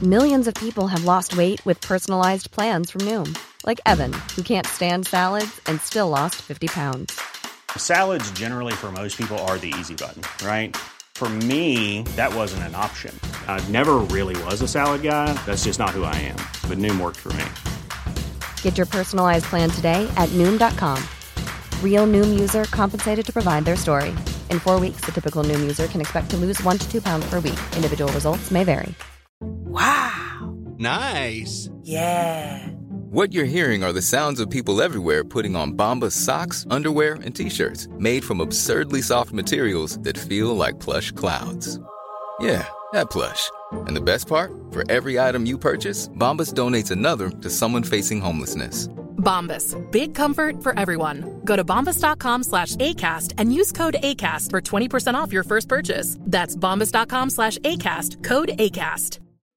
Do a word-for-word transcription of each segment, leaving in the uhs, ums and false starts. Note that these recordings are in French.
Millions of people have lost weight with personalized plans from Noom. Like Evan, who can't stand salads and still lost fifty pounds. Salads generally for most people are the easy button, right? For me, that wasn't an option. I never really was a salad guy. That's just not who I am. But Noom worked for me. Get your personalized plan today at Noom dot com. Real Noom user compensated to provide their story. In four weeks, the typical Noom user can expect to lose one to two pounds per week. Individual results may vary. Wow. Nice. Yeah. What you're hearing are the sounds of people everywhere putting on Bombas socks, underwear, and T-shirts made from absurdly soft materials that feel like plush clouds. Yeah, that plush. And the best part? For every item you purchase, Bombas donates another to someone facing homelessness. Bombas. Big comfort for everyone. Go to bombas.com slash ACAST and use code ACAST for twenty percent off your first purchase. That's bombas.com slash ACAST. Code ACAST.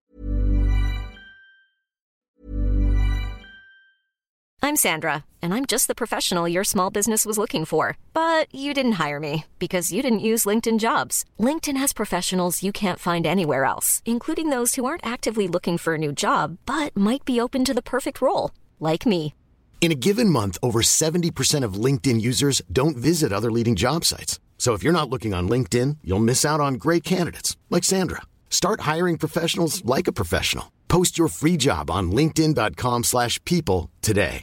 I'm Sandra, and I'm just the professional your small business was looking for. But you didn't hire me because you didn't use LinkedIn Jobs. LinkedIn has professionals you can't find anywhere else, including those who aren't actively looking for a new job, but might be open to the perfect role, like me. In a given month, over seventy percent of LinkedIn users don't visit other leading job sites. So if you're not looking on LinkedIn, you'll miss out on great candidates, like Sandra. Start hiring professionals like a professional. Post your free job on linkedin.com slash people today.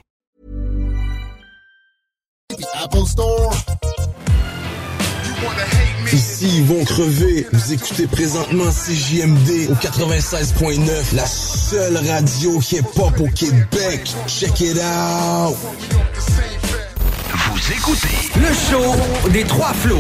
Apple Store. Ici Yvon Crevé, vous écoutez présentement C J M D au quatre-vingt-seize point neuf, la seule radio hip-hop au Québec. Check it out! Vous écoutez le show des Trois Flots.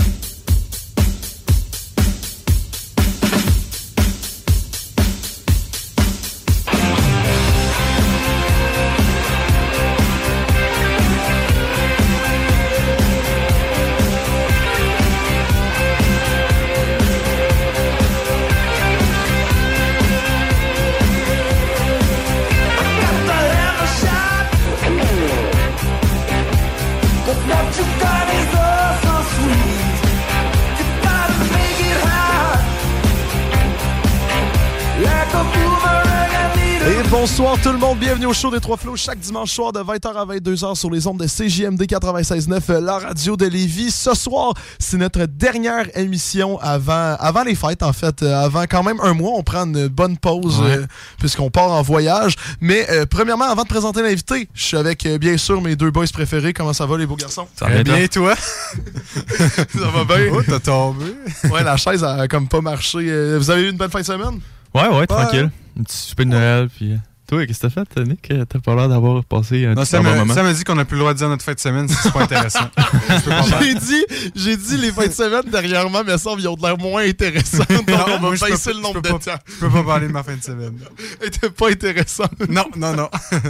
Bonsoir tout le monde, bienvenue au show des Trois Flots chaque dimanche soir de vingt heures à vingt-deux heures sur les ondes de C J M D quatre-vingt-seize neuf, la radio de Lévis. Ce soir, c'est notre dernière émission avant, avant les fêtes en fait, avant quand même un mois. On prend une bonne pause ouais. euh, puisqu'on part en voyage. Mais euh, premièrement, avant de présenter l'invité, je suis avec euh, bien sûr mes deux boys préférés. Comment ça va les beaux garçons? Ça va bien, toi? Ça va bien? Oh, t'as tombé? Ouais, la chaise a comme pas marché. Vous avez eu une bonne fin de semaine? Ouais, ouais, ouais. Tranquille. Un petit souper de Noël, puis... Toi, qu'est-ce que t'as fait, Nick? T'as pas l'air d'avoir passé un non, petit bon moment. Ça m'a dit qu'on n'a plus le droit de dire notre fin de semaine, c'est pas intéressant. j'ai, dit, j'ai dit les fins de semaine dernièrement, mais ça, ils ont l'air moins intéressantes. Donc non, on va baisser le nombre de pas, temps. Je peux pas parler de ma fin de semaine. Elle était pas intéressante. Non, non, non.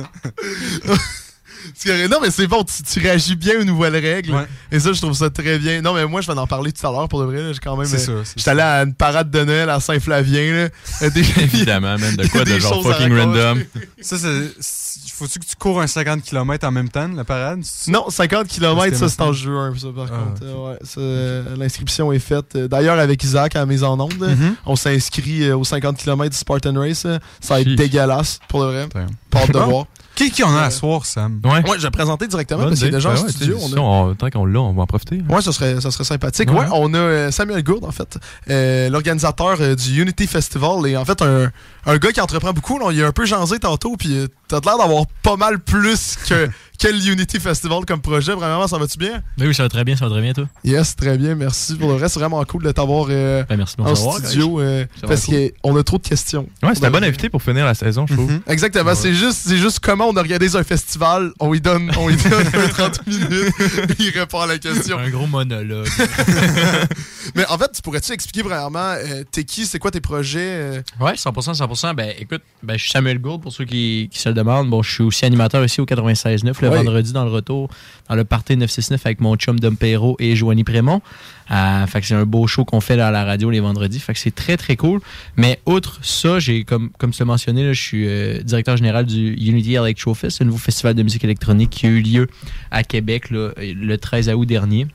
Non, mais c'est bon, tu, tu réagis bien aux nouvelles règles. Ouais. Et ça, je trouve ça très bien. Non, mais moi, je vais en parler tout à l'heure pour de vrai. Là, j'ai quand même. C'est ça. J'étais allé à une parade de Noël à Saint-Flavien. Là. Des, Évidemment, man. De quoi de genre fucking random. Ça, c'est. Faut-tu que tu cours un cinquante kilomètres en même temps, la parade? Non, cinquante kilomètres, ça, c'est en juin, ça, par ah, contre. Okay. Ouais, ça, euh, l'inscription est faite. D'ailleurs, avec Isaac à la mise en onde, mm-hmm. on s'inscrit euh, aux cinquante kilomètres du Spartan Race. Là. Ça va être Chiche. dégueulasse, pour le vrai. Pas hâte de voir. Qui, qui en a à soir, Sam? Ouais, ouais je vais présenter directement bonne parce qu'il y a déjà ben un ouais, studio. On a... on, tant qu'on l'a, on va en profiter. Ouais, ça serait, ça serait sympathique. Ouais, ouais on a euh, Samuel Gourde, en fait, euh, l'organisateur euh, du Unity Festival. Et en fait, un, un gars qui entreprend beaucoup. Là, il a un peu jasé tantôt, puis euh, t'as l'air d'avoir pas mal plus que... Quel Unity Festival comme projet, vraiment, ça va-tu bien? Oui, oui, ça va très bien, ça va très bien, toi. Yes, très bien, merci. Pour le reste, c'est vraiment cool de t'avoir euh, ben, merci de en savoir, studio, euh, parce cool. qu'on a trop de questions. Ouais, c'est un bon invité pour finir la saison, je trouve. Mm-hmm. Exactement, ouais. c'est, juste, c'est juste comment on organise un festival, on lui donne, on lui donne trente minutes, il répond à la question. Un gros monologue. Mais en fait, tu pourrais-tu expliquer vraiment, euh, t'es qui, c'est quoi tes projets? Euh... Ouais, cent pour cent, cent pour cent. Ben écoute, ben, je suis Samuel Gourde, pour ceux qui, qui se le demandent. Bon, je suis aussi animateur ici au quatre-vingt-seize neuf, le ouais. vendredi dans le retour, dans le party neuf cent soixante-neuf avec mon chum Dom Perrault et Joanie Prémont. Euh, fait que c'est un beau show qu'on fait là, à la radio les vendredis. Fait que c'est très, très cool. Mais outre ça, j'ai, comme, comme tu l'as mentionné, là, je suis euh, directeur général du Unity Electro Fest, un nouveau festival de musique électronique qui a eu lieu à Québec là, le treize août dernier.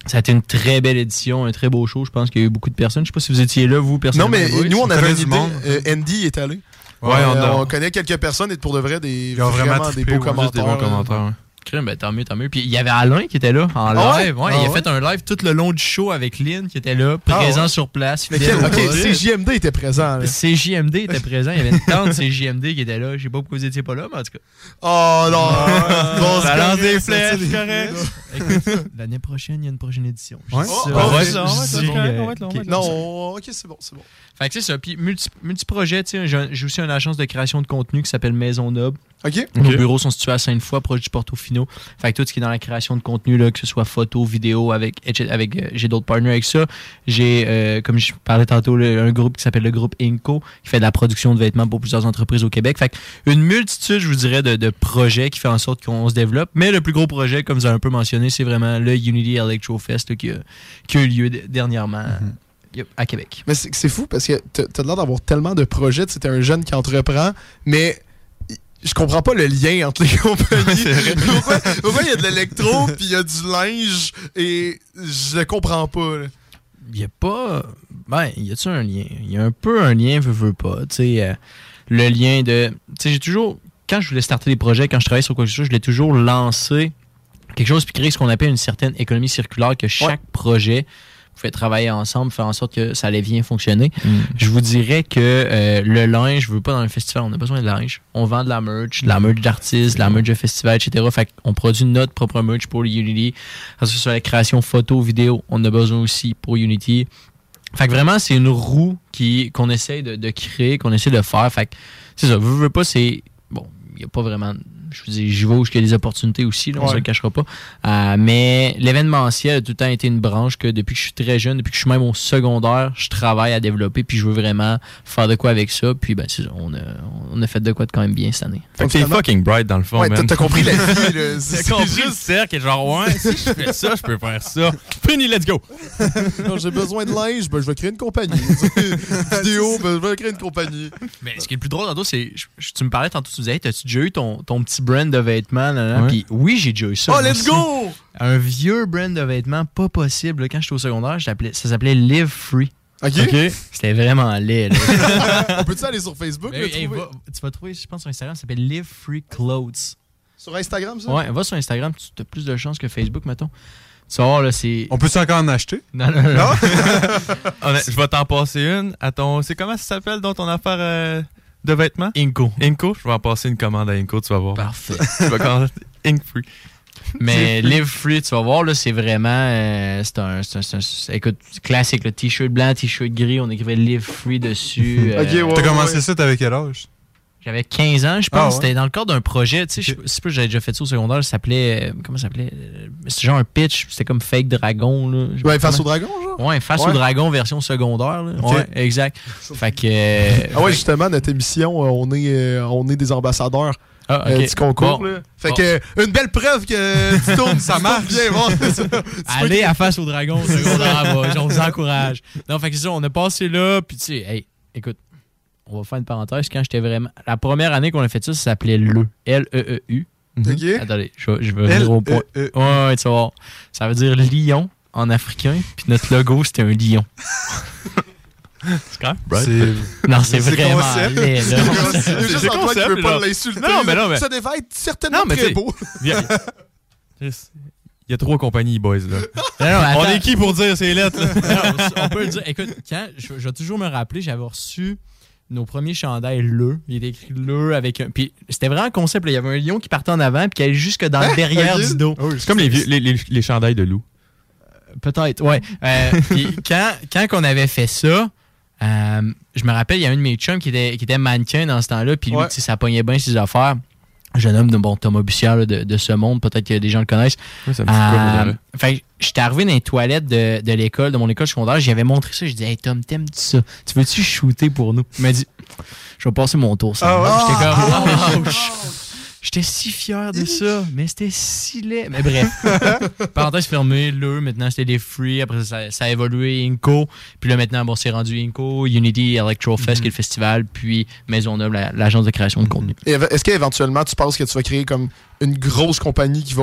Ça a été une très belle édition, un très beau show. Je pense qu'il y a eu beaucoup de personnes. Je sais pas si vous étiez là, vous, personnellement. Non, mais nous, on avait une idée. monde. Euh, Andy est allé. Ouais, euh, on, a... on connaît quelques personnes et pour de vrai, des, vraiment, vraiment trippé, des beaux ouais, commentaires. Des bons commentaires, ouais. Crème, ben, tant mieux, tant mieux. Puis il y avait Alain qui était là en Ah live. ouais? Ouais, Ah il a ouais? fait un live tout le long du show avec Lynn qui était là, présent Ah ouais? sur place. Mais quel, ok, C J M D était présent. Là. C J M D était présent. Il y avait une tante de C J M D qui était là. Je sais pas pourquoi vous étiez pas là, mais en tout cas. Oh non! Bon, ça lance des flèches, c'est correct. Écoute, l'année prochaine, il y a une prochaine édition. Ouais? Oh, on va être là, on va être là. Non, ok, c'est bon, c'est bon. Fait que c'est ça. Puis multi, multi-projets, tu sais, j'ai, j'ai aussi une agence de création de contenu qui s'appelle Maison Noble. OK. Nos okay. bureaux sont situés à Sainte-Foy, proche du Portofino. Fait que tout ce qui est dans la création de contenu, là, que ce soit photo, vidéo, avec, avec euh, j'ai d'autres partners avec ça. J'ai, euh, comme je parlais tantôt, le, un groupe qui s'appelle le groupe Inco, qui fait de la production de vêtements pour plusieurs entreprises au Québec. Fait que une multitude, je vous dirais, de, de projets qui fait en sorte qu'on se développe. Mais le plus gros projet, comme vous avez un peu mentionné, c'est vraiment le Unity Electro Fest là, qui, a, qui a eu lieu d- dernièrement. Mm-hmm. Yep, à Québec. Mais c'est, c'est fou parce que t'as, t'as l'air d'avoir tellement de projets. T'es un jeune qui entreprend, mais je comprends pas le lien entre les compagnies. pourquoi, pourquoi il y a de l'électro puis il y a du linge et je le comprends pas. Il y a pas... Ben, y a-tu un lien? Il y a un peu un lien, veux, veux pas. Tu sais, euh, le lien de... Tu sais, j'ai toujours... Quand je voulais starter des projets, quand je travaillais sur quoi que ce soit, je l'ai toujours lancé quelque chose puis créer ce qu'on appelle une certaine économie circulaire, que chaque ouais. projet... pouvait travailler ensemble, faire en sorte que ça allait bien fonctionner. Mm. Je vous dirais que euh, le linge, je veux pas dans un festival, on a besoin de linge. On vend de la merch, de la merch d'artistes, de la merch de festival, et cetera. Fait qu'on produit notre propre merch pour Unity. Parce que sur la création photo, vidéo, on a besoin aussi pour Unity. Fait que vraiment, c'est une roue qui, qu'on essaie de, de créer, qu'on essaie de faire. Fait que c'est ça, veux, veux pas, c'est... Bon, il n'y a pas vraiment... Je vous dis, j'y vais où il y a des opportunités aussi, là, on ne ouais. se le cachera pas. Euh, mais l'événementiel a tout le temps été une branche que depuis que je suis très jeune, depuis que je suis même au secondaire, je travaille à développer, puis je veux vraiment faire de quoi avec ça. Puis ben, c'est ça, on a, on a fait de quoi de quand même bien cette année. Fait que t'es fucking bright dans le fond, ouais, man. T'as, t'as compris la vie, là. T'as compris le cercle, genre, ouais, si je fais ça, je peux faire ça. Fini, let's go! Non, j'ai besoin de linge, ben, je vais créer une compagnie. Vidéo, ben, je vais créer une compagnie. Mais ce qui est le plus drôle, tantôt, c'est, je, tu me parlais tantôt, tu disais, hey, t'as-tu déjà eu ton, ton petit brand de vêtements? Là, là? Ouais. Puis oui, j'ai déjà eu ça. Oh, let's aussi. Go! Un vieux brand de vêtements, pas possible. Là, quand j'étais au secondaire, ça s'appelait Live Free. OK. okay. C'était vraiment laid. Là. On peut-tu aller sur Facebook? Ben, hey, va, tu vas trouver, je pense, sur Instagram, ça s'appelle Live Free Clothes. Sur Instagram, ça? Ouais, va sur Instagram, tu as plus de chances que Facebook, mettons. Tu vas voir, là, c'est... On peut-tu encore en acheter? Non, non, non. non? Je vais t'en passer une à ton... C'est comment ça s'appelle dans ton affaire... Euh... de vêtements? Inco. Inco? Je vais en passer une commande à Inco, tu vas voir. Parfait. Tu vas commander Ink Free. Mais Live Free, tu vas voir, là, c'est vraiment... Euh, c'est, un, c'est, un, c'est un... Écoute, classique, le t-shirt blanc, t-shirt gris, on écrivait Live Free dessus. euh, okay, ouais, T'as ouais, commencé ouais. ça, t'avais quel âge? J'avais quinze ans, je pense. Ah, ouais. C'était dans le cadre d'un projet. Tu sais, okay. je sais pas si j'avais déjà fait ça au secondaire. Ça s'appelait... Euh, comment ça s'appelait? C'était genre un pitch. C'était comme Fake Dragon. Là. Ouais, face comment... au dragon, genre? Ouais, face ouais. au dragon, version secondaire. Là. Okay. Ouais, exact. Fait que... Euh, ah ouais, justement, notre émission, on est, euh, on est des ambassadeurs. Ah, okay. euh, du concours. Bon. Là. Fait bon. que, euh, une belle preuve que tu tournes, ça marche bien. Bon, allez à face au dragon secondaire, bah, on vous encourage. Non, fait que c'est ça, on a passé là, puis tu sais, hey, écoute, on va faire une parenthèse. Quand j'étais vraiment... La première année qu'on a fait ça, ça s'appelait L E. L E E U. OK. Attendez, je, je vais venir au point. Ouais, ouais, tu vas voir. Ça veut dire lion en africain, puis notre logo, c'était un lion. C'est quand même bright. C'est... Non, c'est, c'est vraiment concept. laid, là. C'est, c'est juste Antoine qui veut pas l'insulter. Non, mais non, mais... Ça devait être certainement non, très beau. Il y, a... il y a trois compagnies, boys, là. Non, non, on est qui pour dire ces lettres, là? Non, on peut le dire. Écoute, quand, je, je vais toujours me rappeler, j'avais reçu nos premiers chandails Le. Il était écrit Le avec un... Puis c'était vraiment un concept, là. Il y avait un lion qui partait en avant puis qui allait jusque dans le derrière du dos. Oh, c'est comme les, vieux, les, les, les chandails de loup. Euh, peut-être, ouais. Euh, puis quand, quand on avait fait ça... Euh, je me rappelle, il y a un de mes chums qui était, qui était mannequin dans ce temps-là, puis lui, ouais. ça pognait bien ses affaires. Un jeune homme de bon, Thomas Bussière là, de, de ce monde, peut-être que des gens le connaissent. Oui, ça me dit euh, fait j'étais arrivé dans les toilettes de, de l'école, de mon école secondaire, j'y avais montré ça, je dis hey Tom, t'aimes-tu ça? Tu veux-tu shooter pour nous? Il m'a dit, je vais passer mon tour, ça. Ah, ouais. J'étais comme, oh, oh, oh, j'étais si fier de ça, mais c'était si laid. Mais bref, parenthèse fermée, là, maintenant c'était des free, après ça, ça a évolué, Inco, puis là maintenant, bon, c'est rendu Inco, Unity Electro Fest, mm-hmm. qui est le festival, puis Maison Noble, la, l'agence de création de contenu. Et est-ce qu'éventuellement, tu penses que tu vas créer comme une grosse compagnie qui va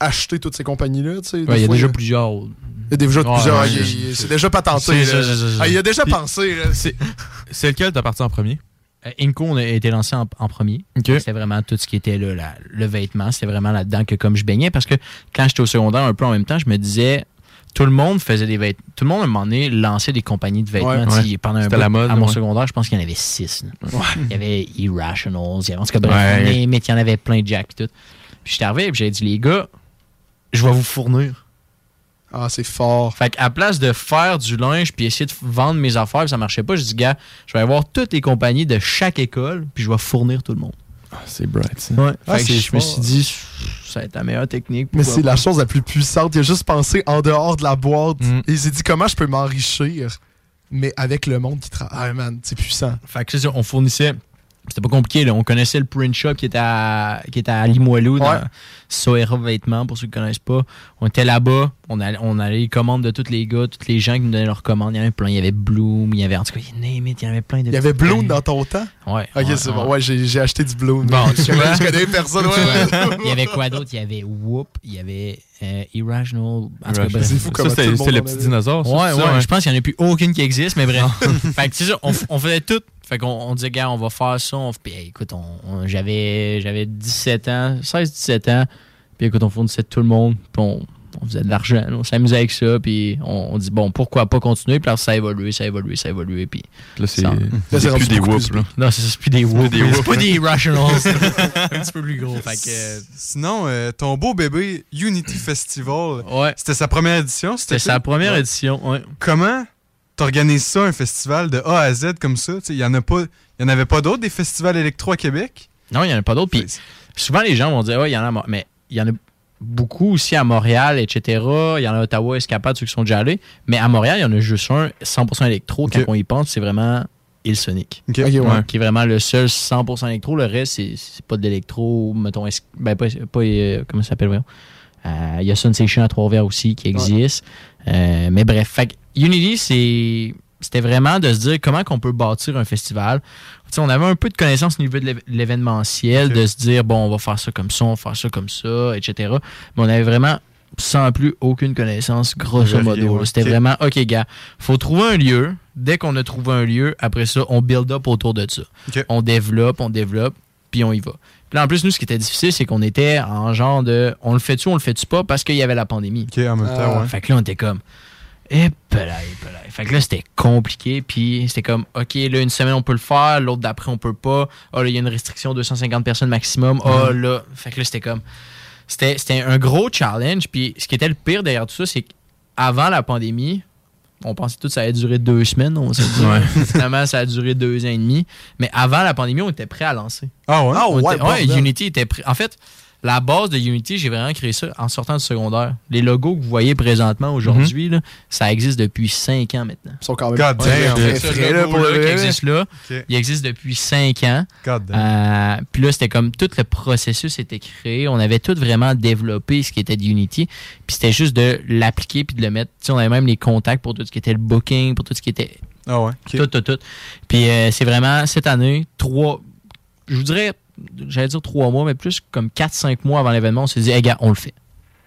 acheter toutes ces compagnies-là. Tu sais, il ouais, y a déjà plusieurs. Il y a déjà ouais, plusieurs. Ouais, il, il, c'est déjà patenté. C'est, là. c'est, c'est, c'est, ah, il a déjà Puis, pensé. Là. C'est, c'est lequel t'as parti en premier? Euh, Inco, on a été lancé en, en premier. Okay. C'était vraiment tout ce qui était là, la, le vêtement. C'était vraiment là-dedans que comme je baignais. Parce que quand j'étais au secondaire, un peu en même temps, je me disais, tout le monde faisait des vêtements. Tout le monde, à un moment donné, lançait des compagnies de vêtements. Ouais, ouais. Pendant un C'était bout, la mode, à mon ouais. secondaire, je pense qu'il y en avait six. Ouais. Il y avait Irrationals, il y avait, en tout cas, bref, ouais. mais, mais il y en avait plein de Jack et tout. Puis j'étais arrivé et j'ai dit, les gars, je vais vous fournir. Ah, c'est fort. Fait qu'à place de faire du linge puis essayer de vendre mes affaires, puis ça marchait pas, je dis, gars, je vais avoir toutes les compagnies de chaque école, puis je vais fournir tout le monde. Ah, c'est bright, ça. Ouais. Ah, fait que c'est je me suis dit, ça va être la meilleure technique. Mais c'est pas. la chose la plus puissante. Il a juste pensé en dehors de la boîte. Mm. Et il s'est dit, comment je peux m'enrichir, mais avec le monde qui travaille. Ah, man, c'est puissant. Fait que c'est ça, on fournissait. C'était pas compliqué, là. On connaissait le print shop qui était à, qui était à Limoilou, dans ouais. Soera Vêtements, pour ceux qui connaissent pas. On était là-bas, on allait, on allait les commandes de tous les gars, tous les gens qui nous donnaient leurs commandes. Il y en avait plein. Il y avait Bloom, il y avait, en tout cas, name it, il y en avait plein de. Il y avait Bloom dans ton temps? Ouais. Ok, ouais, c'est ouais. bon. Ouais, j'ai, j'ai acheté du Bloom. Bon, tu connais, je connais personne. Ouais. Il y avait quoi d'autre? Il y avait Whoop, il y avait euh, Irrational. En tout cas, bref. C'est fou comment ça, c'était, c'était le petit dinosaure. Ouais, ça, ouais, ouais. Je pense qu'il n'y en a plus aucune qui existe, mais bref. Fait que c'est ça, on, on faisait tout. Fait qu'on on disait, gars, on va faire ça. On, puis, hey, écoute, on, on, j'avais, j'avais dix-sept ans, seize dix-sept ans. Puis écoute, on fournissait tout le monde. Puis on, on faisait de l'argent. On s'amusait avec ça. Puis on, on dit, bon, pourquoi pas continuer? Puis alors, ça a évolué, ça a évolué, ça a évolué. Puis là, c'est, ça, là, c'est, c'est plus des whoops. Là. Non, c'est, c'est plus des whoops. C'est, c'est pas des Irrationals. C'est un petit peu plus gros. Fait que, euh... Sinon, euh, ton beau bébé Unity Festival, ouais. c'était sa première édition? C'était, c'était sa première ouais. édition, ouais. Comment t'organises ça, un festival de A à Z comme ça? Il y en a pas... Il n'y en avait pas d'autres, des festivals électro à Québec? Non, il n'y en a pas d'autres. Puis souvent, les gens vont dire, oh, il y en a, mais il y en a beaucoup aussi à Montréal, et cetera. Il y en a à Ottawa, Escapade, ceux qui sont déjà allés. Mais à Montréal, il y en a juste un cent pour cent électro. Okay. Quand on y pense, c'est vraiment Hillsonic. Okay. Okay, ouais. Ouais, qui est vraiment le seul cent pour cent électro. Le reste, c'est, c'est pas de l'électro. Mettons, es- ben, pas, pas euh, comment ça s'appelle, voyons. Euh, il y a Sensation à Trois-Rivières aussi qui existe. Ouais. Euh, mais bref, fait que Unity, c'est... C'était vraiment de se dire comment qu'on peut bâtir un festival. T'sais, on avait un peu de connaissances au niveau de l'événementiel, okay. de se dire, bon, on va faire ça comme ça, on va faire ça comme ça, et cetera. Mais on avait vraiment, sans plus, aucune connaissance, grosso modo. Ouais. C'était okay. vraiment, OK, gars, faut trouver un lieu. Dès qu'on a trouvé un lieu, après ça, on build up autour de ça. Okay. On développe, on développe, puis on y va. Puis là, en plus, nous, ce qui était difficile, c'est qu'on était en genre de, on le fait-tu, on le fait-tu pas, parce qu'il y avait la pandémie. OK, en même temps, ah. ouais. Fait que là, on était comme... Et là, fait que là, c'était compliqué. Puis c'était comme, OK, là, une semaine, on peut le faire. L'autre d'après, on peut pas. Ah, oh, là, il y a une restriction, deux cent cinquante personnes maximum. Ah, oh, mm-hmm. là. Fait que là, c'était comme. C'était, c'était un gros challenge. Puis ce qui était le pire derrière tout ça, c'est qu'avant la pandémie, on pensait tout que ça allait durer deux semaines. On s'est dit. Ouais. Finalement, ça a duré deux ans et demi. Mais avant la pandémie, on était prêt à lancer. Ah ouais? Ah ouais, était, ouais, Unity était prêt. En fait, la base de Unity, j'ai vraiment créé ça en sortant du secondaire. Les logos que vous voyez présentement aujourd'hui, mm-hmm. là, ça existe depuis cinq ans maintenant. Ils sont quand même God damn, ouais, ça, frais, là, pour le qui existe là. Okay. Il existe depuis cinq ans. God damn. Euh, puis là, c'était comme tout le processus était créé. On avait tout vraiment développé ce qui était de Unity. Puis c'était juste de l'appliquer puis de le mettre. Tu sais, on avait même les contacts pour tout ce qui était le booking, pour tout ce qui était. Ah ouais. Okay. Tout, tout, tout. Puis euh, c'est vraiment cette année, trois. Je vous dirais. J'allais dire trois mois, mais plus comme quatre cinq mois avant l'événement, on s'est dit, hey, gars, on le fait.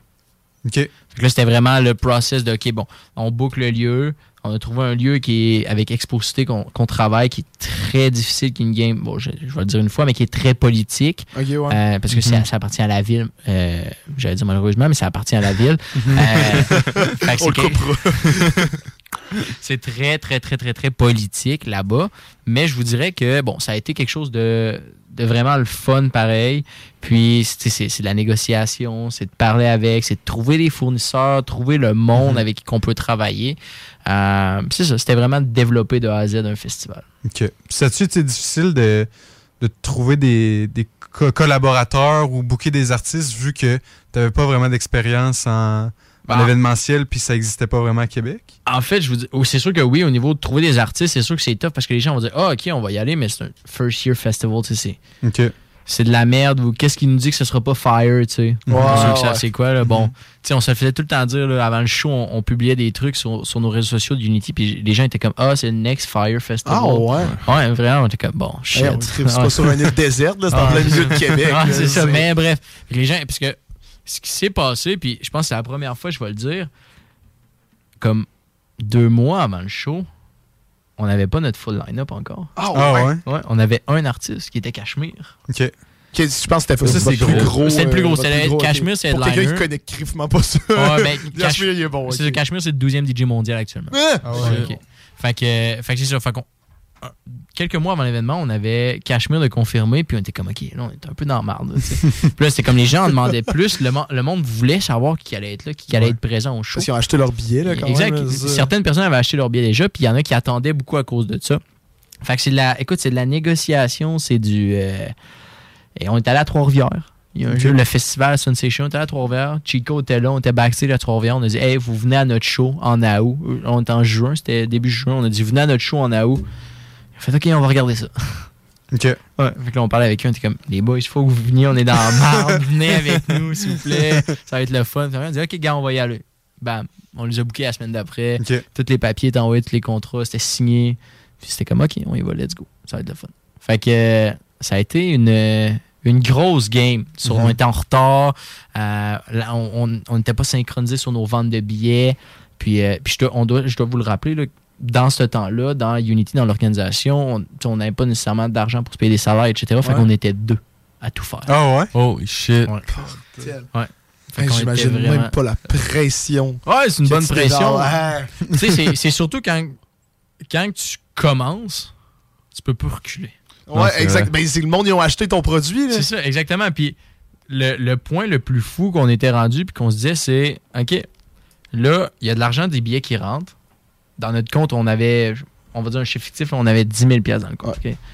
OK. Fait que là, c'était vraiment le process de, OK, bon, on book le lieu. On a trouvé un lieu qui est avec Exposité qu'on, qu'on travaille, qui est très difficile, qui est une game, bon, je, je vais le dire une fois, mais qui est très politique. OK, ouais. Euh, parce que mm-hmm. ça, ça appartient à la ville. Euh, j'allais dire malheureusement, mais ça appartient à la ville. Mm-hmm. Euh, fait que on le coupera. C'est très, très, très, très, très politique là-bas. Mais je vous dirais que, bon, ça a été quelque chose de, de vraiment le fun pareil. Puis, c'est, c'est, c'est de la négociation, c'est de parler avec, c'est de trouver des fournisseurs, trouver le monde mm-hmm. avec qui on peut travailler. Euh, c'est ça, c'était vraiment de développer de A à Z un festival. OK. Ça-tu été difficile de, de trouver des, des co- collaborateurs ou booker des artistes vu que tu n'avais pas vraiment d'expérience en... En ah. événementiel, puis ça n'existait pas vraiment à Québec? En fait, je vous dis, c'est sûr que oui, au niveau de trouver des artistes, c'est sûr que c'est tough parce que les gens vont dire, ah, OK, on va y aller, mais c'est un first year festival, tu sais. OK. C'est de la merde, ou qu'est-ce qui nous dit que ce sera pas Fire, tu sais. Wow, ceux qui ouais. savent c'est quoi, là. Bon, mm-hmm. tu sais, on se faisait tout le temps dire, là, avant le show, on, on publiait des trucs sur, sur nos réseaux sociaux d'Unity, puis les gens étaient comme, ah, c'est le next Fire Festival. Ah, ouais. Ouais, vraiment, on était comme, bon, shit. Hey, on ne c'est pas sur une île déserte, là, c'est en plein milieu de Québec. Ah, là, c'est, c'est ça, mais bref. Les gens, parce que ce qui s'est passé, puis je pense que c'est la première fois, je vais le dire, comme deux mois avant le show, on n'avait pas notre full line-up encore. Ah oh, ouais. ouais? Ouais, on avait un artiste qui était Cachemire. OK. Okay, je pense que c'était ça, c'est gros. gros. C'est le plus gros. Euh, c'est le Cachemire, c'est le Pour quelqu'un qui connaît crivement pas ça. Ouais, ben, Cachemire, il est bon. C'est okay. le Cachemire, c'est le douzième D J mondial actuellement. Ah ouais. Okay. Fait que, fait que c'est ça. Fait qu'on, quelques mois avant l'événement, on avait Cachemire de confirmer, puis on était comme, OK, là, on était un peu dans la marde. Puis là, c'était comme les gens en demandaient plus. Le, le monde voulait savoir qui allait être là, qui allait ouais. être présent au show. Parce qu'ils ont acheté leur billet, là, quand exact. même. Exact. Certaines personnes avaient acheté leur billet déjà, puis il y en a qui attendaient beaucoup à cause de ça. Fait que c'est de la, écoute, c'est de la négociation, c'est du... Euh, et on est allé à Trois-Rivières. Il y a un okay. jeu, le festival Sensation, on était à Trois-Rivières. Chico était là, on était backstage à Trois-Rivières. On a dit, hey, vous venez à notre show en août. On était en juin, c'était début juin. On a dit, venez à notre show en août. On a fait, OK, on va regarder ça. OK. Ouais. Fait que là, on parlait avec eux, on était comme, les boys, il faut que vous veniez, on est dans la marde, venez avec nous, s'il vous plaît. Ça va être le fun. On a dit, OK, gars, on va y aller. Bam. On les a bookés la semaine d'après. Okay. Tous les papiers étaient envoyés, tous les contrats, c'était signé. Puis c'était comme, OK, on y va, let's go. Ça va être le fun. Fait que euh, ça a été une, une grosse game. Sur, mm-hmm. On était en retard. Euh, là, on n'était pas synchronisé sur nos ventes de billets. Puis, euh, puis je, dois, on doit, je dois vous le rappeler, là, dans ce temps-là, dans Unity, dans l'organisation, on n'avait pas nécessairement d'argent pour se payer des salaires, et cetera. Fait ouais. qu'on était deux à tout faire. Ah oh, ouais? Oh shit. Ouais. ouais. Hey, j'imagine vraiment... même pas la pression. Ouais, c'est une bonne pression. Ah. Tu sais, c'est, c'est surtout quand, quand tu commences, tu peux pas reculer. Ouais, non, exact. Ben, c'est le monde, ils ont acheté ton produit. Là. C'est ça, exactement. Puis le, le point le plus fou qu'on était rendu, puis qu'on se disait, c'est, OK, là, il y a de l'argent des billets qui rentrent. Dans notre compte, on avait, on va dire un chiffre fictif, on avait dix mille dollars dans le compte. Ouais. Okay?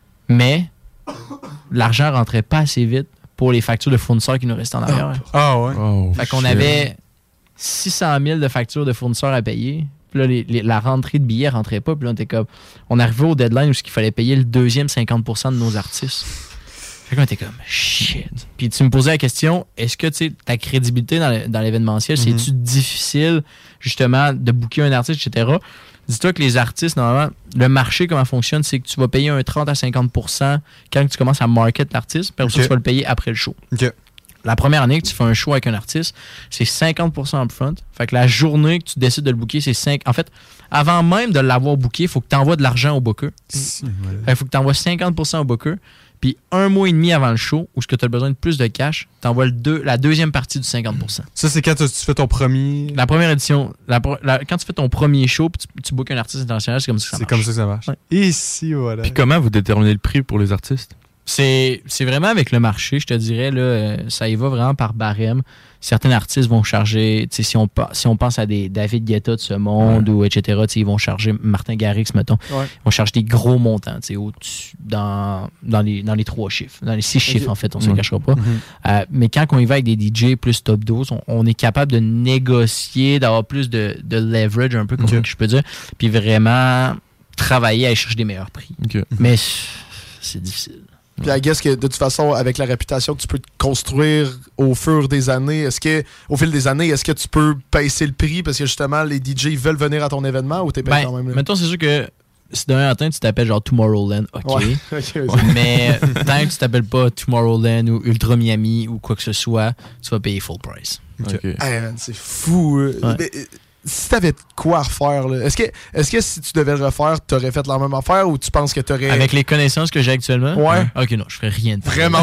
Mais l'argent rentrait pas assez vite pour les factures de fournisseurs qui nous restaient en arrière. Ah ouais? Oh, fait qu'on shit. avait six cent mille de factures de fournisseurs à payer. Puis là, les, les, la rentrée de billets rentrait pas. Puis là, on était comme... On arrivait au deadline où il fallait payer le deuxième cinquante pour cent de nos artistes. Fait qu'on était comme, shit. Puis tu me posais la question, est-ce que tu sais, ta crédibilité dans, le, dans l'événementiel, mm-hmm. c'est-tu difficile, justement, de booker un artiste, et cetera. Dis-toi que les artistes, normalement, le marché, comment fonctionne, c'est que tu vas payer un trente à cinquante pour cent quand tu commences à market l'artiste, puis okay. ça, tu vas le payer après le show. Okay. La première année que tu fais un show avec un artiste, c'est cinquante pour cent upfront. Fait que la journée que tu décides de le booker, c'est cinq. En fait, avant même de l'avoir booké, il faut que tu envoies de l'argent au booker. Si, ouais. Fait faut que tu envoies cinquante pour cent au booker. Puis un mois et demi avant le show, où tu as besoin de plus de cash, tu envoies la deuxième partie du cinquante pour cent. Ça, c'est quand tu fais ton premier... La première édition. La, la, quand tu fais ton premier show, puis tu, tu bookes un artiste international, c'est comme ça que ça c'est marche. C'est comme ça que ça marche. Ouais. Ici, voilà. Puis comment vous déterminez le prix pour les artistes? C'est, c'est vraiment avec le marché, je te dirais, là, ça y va vraiment par barème. Certains artistes vont charger, si on, si on pense à des David Guetta de ce monde, ouais. ou et cetera, ils vont charger Martin Garrix, mettons, ouais. ils vont charger des gros montants, au-dessus, dans, dans, les, dans les trois chiffres, dans les six chiffres, okay. en fait, on ne se ouais. cachera pas. Mm-hmm. Euh, mais quand on y va avec des D J plus top dose, on, on est capable de négocier, d'avoir plus de, de leverage, un peu comme okay. ça que je peux dire, puis vraiment travailler à aller chercher des meilleurs prix. Okay. Mais c'est difficile. Puis, I guess que de toute façon, avec la réputation que tu peux te construire au fur des années, est-ce que, au fil des années, est-ce que tu peux baisser le prix parce que justement, les D J veulent venir à ton événement ou t'es payé ben, quand même? Là? Mettons, c'est sûr que si demain matin, tu t'appelles genre Tomorrowland, OK. Ouais. okay mais tant que tu t'appelles pas Tomorrowland ou Ultra Miami ou quoi que ce soit, tu vas payer full price. Okay. Hey, man, c'est fou. Ouais. Mais, si t'avais quoi à refaire, là, est-ce que, est-ce que si tu devais le refaire, t'aurais fait la même affaire ou tu penses que t'aurais... Avec les connaissances que j'ai actuellement? Ouais. Hein? Ok, non, je ferais rien de pareil. Vraiment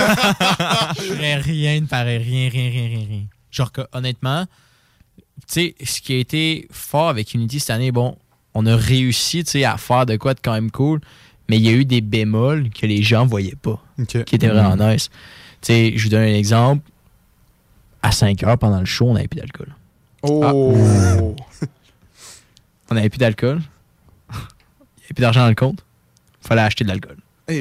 pas. Je ferais rien de pareil. Rien, rien, rien, rien, rien. Genre, que, honnêtement, tu sais, ce qui a été fort avec Unity cette année, bon, on a réussi, tu sais, à faire de quoi de quand même cool, mais il y a eu des bémols que les gens voyaient pas, okay. qui étaient vraiment mmh. nice. Tu sais, je vous donne un exemple. À cinq heures pendant le show, on n'avait plus d'alcool. Oh! Ah. On n'avait plus d'alcool. Il n'y avait plus d'argent dans le compte. Il fallait acheter de l'alcool. Hey,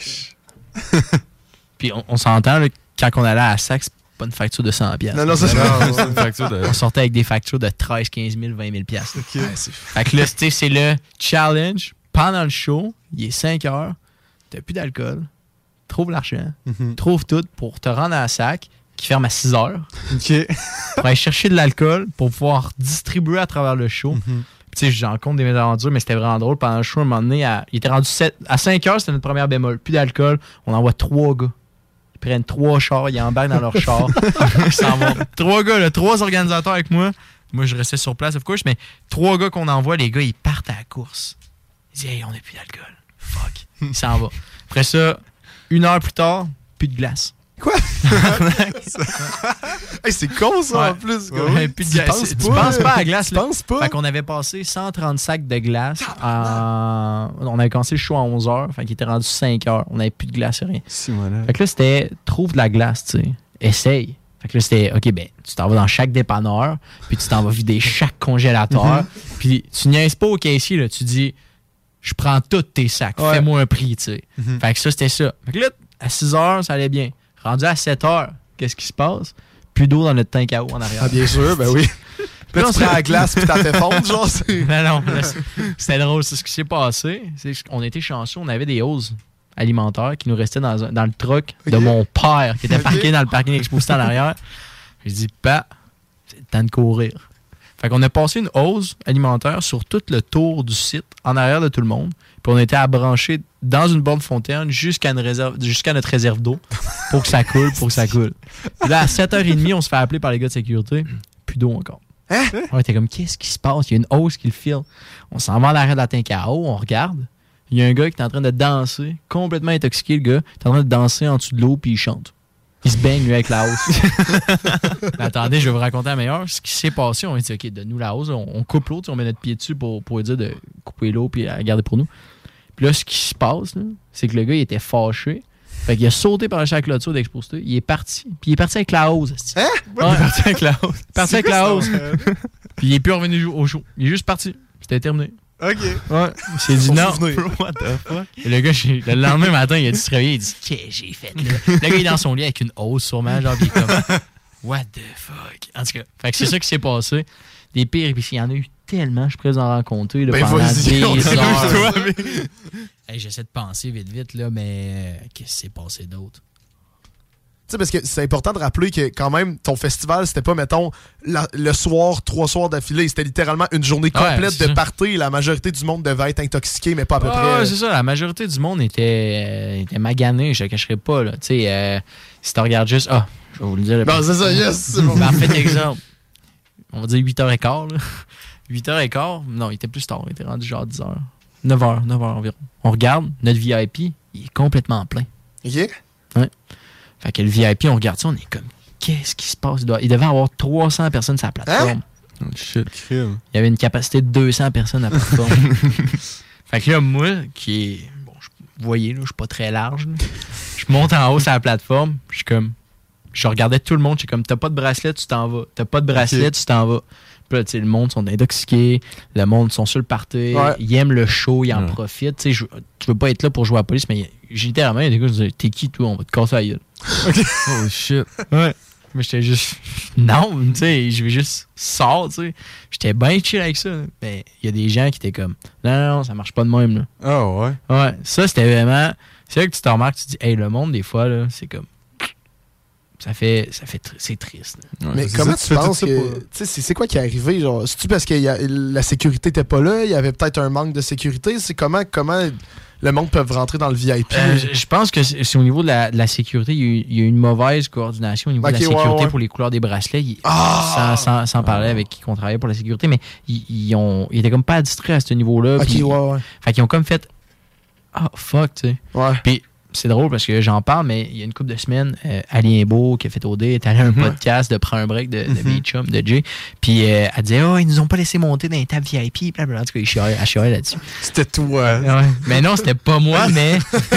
Puis on, on s'entend, là, quand on allait à la sac, c'est pas une facture de cent piastres. Non, non, ça, non, c'est une facture de... On sortait avec des factures de treize, quinze mille, vingt mille piastres. Okay. Ouais, c'est... Fait que là, c'est le challenge. Pendant le show, il est cinq heures, t'as plus d'alcool, trouve l'argent, mm-hmm. trouve tout pour te rendre à la sac, qui ferme à six heures. OK. Pour aller chercher de l'alcool pour pouvoir distribuer à travers le show. Mm-hmm. Tu sais, j'en compte des mésaventures, mais c'était vraiment drôle. Pendant le show, à un moment donné, à, il était rendu sept, à cinq heures, c'était notre première bémol. Plus d'alcool. On envoie trois gars. prennent trois chars, ils embarquent dans leur char. Ils s'en vont. Trois gars, là, trois organisateurs avec moi. Moi, je restais sur place, of course, mais trois gars qu'on envoie, les gars, ils partent à la course. Ils disent, hey, on n'a plus d'alcool. Fuck. Ils s'en vont. Après ça, une heure plus tard, plus de glace. Quoi? Hey, c'est con, ça, ouais. en plus. Ouais, plus de glace. Penses Tu pas, penses pas à la glace. Tu penses pas? Fait qu'on avait passé cent trente sacs de glace. En... On avait commencé le show à onze heures. Fait qu'il était rendu cinq heures. On n'avait plus de glace, rien. Si, voilà. Fait que là, c'était trouve de la glace, tu sais. Essaye. Fait que là, c'était, OK, ben, tu t'en vas dans chaque dépanneur, puis tu t'en vas vider chaque congélateur, mm-hmm. puis tu niaises pas au caissier, là, tu dis, je prends tous tes sacs, ouais. Fais-moi un prix, tu sais. Mm-hmm. Fait que ça, c'était ça. Fait que là, à six heures, ça allait bien. Rendu à sept heures, qu'est-ce qui se passe? Plus d'eau dans notre tank à eau en arrière. Ah, bien sûr, ben oui. Puis là, tu prends la glace, puis t'as fait fondre, genre, c'est... Ben non, là, c'était drôle, c'est ce qui s'est passé. C'est qu'on était chanceux, on avait des hoses alimentaire qui nous restait dans, un, dans le truck okay. de mon père qui était okay. parqué dans le parking exposé en arrière. J'ai dit, bah, c'est le temps de courir. Fait qu'on a passé une hausse alimentaire sur tout le tour du site, en arrière de tout le monde. Puis on était à brancher dans une borne fontaine jusqu'à, une réserve, jusqu'à notre réserve d'eau pour que ça coule, pour que ça coule. Puis là, à sept heures trente, on se fait appeler par les gars de sécurité. Plus d'eau encore. Hein? On était comme, qu'est-ce qui se passe? Il y a une hausse qui le file. On s'en va en arrière de la tank à eau, on regarde. Il y a un gars qui est en train de danser, complètement intoxiqué, le gars. Il est en train de danser en dessous de l'eau, puis il chante. Il se baigne, lui, avec la hausse. Attendez, je vais vous raconter la meilleure. Ce qui s'est passé, on a dit, OK, donne-nous la hausse. On, on coupe l'eau, on met notre pied dessus pour, pour lui dire de couper l'eau, puis la garder pour nous. Puis là, ce qui se passe, là, c'est que le gars, il était fâché. Fait qu'il a sauté par la clôture d'exposé. Il est parti. Puis il est parti avec la hausse. Hein? Ouais, il est parti avec la hausse. Il est parti avec la hausse. Puis il est plus revenu au show. Il est juste parti. C'était terminé. OK. Ouais. Il s'est dit non. What the fuck? Et le gars, le lendemain matin, il a dû se réveiller. Il a dit, qu'est-ce que j'ai fait là? Le gars, il est dans son lit avec une hausse, sûrement. Genre, puis il est comme, what the fuck? En tout cas, fait que c'est ça qui s'est passé. Des pires, puis il y en a eu tellement, je pourrais en rencontrer là, ben pendant des heures. Toi, mais... hey, j'essaie de penser vite, vite, là, mais euh, qu'est-ce qui s'est passé d'autre? Tu sais, parce que c'est important de rappeler que quand même, ton festival, c'était pas, mettons, la, le soir, trois soirs d'affilée. C'était littéralement une journée complète ouais, de party. La majorité du monde devait être intoxiqué, mais pas à peu ouais, près. Ouais, c'est ça. La majorité du monde était, euh, était magané, je ne cacherai pas. Tu sais, euh, si tu regardes juste... Ah, je vais vous le dire. Non, c'est ça, yes! C'est bon. Parfait exemple. On va dire huit heures quinze. Là. huit heures quinze. Non, il était plus tard. Il était rendu genre dix heures. neuf heures, neuf heures environ. On regarde, notre V I P, il est complètement plein. OK. Ouais. Fait que le V I P, on regarde ça, on est comme, qu'est-ce qui se passe? Il, doit, il devait avoir trois cents personnes sur la plateforme. Hein? Oh shit, crime. Il y avait une capacité de deux cents personnes à la plateforme. Fait que là, moi, qui est. Bon, je, vous voyez, là, je suis pas très large. Là. Je monte en haut sur la plateforme, je suis comme. Je regardais tout le monde, je suis comme, t'as pas de bracelet, tu t'en vas. T'as pas de bracelet, okay. Tu t'en vas. Puis là, tu sais, le monde sont intoxiqués, le monde sont sur le party, ouais. Ils aiment le show, ils en ouais. profitent. Tu sais, tu veux pas être là pour jouer à la police, mais j'ai littéralement, il y a des gars qui disaient, t'es qui, toi, on va te casser la gueule. Okay. Oh shit. Ouais. Mais j'étais juste. Non, tu sais, je vais juste sortir, tu sais. J'étais bien chill avec ça. Mais il y a des gens qui étaient comme, non, non, non, ça marche pas de même, là. Ah oh, ouais. Ouais. Ça, c'était vraiment. C'est là que tu te remarques, tu te dis, hey, le monde, des fois, là, c'est comme. Ça fait, ça fait tr- c'est triste. Ouais, mais comment ça, tu, tu penses que... Pour... C'est, c'est quoi qui est arrivé? Genre, c'est-tu parce que y a, la sécurité n'était pas là? Il y avait peut-être un manque de sécurité? C'est comment, comment le monde peut rentrer dans le V I P? Euh, je, je pense que c'est, c'est au niveau de la, de la sécurité. Il y, a eu, il y a eu une mauvaise coordination au niveau okay, de la sécurité ouais, ouais. pour les couleurs des bracelets. Il, ah! Sans, sans, sans parler avec qui on travaillait pour la sécurité, mais ils, ils, ont, ils étaient comme pas distraits à ce niveau-là. Ok, puis, ouais, ouais. Fait qu'ils ont comme fait... Ah, oh, fuck, tu sais. Ouais. Puis, c'est drôle parce que j'en parle, mais il y a une couple de semaines, euh, Alien Beau qui a fait O D est allé à un mm-hmm. podcast de Prends un break de, de mm-hmm. Beachum, de Jay. Puis euh, elle disait, oh, ils nous ont pas laissé monter dans les tables V I P. Blablabla. En tout cas, il chialait, elle chialait là-dessus. C'était toi. Ouais. Mais non, c'était pas moi, mais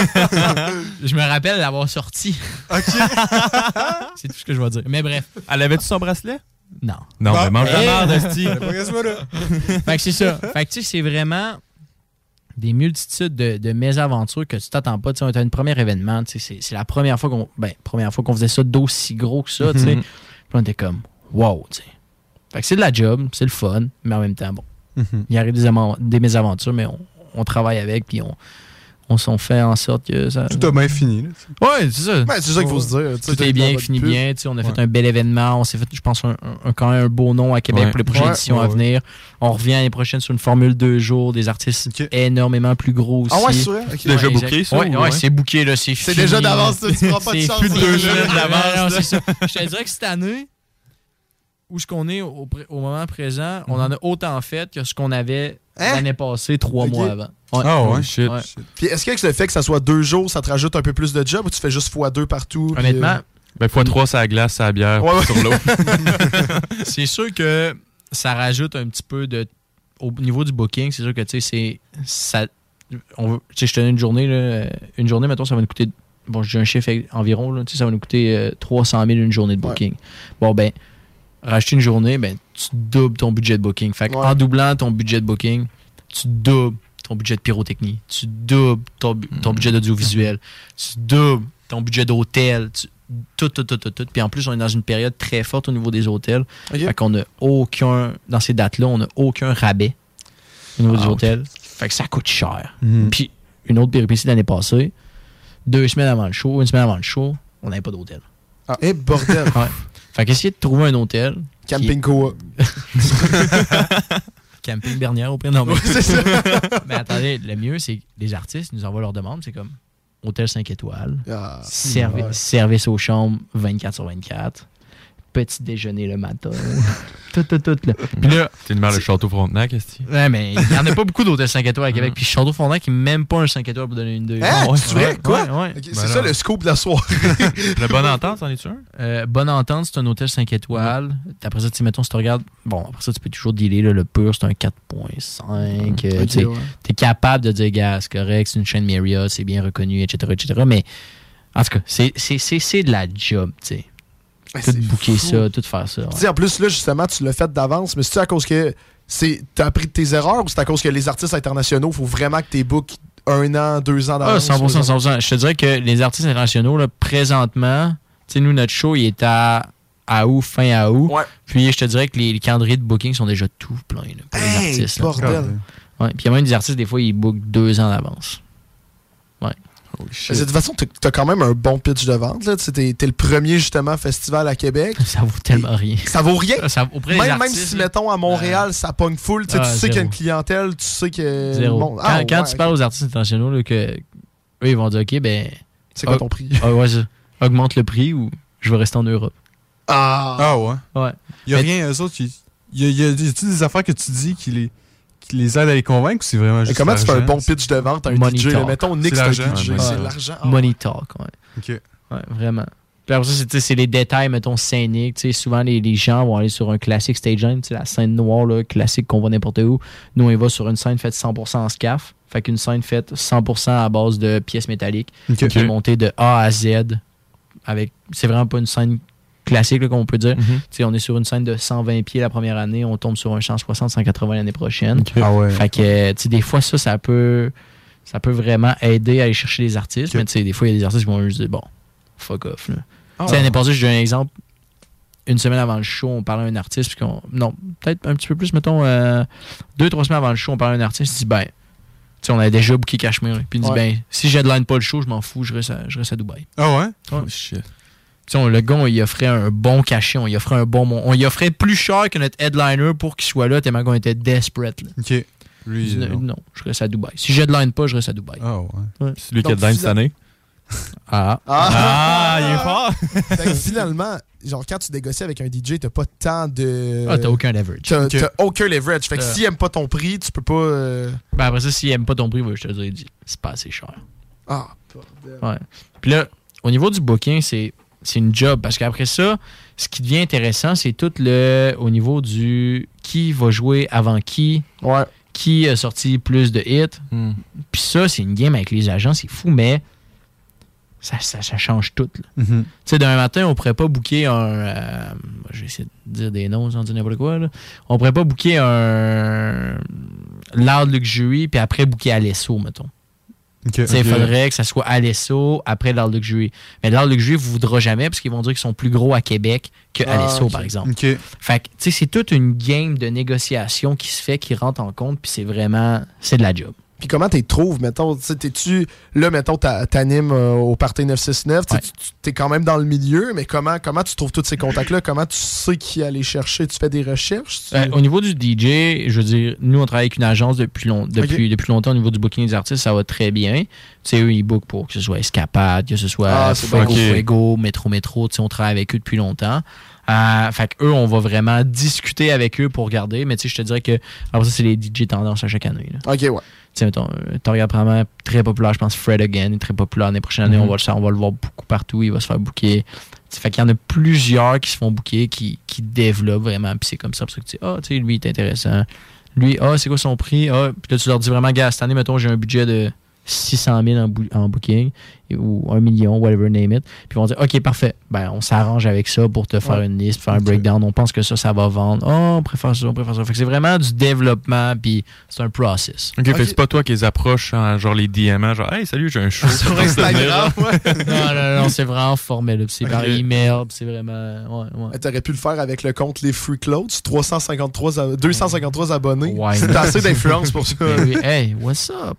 je me rappelle l'avoir sorti. OK. C'est tout ce que je vais dire. Mais bref. Elle avait-tu son bracelet? Non. Non, bah, mais mange la merde, esti. Fait que c'est ça. Fait que tu sais, c'est vraiment des multitudes de, de mésaventures que tu t'attends pas. Tu sais, on était à un premier événement. Tu sais, c'est, c'est la première fois qu'on ben, première fois qu'on faisait ça d'aussi gros que ça. Tu sais. Mm-hmm. Puis on était comme, wow. Tu sais. Fait que c'est de la job, c'est le fun, mais en même temps, bon, mm-hmm. il arrive des, am- des mésaventures, mais on, on travaille avec, puis on, On s'en fait en sorte que ça. Tout a bien fini. Là. Ouais, c'est ça. Ouais, c'est ça qu'il faut se dire. Tout est bien, fini bien. On a fait ouais. un bel événement. On s'est fait, je pense, un, un, quand même un beau nom à Québec ouais. pour les prochaines ouais. éditions ouais, à venir. On revient l'année prochaine sur une formule deux jours, des artistes okay. énormément plus gros aussi. Ah ouais, c'est vrai? Okay. C'est déjà booké, ça? Ouais, ouais, ouais. c'est booké, là. C'est C'est déjà d'avance, ça. Tu prends pas de chance. C'est plus de deux semaines d'avance. C'est ça. Je te dirais que cette année, où ce qu'on est au, au moment présent, on en a autant fait que ce qu'on avait hein? l'année passée, trois okay. mois avant. Ouais. Ah ouais, shit. Ouais. Puis est-ce que le fait que ça soit deux jours, ça te rajoute un peu plus de job ou tu fais juste fois deux partout? Honnêtement, puis, euh... ben fois trois, c'est la glace, c'est la bière ouais, ouais. sur l'eau. C'est sûr que ça rajoute un petit peu de... Au niveau du booking, c'est sûr que, tu sais, c'est... Ça... On... Tu sais, je te donne une journée, là. Une journée, mettons, ça va nous coûter... Bon, j'ai un chiffre environ, là. Tu sais, ça va nous coûter euh, trois cent mille une journée de booking. Ouais. Bon, ben... Racheter une journée, ben, tu doubles ton budget de booking. Fait ouais. en doublant ton budget de booking, tu doubles ton budget de pyrotechnie, tu doubles ton, ton budget d'audiovisuel, tu doubles ton budget d'hôtel, tu, tout, tout, tout, tout, tout. Puis en plus, on est dans une période très forte au niveau des hôtels. Okay. Fait qu'on n'a aucun, dans ces dates-là, on n'a aucun rabais au niveau ah, des hôtels. Okay. Fait que ça coûte cher. Mm-hmm. Puis une autre péripétie de l'année passée, deux semaines avant le show, une semaine avant le show, on n'avait pas d'hôtel. Ah, et bordel! Ouais. Fait qu'essayer de trouver un hôtel. Camping Co-op. Camping Bernière au prénom. Oui, c'est ça. Mais attendez, le mieux, c'est que les artistes nous envoient leurs demandes. C'est comme hôtel cinq étoiles, ah, servi- ouais. service aux chambres vingt-quatre sur vingt-quatre, petit déjeuner le matin. tout, tout, tout. Là. Puis là, t'es une mère le Château Frontenac, est-ce que ouais, mais il n'y en a pas beaucoup d'hôtels cinq étoiles à Québec. Puis Château Frontenac, il n'est même pas un cinq étoiles pour donner une deux. Hein? Ouais, c'est vrai? Ouais, quoi? Ouais, ouais. Okay, c'est ben ça le scoop de la soirée. Le Bonne Entente, c'en est-tu un? Euh, Bonne Entente, c'est un hôtel cinq étoiles. Ouais. Après ça, tu mettons, si tu regardes, bon, après ça, tu peux toujours dealer. Là, le pur, c'est un quatre virgule cinq. Mmh. Euh, okay, tu ouais. es capable de dire, gars, c'est correct, c'est une chaîne Marriott, c'est bien reconnu, et cetera, et cetera. Mais en tout cas, c'est, c'est, c'est, c'est de la job, tu sais. Tout booker ça, tout faire ça. Ouais. En plus, là, justement, tu l'as fait d'avance, mais c'est-tu à cause que c'est, t'as appris de tes erreurs ou c'est à cause que les artistes internationaux, il faut vraiment que tu bookes un an, deux ans d'avance? Ah, cent pour cent, cent pour cent. Je te dirais que les artistes internationaux, là, présentement, tu sais, nous, notre show, il est à, à août, fin août. Ouais. Puis, je te dirais que les, les calendriers de booking sont déjà tout pleins là, pour hey, les artistes. Bordel! Ouais. Puis, il y a même des artistes, des fois, ils bookent deux ans d'avance. Ouais. Oh, de toute façon, t'as quand même un bon pitch de vente. Là. T'es, t'es le premier, justement, festival à Québec. Ça vaut tellement rien. Ça vaut rien? Ça, auprès même, des artistes, même si, mettons, à Montréal, euh... ça pogne full, ah, tu sais qu'il y a une clientèle, tu sais que... Zéro. Bon, ah, quand, quand ouais, tu parles aux artistes internationaux, là, que eux, ils vont dire, OK, ben... C'est quoi ton prix? Ah, ouais, ça. Augmente le prix ou je vais rester en Europe. Ah! Ah ouais? Ouais. Il y a Mais rien, eux autres, il y a, y a, y a des affaires que tu dis qui les... qui les aide à les convaincre ou c'est vraiment juste comment l'argent? Tu fais un bon pitch de vente à un Money D J? Talk. Mettons, Nick, c'est, c'est un D J. Ouais, c'est ouais. l'argent. Oh. Money Talk, ouais. OK. Ouais, vraiment. Puis après ça, c'est, c'est les détails, mettons, scéniques. T'sais, souvent, les, les gens vont aller sur un classique stage end, la scène noire, là, classique qu'on voit n'importe où. Nous, on y va sur une scène faite cent pour cent en scaf. Fait qu'une scène faite cent pour cent à base de pièces métalliques. Okay. Qui est montée de A à Z. Avec, c'est vraiment pas une scène classique, là, comme on peut dire. Mm-hmm. On est sur une scène de cent vingt pieds la première année, on tombe sur un cent soixante, cent quatre-vingts l'année prochaine. Okay. Ah ouais. Fait que des fois, ça, ça peut, ça peut vraiment aider à aller chercher les artistes. Okay. Mais des fois, il y a des artistes qui vont juste dire, bon, fuck off. Oh. L'année passée, j'ai un exemple. Une semaine avant le show, on parlait à un artiste. Puis qu'on, non, peut-être un petit peu plus, mettons, euh, deux, trois semaines avant le show, on parlait à un artiste. Il dit, ben, tu sais, on avait déjà booké Cachemire. Puis il dit, ouais. ben, si je headline pas le show, je m'en fous, je reste à, je reste à Dubaï. Ah ouais? ouais. Oh shit. T'sais, on, le gars, on y offrait un bon cachet, on y offrait un bon... On y offrait plus cher que notre headliner pour qu'il soit là, tellement qu'on était desperate. Là. OK. Lui, dis, non. non, je reste à Dubaï. Si je headline pas, je reste à Dubaï. Ah ouais. ouais. C'est lui qui headline cette année? Ah. Ah, ah, il est fort! Fait que finalement, genre quand tu négocies avec un D J, t'as pas tant de... Ah, t'as aucun leverage. T'as, okay. t'as aucun leverage. Fait que euh... s'il aime pas ton prix, tu peux pas... Euh... Ben après ça, s'il aime pas ton prix, je te dis, c'est pas assez cher. Ah, bordel. Ouais. Puis là, au niveau du booking, c'est... C'est une job, parce qu'après ça, ce qui devient intéressant, c'est tout le au niveau du qui va jouer avant qui, ouais. qui a sorti plus de hits. Mm. Puis ça, c'est une game avec les agents, c'est fou, mais ça, ça, ça change tout. Mm-hmm. Tu sais, demain matin, on pourrait pas booker un... Euh, je vais essayer de dire des noms sans dire n'importe quoi. Là. On pourrait pas booker un Loud Luxury, puis après booker Alesso, mettons. Okay, il okay. faudrait que ça soit Alesso après Loud Luxury. Mais Loud Luxury ne vous voudra jamais parce qu'ils vont dire qu'ils sont plus gros à Québec que ah, Alesso, okay. par exemple. Okay. Fait que, tu sais, c'est toute une game de négociation qui se fait, qui rentre en compte, puis c'est vraiment, c'est de la job. Puis comment tu les trouves, mettons? T'es-tu, là, mettons, t'animes euh, au Party neuf cent soixante-neuf, ouais. tu t'es quand même dans le milieu, mais comment, comment tu trouves tous ces contacts-là? Comment tu sais qui aller chercher? Tu fais des recherches? Tu... Euh, au niveau du D J, je veux dire, nous, on travaille avec une agence depuis, long, depuis, okay. depuis longtemps au niveau du booking des artistes, ça va très bien. Tu sais, eux, ils bookent pour que ce soit Escapade, que ce soit ah, Fuego, okay. Fuego, Métro Métro, tu sais, on travaille avec eux depuis longtemps. Euh, fait qu'eux, on va vraiment discuter avec eux pour regarder, mais tu sais, je te dirais que après ça, c'est les D J tendances à chaque année. Là. OK, ouais. Tu sais, mettons, tu regardes probablement très populaire, je pense Fred Again est très populaire. L'année prochaine année, mm-hmm. on, va le, on va le voir beaucoup partout, il va se faire booker. T'sais, fait qu'il y en a plusieurs qui se font booker, qui, qui développent vraiment, puis c'est comme ça, parce que tu sais, ah, tu sais, lui, il est intéressant. Lui, ah, c'est quoi son prix? Ah, puis là, tu leur dis vraiment, gars, cette année, mettons, j'ai un budget de six cent mille en, bou- en booking, ou un million, whatever, name it. Puis ils vont dire, OK, parfait, ben, on s'arrange avec ça pour te faire ouais. une liste, faire un breakdown. On pense que ça, ça va vendre. Oh, on préfère ça, on préfère ça. Fait que c'est vraiment du développement, puis c'est un process. OK, okay. Fait que c'est pas toi qui les approches, hein, genre les D M, genre, hey, salut, j'ai un show. Sur Instagram, ouais. Non, non, non, c'est vraiment formel. C'est okay. par email, c'est vraiment. Ouais, ouais. T'aurais pu le faire avec le compte Les Free Clothes, trois cent cinquante-trois, deux cent cinquante-trois abonnés. Ouais, c'est assez d'influence pour ça. Oui. Hey, what's up?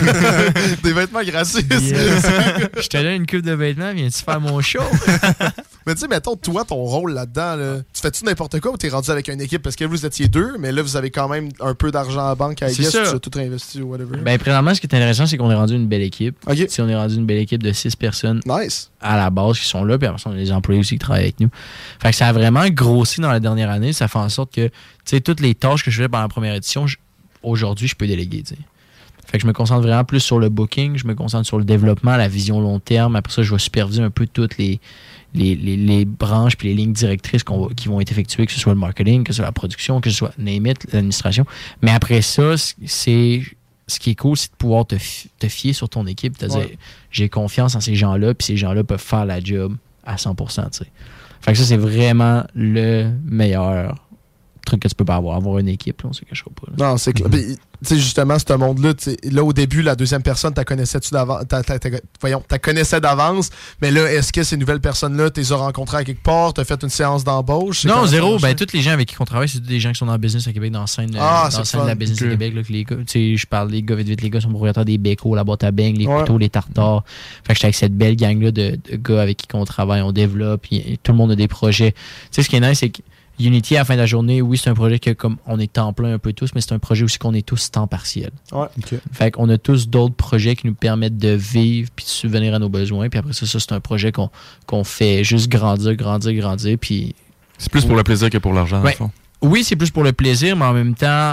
Des vêtements gracieuses. Yes. Je te donne une coupe de vêtements, viens-tu faire mon show? Mais tu sais, mettons, toi, ton rôle là-dedans, là, tu fais-tu n'importe quoi ou t'es rendu avec une équipe? Parce que vous étiez deux, mais là, vous avez quand même un peu d'argent à la banque à guess, tu as tout réinvesti ou whatever. Ben, présentement, ce qui est intéressant, c'est qu'on est rendu une belle équipe. Okay. On est rendu une belle équipe de six personnes nice. À la base qui sont là, puis après, on a des employés aussi qui travaillent avec nous. Fait que ça a vraiment grossi dans la dernière année. Ça fait en sorte que, tu sais, toutes les tâches que je faisais pendant la première édition, je, aujourd'hui, je peux déléguer, tu sais. Fait que je me concentre vraiment plus sur le booking, je me concentre sur le développement, la vision long terme. Après ça, je vais superviser un peu toutes les, les, les, les branches puis les lignes directrices qu'on va, qui vont être effectuées, que ce soit le marketing, que ce soit la production, que ce soit name it, l'administration. Mais après ça, c'est ce qui est cool, c'est de pouvoir te, te fier sur ton équipe, te ouais. dire j'ai confiance en ces gens-là, puis ces gens-là peuvent faire la job à cent pour cent. T'sais. Fait que ça, c'est vraiment le meilleur truc que tu peux pas avoir, avoir une équipe, là, on se cachera pas. Là. Non, c'est clair. Mm-hmm. Tu sais, justement, ce monde-là, là, au début, la deuxième personne, t'as connaissais-tu d'avance, t'as, t'as, t'as, voyons, t'as connaissais d'avance, mais là, est-ce que ces nouvelles personnes-là, t'es as rencontrées à quelque part, t'as fait une séance d'embauche? Non, zéro. Ben, tous les gens avec qui on travaille, c'est tous des gens qui sont dans le business à Québec, dans la scène, ah, dans la scène fun. de la business okay. à Québec, là, que les gars, tu sais, je parle des gars, vite, vite, les gars sont propriétaires des bécos, la boîte à beignes, les ouais. couteaux, les tartares. Fait que j'étais avec cette belle gang-là de, de gars avec qui on travaille, on développe, et tout le monde a des projets. Tu sais, ce qui est nice, c'est que Unity, à la fin de la journée, oui, c'est un projet que comme on est temps plein un peu tous, mais c'est un projet aussi qu'on est tous temps partiel. Ouais, okay. Fait qu'on a tous d'autres projets qui nous permettent de vivre puis de subvenir à nos besoins. Puis après ça, ça c'est un projet qu'on, qu'on fait juste grandir, grandir, grandir. Puis c'est plus pour le plaisir que pour l'argent, ouais. dans le fond. Oui, c'est plus pour le plaisir, mais en même temps,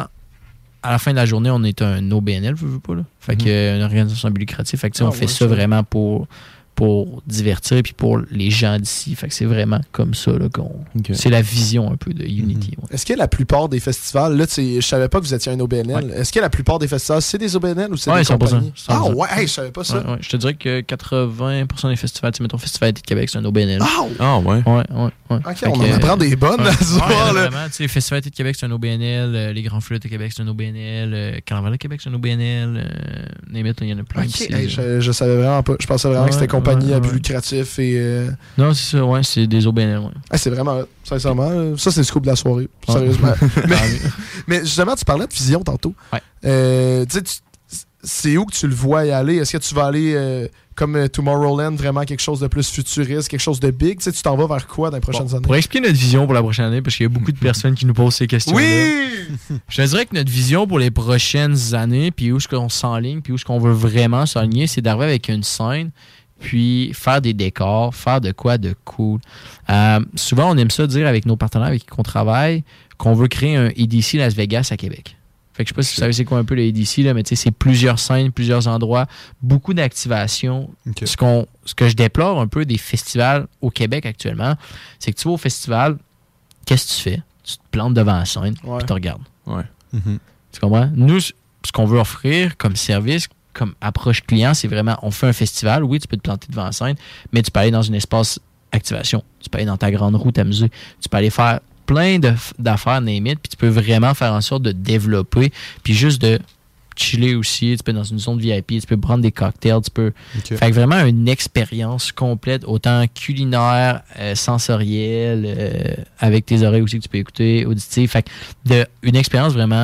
à la fin de la journée, on est un O B N L, veux, veux pas, là. Fait mm-hmm. qu'une organisation lucrative. Fait que, ah, on fait ouais, ça c'est vraiment pour... pour divertir puis pour les gens d'ici. Fait que c'est vraiment comme ça là, qu'on... Okay. C'est la vision un peu de Unity. Mm-hmm. Ouais. Est-ce que la plupart des festivals, là, je savais pas que vous étiez un O B N L, ouais. est-ce que la plupart des festivals, c'est des O B N L ou c'est ouais, des cent pour cent, compagnies? cent pour cent. Ah ouais, hey, je savais pas ça. Ouais, ouais. Je te dirais que quatre-vingts pour cent des festivals, tu sais, mettons, Festival d'été de Québec, c'est un O B N L. Ah oh, ouais. Ouais, ouais, ouais. OK, fait on que, en apprend des bonnes ouais, à ce ouais, soir, là. Vraiment, tu sais, Festival d'été de Québec, c'est un O B N L, euh, les Grands Flûtes de Québec, c'est un O B N L, euh, Carnaval de Québec, c'est un O B N L, euh, Némit, il y en a plein. OK, ici, hey, je, je savais vraiment pas. Je pensais vraiment ouais, que c'était compagnie ouais, à but ouais. lucratif et... Euh... Non, c'est ça, ouais, c'est des O B N L, ouais. Ah, c'est vraiment, sincèrement, ça, c'est le scoop de la soirée, ouais. Sérieusement. mais, mais justement, tu parlais de vision tantôt. Ouais. Euh, tu sais, c'est où que tu le vois y aller? Est-ce que tu vas aller euh, comme euh, Tomorrowland, vraiment quelque chose de plus futuriste, quelque chose de big? Tu sais, tu t'en vas vers quoi dans les prochaines bon, années? Pour expliquer notre vision pour la prochaine année, parce qu'il y a beaucoup de personnes qui nous posent ces questions-là. Oui! Je te dirais que notre vision pour les prochaines années, puis où est-ce qu'on s'enligne, puis où est-ce qu'on veut vraiment s'aligner, c'est d'arriver avec une scène, puis faire des décors, faire de quoi de cool. Euh, souvent, on aime ça dire avec nos partenaires avec qui on travaille qu'on veut créer un E D C Las Vegas à Québec. Fait que je sais pas si vous savez c'est quoi un peu le E D C, là, mais tu sais, c'est plusieurs scènes, plusieurs endroits, beaucoup d'activations. Okay. Ce, qu'on, ce que je déplore un peu des festivals au Québec actuellement, c'est que tu vas au festival, qu'est-ce que tu fais? Tu te plantes devant la scène, ouais. puis tu regardes. Ouais. Mm-hmm. Tu comprends? Nous, ce qu'on veut offrir comme service, comme approche client, c'est vraiment, on fait un festival, oui, tu peux te planter devant la scène, mais tu peux aller dans un espace activation. Tu peux aller dans ta grande roue t'amuser. Tu peux aller faire plein de, d'affaires, name it, puis tu peux vraiment faire en sorte de développer, puis juste de chiller aussi. Tu peux être dans une zone V I P, tu peux prendre des cocktails, tu peux... Okay. Fait que vraiment une expérience complète, autant culinaire, euh, sensorielle, euh, avec tes oreilles aussi que tu peux écouter, auditive. Fait que de, une expérience vraiment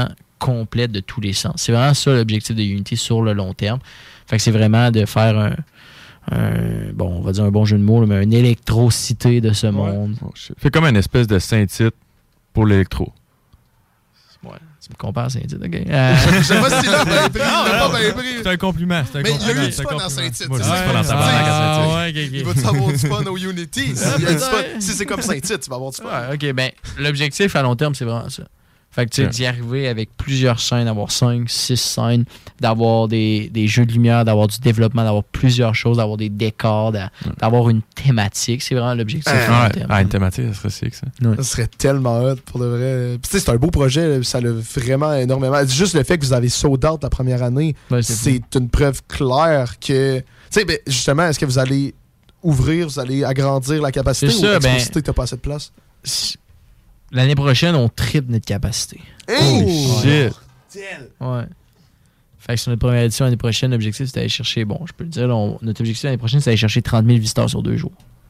complète de tous les sens. C'est vraiment ça l'objectif de Unity sur le long terme. Fait que c'est vraiment de faire un, un bon, on va dire un bon jeu de mots, là, mais un électrocité de ce ouais. monde. Oh, fait comme une espèce de Saint-Tite pour l'électro. Ouais. Tu me compares à Saint-Tite, OK? Euh... Je sais pas si là, ben pris, pas bien pris. C'est un compliment, c'est un mais compliment. Mais il y a eu du fun dans Saint-Tite. Moi, je dis pas dans ta barnaque à Saint-Tite. Ouais, okay, okay. Il va-tu avoir du fun au Unity? Si, il y a du fun. Si c'est comme Saint-Tite, tu vas avoir du fun. Ouais, OK, ben, l'objectif à long terme, c'est vraiment ça. Fait que tu sais, d'y arriver avec plusieurs scènes, d'avoir cinq, six scènes, d'avoir des, des jeux de lumière, d'avoir du développement, d'avoir plusieurs choses, d'avoir des décors, d'a, d'avoir une thématique. C'est vraiment l'objectif. Ah, ouais. Ah, une thématique, ça serait sick, ça. Ouais. Ça serait tellement hot, pour de vrai. Puis tu sais, c'est un beau projet, ça l'a vraiment énormément. Juste le fait que vous avez sold out la première année, ouais, c'est, c'est une preuve claire que... Tu sais, ben, justement, est-ce que vous allez ouvrir, vous allez agrandir la capacité c'est ou ça, l'explicité ben, que t'as pas assez de place? L'année prochaine, on triple notre capacité. Hey! Oh, shit! Ouais. Fait que sur notre première édition l'année prochaine, l'objectif, c'était d'aller chercher, bon, je peux le dire, là, on, notre objectif l'année prochaine, c'est d'aller chercher trente mille visiteurs sur deux jours.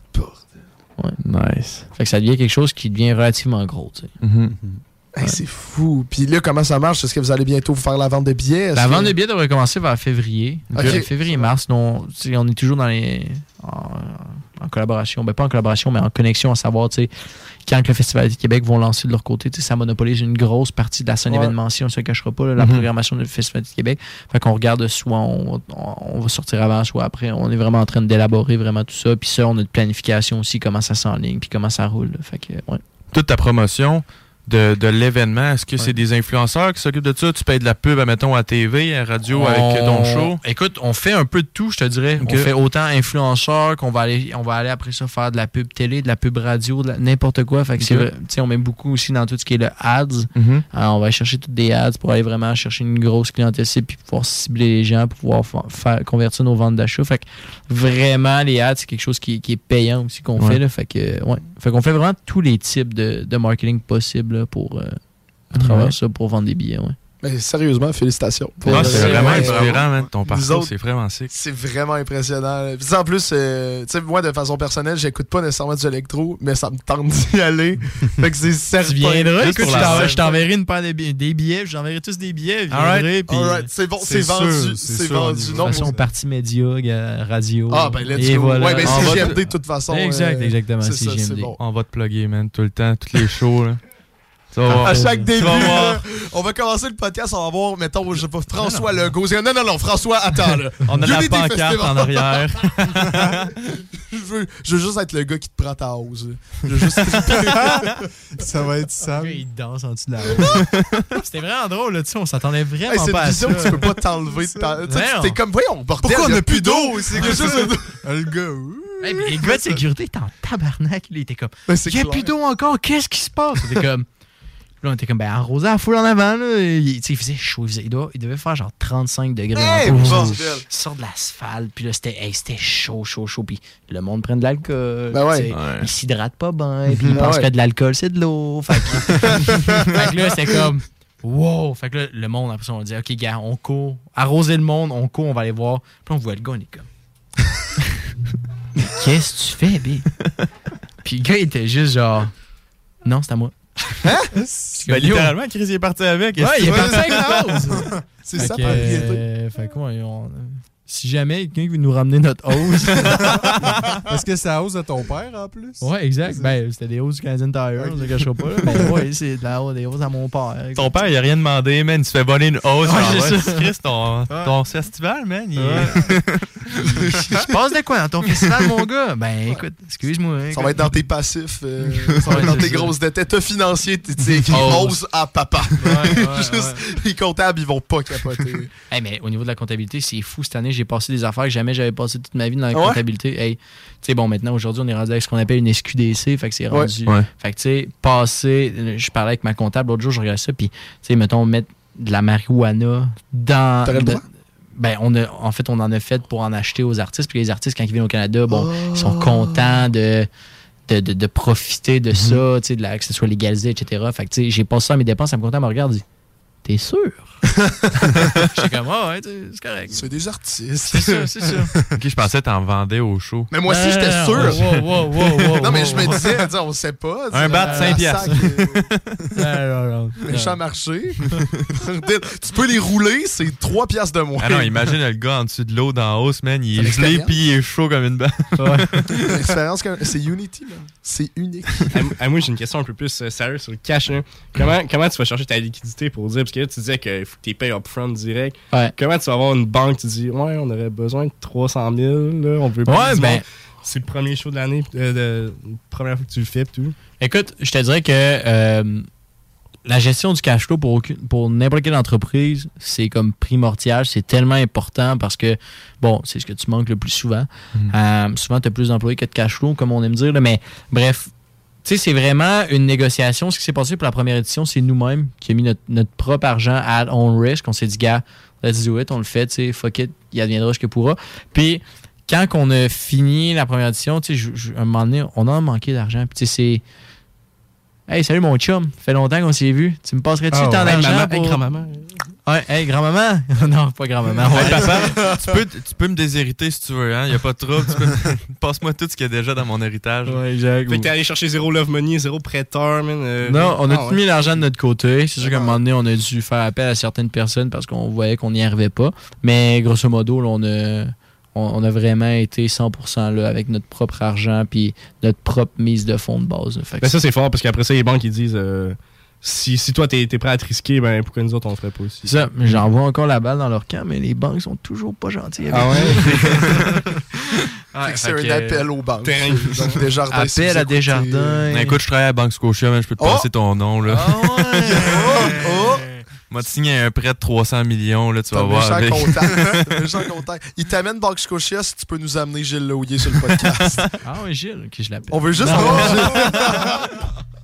Ouais. Nice. Fait que ça devient quelque chose qui devient relativement gros, tu sais. Mm-hmm. Hey, ouais. C'est fou. Puis là, comment ça marche? Est-ce que vous allez bientôt faire la vente de billets? Est-ce la que... vente de billets devrait commencer vers février. Okay. Février-mars. On, on est toujours dans les... En, en collaboration. Ben, pas en collaboration, mais en connexion, à savoir, tu sais, quand le Festival du Québec vont lancer de leur côté, tu sais, ça monopolise une grosse partie de la scène ouais. événementielle, on ne se cachera pas, là, la mm-hmm. programmation du Festival du Québec. Fait qu'on regarde soit on, on, on va sortir avant, soit après. On est vraiment en train d'élaborer vraiment tout ça. Puis ça, on a de planification aussi, comment ça s'enligne, puis comment ça roule. Là. Fait que, ouais. Toute ta promotion de, de l'événement, est-ce que ouais. c'est des influenceurs qui s'occupent de ça? Tu payes de la pub, mettons, à T V, à radio, on... avec ton show? Écoute, on fait un peu de tout, je te dirais. Okay. On fait autant influenceurs qu'on va aller, on va aller après ça faire de la pub télé, de la pub radio, de la, n'importe quoi. Fait que okay. c'est, on met beaucoup aussi dans tout ce qui est le ads. Mm-hmm. Alors, on va aller chercher toutes des ads pour aller vraiment chercher une grosse clientèle cible puis pouvoir cibler les gens, pour pouvoir fa- faire, convertir nos ventes d'achat. Fait que vraiment, les ads, c'est quelque chose qui, qui est payant aussi qu'on ouais. fait. Là. Fait que, ouais. Fait qu'on fait vraiment tous les types de, de marketing possibles là, pour, euh, à travers ouais. ça pour vendre des billets. Ouais. Mais sérieusement, félicitations. Ouais, c'est, c'est vraiment inspirant, man. Ton parcours, autres, c'est vraiment sick. C'est vraiment impressionnant. Puis en plus, euh, tu sais, moi, de façon personnelle, j'écoute pas nécessairement du électro, mais ça me tente d'y aller. Fait que c'est certain. Tu viendras, écoute, je, je t'enverrai une paire de billets, des billets, je t'enverrai tous des billets, je viendrai, puis... Alright, c'est bon, c'est, c'est vendu, sûr, c'est, c'est vendu. De toute façon, partie média, radio... Ah, ben let's go. Voilà. Ouais, ben C G M D, de toute façon. Exact, exactement, C G M D. On va te plugger, man, tout le temps, tous les shows, là. À, à chaque début, là, on va commencer le podcast, on va voir, mettons, je sais pas, François Legault. Non, non, non, François, attends, là. On a la pancarte en arrière. je, veux, je veux juste être le gars qui te prend ta hausse. Je veux juste... ça va être ça. Il danse en dessous de la hausse. C'était vraiment drôle, là, tu sais, on s'attendait vraiment hey, pas à ça. C'est une vision que tu peux pas t'enlever. T'es comme, voyons, bordel, pourquoi on a plus d'eau? C'est juste le gars... Hey, les gars de sécurité étaient en tabarnak. Il était comme, il y a plus d'eau encore, qu'est-ce qui se passe? C'était comme... Là, on était comme, ben, arrosé à la foule en avant, là. Il, il faisait chaud. Il, faisait, il, doit, il devait faire genre trente-cinq degrés. Hey, en il sort de l'asphalte. Puis là, c'était, hey, c'était chaud, chaud, chaud. Puis le monde prend de l'alcool. Ben ouais. Ouais. Il s'hydrate pas bien. Puis il pense ouais. que de l'alcool, c'est de l'eau. Fait que, fait que là, c'était comme, wow. Fait que là, le monde, après ça, on dit, OK, gars, on court. Arroser le monde, on court, on va aller voir. Puis on voit le gars, on est comme, mais qu'est-ce que tu fais, B? Puis le gars, il était juste genre, non, c'est à moi. Hein? Ben, littéralement, Chris il est parti avec. Ouais, il est parti avec la hausse. C'est ça, par propriété. Euh, fait quoi, on... Si jamais quelqu'un veut nous ramener notre hausse. Est-ce que c'est la hausse de ton père en plus? Ouais, exact. Ben, c'était des hausses du Canadian Tire, on ne se cachera pas. Là. Mais ouais, c'est de la hausse, des hausses à mon père. Exact. Ton père, il a rien demandé, man. Il se fait voler une hausse. Ouais, ouais, c'est Chris, ton, ouais. ton festival, man. Il, ouais. il se passe de quoi dans ton festival, mon gars? Ben, écoute, excuse-moi. Hein, ça va être dans tes passifs. Euh, ça va être dans tes ça. grosses dettes. État financier, t'es écrit hausse à papa. Ouais, ouais, Juste, ouais. Les comptables, ils vont pas capoter. Hey, mais au niveau de la comptabilité, c'est fou. Cette année, j'ai passé des affaires que jamais j'avais passé toute ma vie dans la ouais. comptabilité. Hey, tu sais, bon, maintenant, aujourd'hui, on est rendu avec ce qu'on appelle une S Q D C. Fait que c'est rendu. Ouais. Fait que, tu sais, passer. Je parlais avec ma comptable l'autre jour, je regardais ça. Puis, tu sais, mettons, mettre de la marijuana dans. T'aurais le droit? Ben, on a, en fait, on en a fait pour en acheter aux artistes. Puis les artistes, quand ils viennent au Canada, bon, oh. ils sont contents de. De, de, de profiter de mm-hmm. ça, tu sais, que ce soit légalisé, et cetera. Fait que, tu sais, j'ai passé ça à mes dépenses, ça me comptait, elle me regarde, dit, t'es sûr? J'étais comme, ah, ouais, c'est correct. C'est des artistes. C'est ça, c'est ça. Ok, je pensais que t'en vendais au show. Mais moi aussi, Non, j'étais non, sûr. wow, wow, wow, wow, non, mais wow, je me wow. disais, on sait pas. Un bat de cinq piastres. non, non, non. Méchant marché. Tu peux les rouler, c'est trois piastres de moins. Ah non, imagine le gars en dessous de l'eau dans la hausse, man. Il C'est est gelé l'expérience. puis il est chaud comme une balle. L'expérience, c'est Unity, là. C'est unique. Ah, ah, moi, j'ai une question un peu plus euh, sérieuse sur le cash. Là. Comment, comment tu vas chercher ta liquidité pour dire, parce que là, tu disais qu'il faut que tu payes upfront direct. Ouais. Comment tu vas avoir une banque, tu dis, ouais, on aurait besoin de trois cent mille, là, on veut plus. Ouais, ben- C'est le premier show de l'année, euh, de, la première fois que tu le fais, pis tout. Écoute, je te dirais que euh, la gestion du cash flow pour, aucune- pour n'importe quelle entreprise, c'est comme primordial, c'est tellement important parce que, bon, c'est ce que tu manques le plus souvent. Mm. Euh, souvent, tu as plus d'employés que de cash flow, comme on aime dire, là, mais bref, tu sais, c'est vraiment une négociation. Ce qui s'est passé pour la première édition, c'est nous-mêmes qui avons mis notre, notre propre argent à on risk. On s'est dit, gars, let's do it, on le fait, tu sais, fuck it, il adviendra ce que pourra. Puis, quand on a fini la première édition, tu sais, je- je- à un moment donné, on a manqué d'argent. Puis, tu sais, c'est. Hey, salut mon chum, fait longtemps qu'on s'est vu. Tu me passerais-tu Ah, tant ouais. d'argent? Hey, maman, pour... hey, grand-maman. Ouais, hey, grand-maman. Non, pas grand-maman. Hey, Ouais. papa, tu peux, tu peux me déshériter si tu veux, hein? Y a pas de trouble. Tu peux me- Passe-moi tout ce qu'il y a déjà dans mon héritage. Ouais, exact. Fait que t'es allé chercher zéro love money, zéro prêteur, man. euh, Non, on a ah, tout ouais. mis l'argent de notre côté. C'est sûr qu'à un moment donné, on a dû faire appel à certaines personnes parce qu'on voyait qu'on n'y arrivait pas. Mais grosso modo, là, on a, on, on a vraiment été cent pour cent là, avec notre propre argent puis notre propre mise de fonds de base. Là. Fait que Ben ça, c'est fort, parce qu'après ça, les banques, ils disent, euh, si, si toi, t'es, t'es prêt à te risquer, ben pourquoi nous autres, on le ferait pas aussi? c'est ça. J'envoie encore la balle dans leur camp, mais les banques sont toujours pas gentilles. avec Ah ouais? nous. Fait que c'est fait un que- appel aux banques. Terrain. Donc, Desjardins, si Appel vous à écoutez, Desjardins. euh, Écoute, je travaille à Banque Scotia, man. Je peux te Oh! passer ton nom, là. Ah ouais! Oh! Moi, te signer un prêt de trois cents millions, là, tu T'as vas un voir. méchant avec. contact. Un méchant contact. Il t'amène Banque Scotia si tu peux nous amener Gilles Laouillet sur le podcast. Ah oui, Gilles, qui je l'appelle. On veut juste Non. avoir Gilles.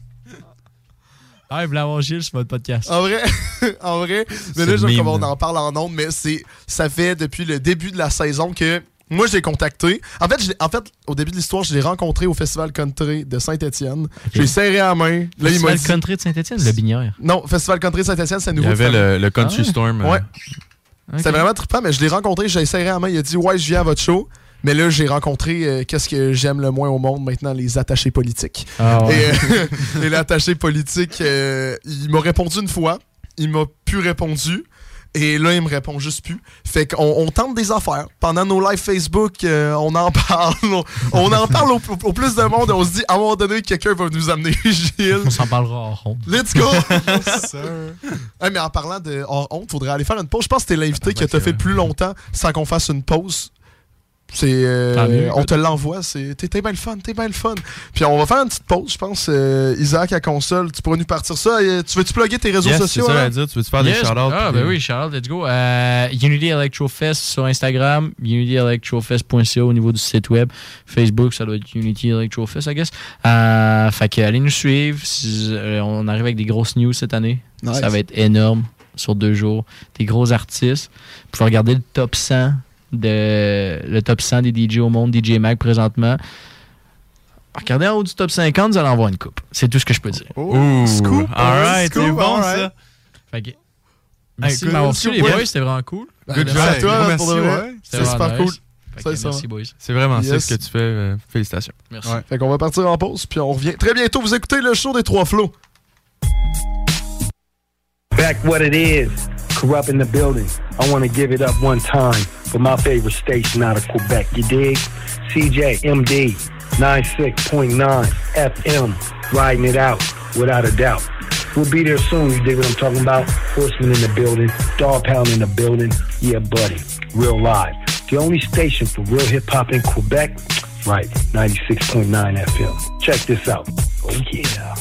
Ah, il voulait avoir Gilles sur votre podcast. En vrai, en vrai. Mais C'est là, le je- meme, comme on là. en parle en ondes, mais c'est, ça fait depuis le début de la saison que moi, je l'ai contacté. En fait, je l'ai- en fait, au début de l'histoire, je l'ai rencontré au Festival Country de Saint-Étienne. Je lui ai serré la main. Là, il m'a Festival dit... Country de Saint-Étienne, le Binière. Non, Festival Country de Saint-Étienne, c'est Il nouveau. y avait de le, le Country Ah ouais? Storm. euh, Ouais. Ok. C'est vraiment trippant, mais je l'ai rencontré, j'ai serré la main, il a dit ouais, je viens à votre show. Mais là, j'ai rencontré euh, qu'est-ce que j'aime le moins au monde maintenant, les attachés politiques. Ah ouais. Et, euh, et l'attaché politique, euh, il m'a répondu une fois, il m'a plus répondu. Et là, il me répond juste plus. Fait qu'on on tente des affaires. Pendant nos lives Facebook, euh, on en parle. On, on en parle au, au plus de monde. On se dit, à un moment donné, quelqu'un va nous amener Gilles. On s'en parlera en rond. Let's go! Hey, mais en parlant de hors honte, faudrait aller faire une pause. Je pense que t'es l'invité qui t'a fait le plus longtemps sans qu'on fasse une pause. C'est, euh, Tant mieux, on te l'envoie. C'est, t'es, t'es bien le fun, t'es bien le fun. Puis on va faire une petite pause, je pense. Euh, Isaac à console, tu pourrais nous partir ça. Et, tu veux-tu plugger tes réseaux Yes, sociaux? c'est ça, hein? à dire. Tu veux-tu faire Yes. des shout-outs? Ah, puis- ben oui, shout-out, let's go. Euh, Unity Electrofest sur Instagram, unity electrofest point c a au niveau du site web. Facebook, ça doit être Unity Electrofest, I guess. Euh, fait que allez nous suivre. Si, euh, on arrive avec des grosses news cette année. Nice. Ça va être énorme sur deux jours. Des gros artistes. Vous pouvez regarder le top cent de le top cent des D J au monde, D J Mag présentement. Regardez en haut du top cinquante, vous allez en voir une coupe. C'est tout ce que je peux dire. Oh, Ouh, scoop, alright, scoop, c'est bon alright. ça. Fait que, merci Hey, de m'avoir good, reçu, les good. boys, c'était vraiment cool. Ben, Good merci job. à toi, Gros pour de merci, vrai. ouais. C'est C'était super vraiment cool. nice. Fait C'est que ça. merci, boys. C'est vraiment Yes. ça ce que tu fais. euh, félicitations. Merci. Ouais. Fait qu'on va partir en pause, puis on revient très bientôt. Vous écoutez le show des Trois Flots. Back what it is, Corrupt in the building. I want to give it up one time for my favorite station out of Quebec. You dig? C J M D ninety-six point nine F M, riding it out without a doubt. We'll be there soon. You dig what I'm talking about? Horseman in the building, Dog Pound in the building. Yeah, buddy, real live. The only station for real hip hop in Quebec, right? ninety-six point nine F M. Check this out. Oh yeah.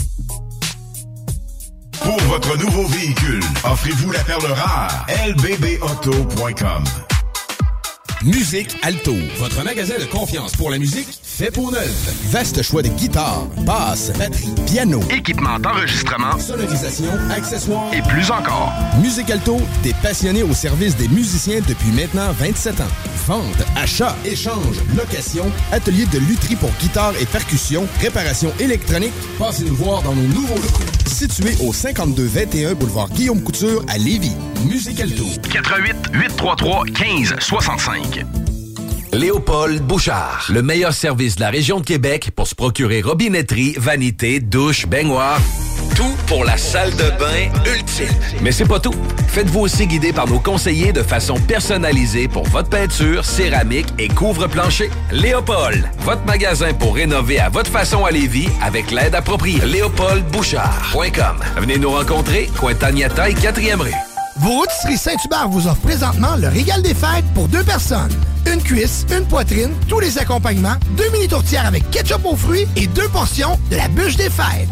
Pour votre nouveau véhicule, offrez-vous la perle rare. L B B auto point com. Musique Alto, votre magasin de confiance pour la musique fait pour neuf. Vaste choix de guitares, basses, batteries, piano, équipement d'enregistrement, sonorisation, accessoires et plus encore. Musique Alto, des passionnés au service des musiciens depuis maintenant vingt-sept ans. Vente, achat, échange, location, atelier de lutherie pour guitare et percussion, réparation électronique. Passez nous voir dans nos nouveaux locaux. Situé au cinquante-deux vingt et un boulevard Guillaume Couture à Lévis. Musique Alto. quatre un huit, huit trois trois, un cinq six cinq. Léopold Bouchard, le meilleur service de la région de Québec pour se procurer robinetterie, vanité, douche, baignoire. Tout pour la salle de bain ultime. Mais c'est pas tout. Faites-vous aussi guider par nos conseillers de façon personnalisée pour votre peinture, céramique et couvre-plancher. Léopold, votre magasin pour rénover à votre façon à Lévis avec l'aide appropriée. léopold bouchard point com. Venez nous rencontrer, Cointagnata et quatrième rue. Vos rôtisseries Saint-Hubert vous offrent présentement le régal des fêtes pour deux personnes. Une cuisse, une poitrine, tous les accompagnements, deux mini tourtières avec ketchup aux fruits et deux portions de la bûche des fêtes.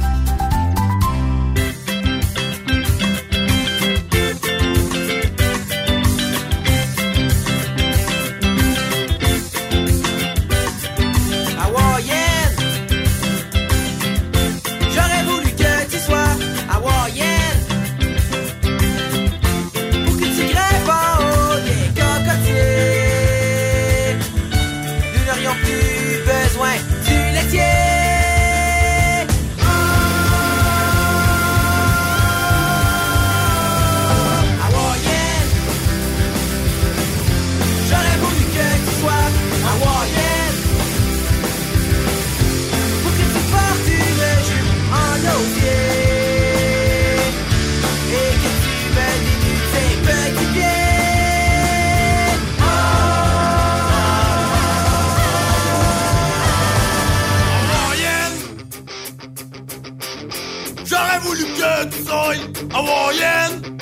Hawaïenne.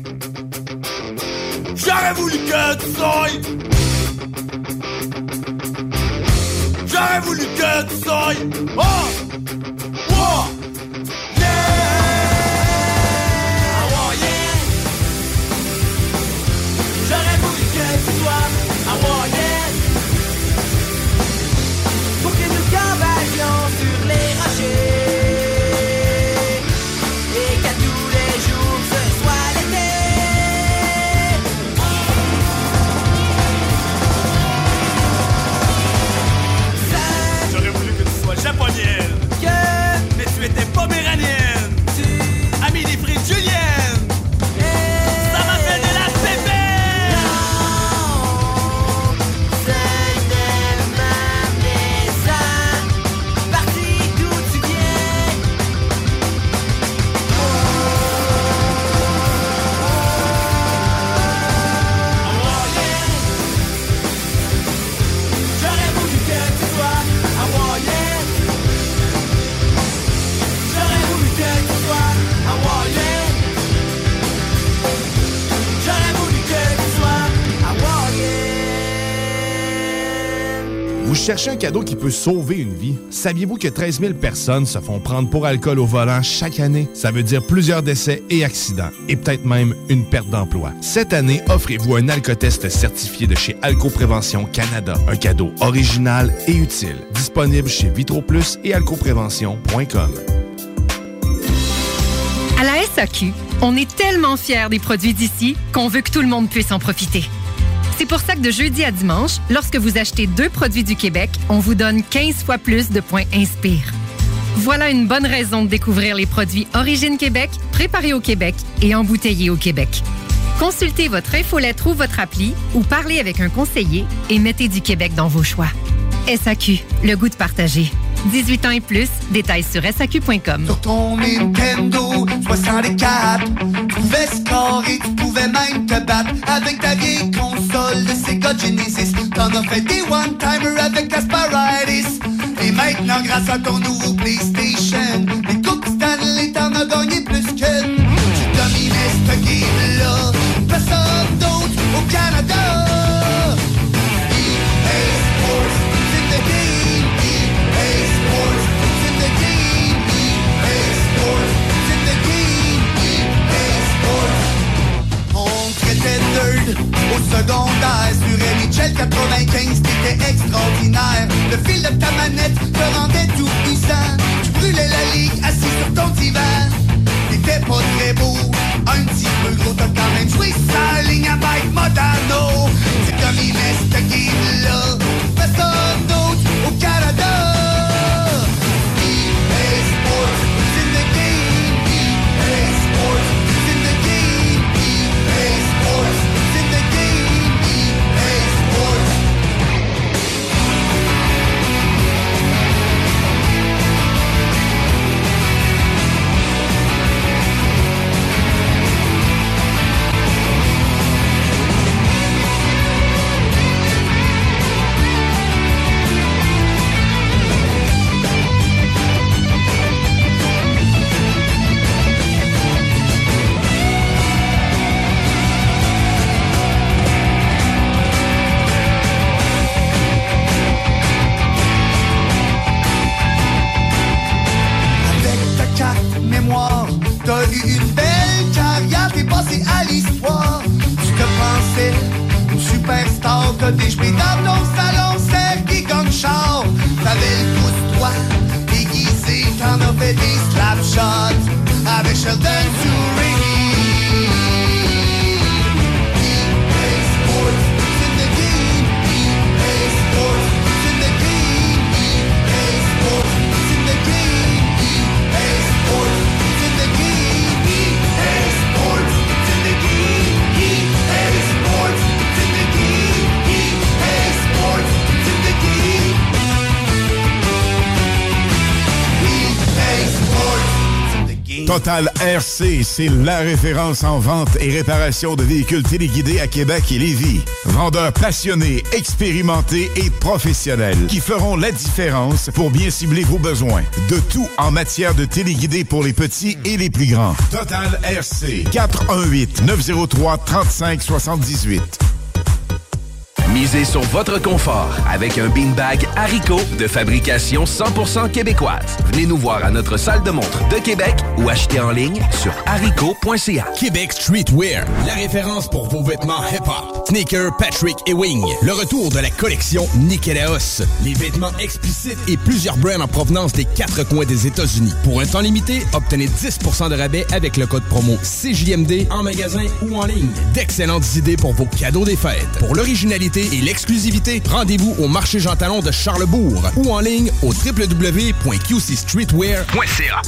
J'aurais voulu que tu sois. J'aurais voulu que tu sois. Oh! Oh! Yeah! Hawaïenne. J'aurais voulu que tu sois. Hawaïenne. Pour que nous cavalions sur les rochers. Japonienne, que, mais tu étais poméranienne, tu as mis des frites juliennes, et ça m'a fait de la pépé. Non, ce n'est ma maison, partie d'où tu viens. Oh, hawaïenne, j'aurais voulu que tu sois hawaïenne. Vous cherchez un cadeau qui peut sauver une vie? Saviez-vous que treize mille personnes se font prendre pour alcool au volant chaque année? Ça veut dire plusieurs décès et accidents, et peut-être même une perte d'emploi. Cette année, offrez-vous un alcotest certifié de chez Alcoprévention Canada. Un cadeau original et utile. Disponible chez Vitroplus et alcoprévention point com. À la S A Q, on est tellement fiers des produits d'ici qu'on veut que tout le monde puisse en profiter. C'est pour ça que de jeudi à dimanche, lorsque vous achetez deux produits du Québec, on vous donne quinze fois plus de points Inspire. Voilà une bonne raison de découvrir les produits Origine Québec, préparés au Québec et embouteillés au Québec. Consultez votre infolettre ou votre appli ou parlez avec un conseiller et mettez du Québec dans vos choix. S A Q, le goût de partager. dix-huit ans et plus, détails sur S A Q point com. Sur ton Nintendo soixante-quatre, tu pouvais scorer, tu pouvais même te battre avec ta vieille console de Sega Genesis. T'en as fait des one-timers avec Asparitis. Et maintenant, grâce à ton nouveau PlayStation, les Coupes Stanley, t'en as gagné plus que. Tu dominais ce game-là, personne d'autre au Canada. Au secondaire sur N H côté, j'pris dans ton salon, Sergi comme char. T'avais le pouce droit, déguisé, t'en as fait des slap shots avec Sheldon Turigi. Total R C, c'est la référence en vente et réparation de véhicules téléguidés à Québec et Lévis. Vendeurs passionnés, expérimentés et professionnels qui feront la différence pour bien cibler vos besoins. De tout en matière de téléguidés pour les petits et les plus grands. Total R C, quatre un huit, neuf zéro trois, trente-cinq soixante-dix-huit. Misez sur votre confort avec un beanbag Haricot de fabrication cent pour cent québécoise. Venez nous voir à notre salle de montre de Québec ou achetez en ligne sur haricot point c a. Québec Streetwear, la référence pour vos vêtements hip-hop. Sneaker, Patrick et Wing. Le retour de la collection Nikélaos. Les vêtements explicites et plusieurs brands en provenance des quatre coins des États-Unis. Pour un temps limité, obtenez dix pour cent de rabais avec le code promo C J M D en magasin ou en ligne. D'excellentes idées pour vos cadeaux des fêtes. Pour l'originalité et l'exclusivité, rendez-vous au marché Jean Talon de Charlesbourg ou en ligne au w w w point q c streetwear point c a.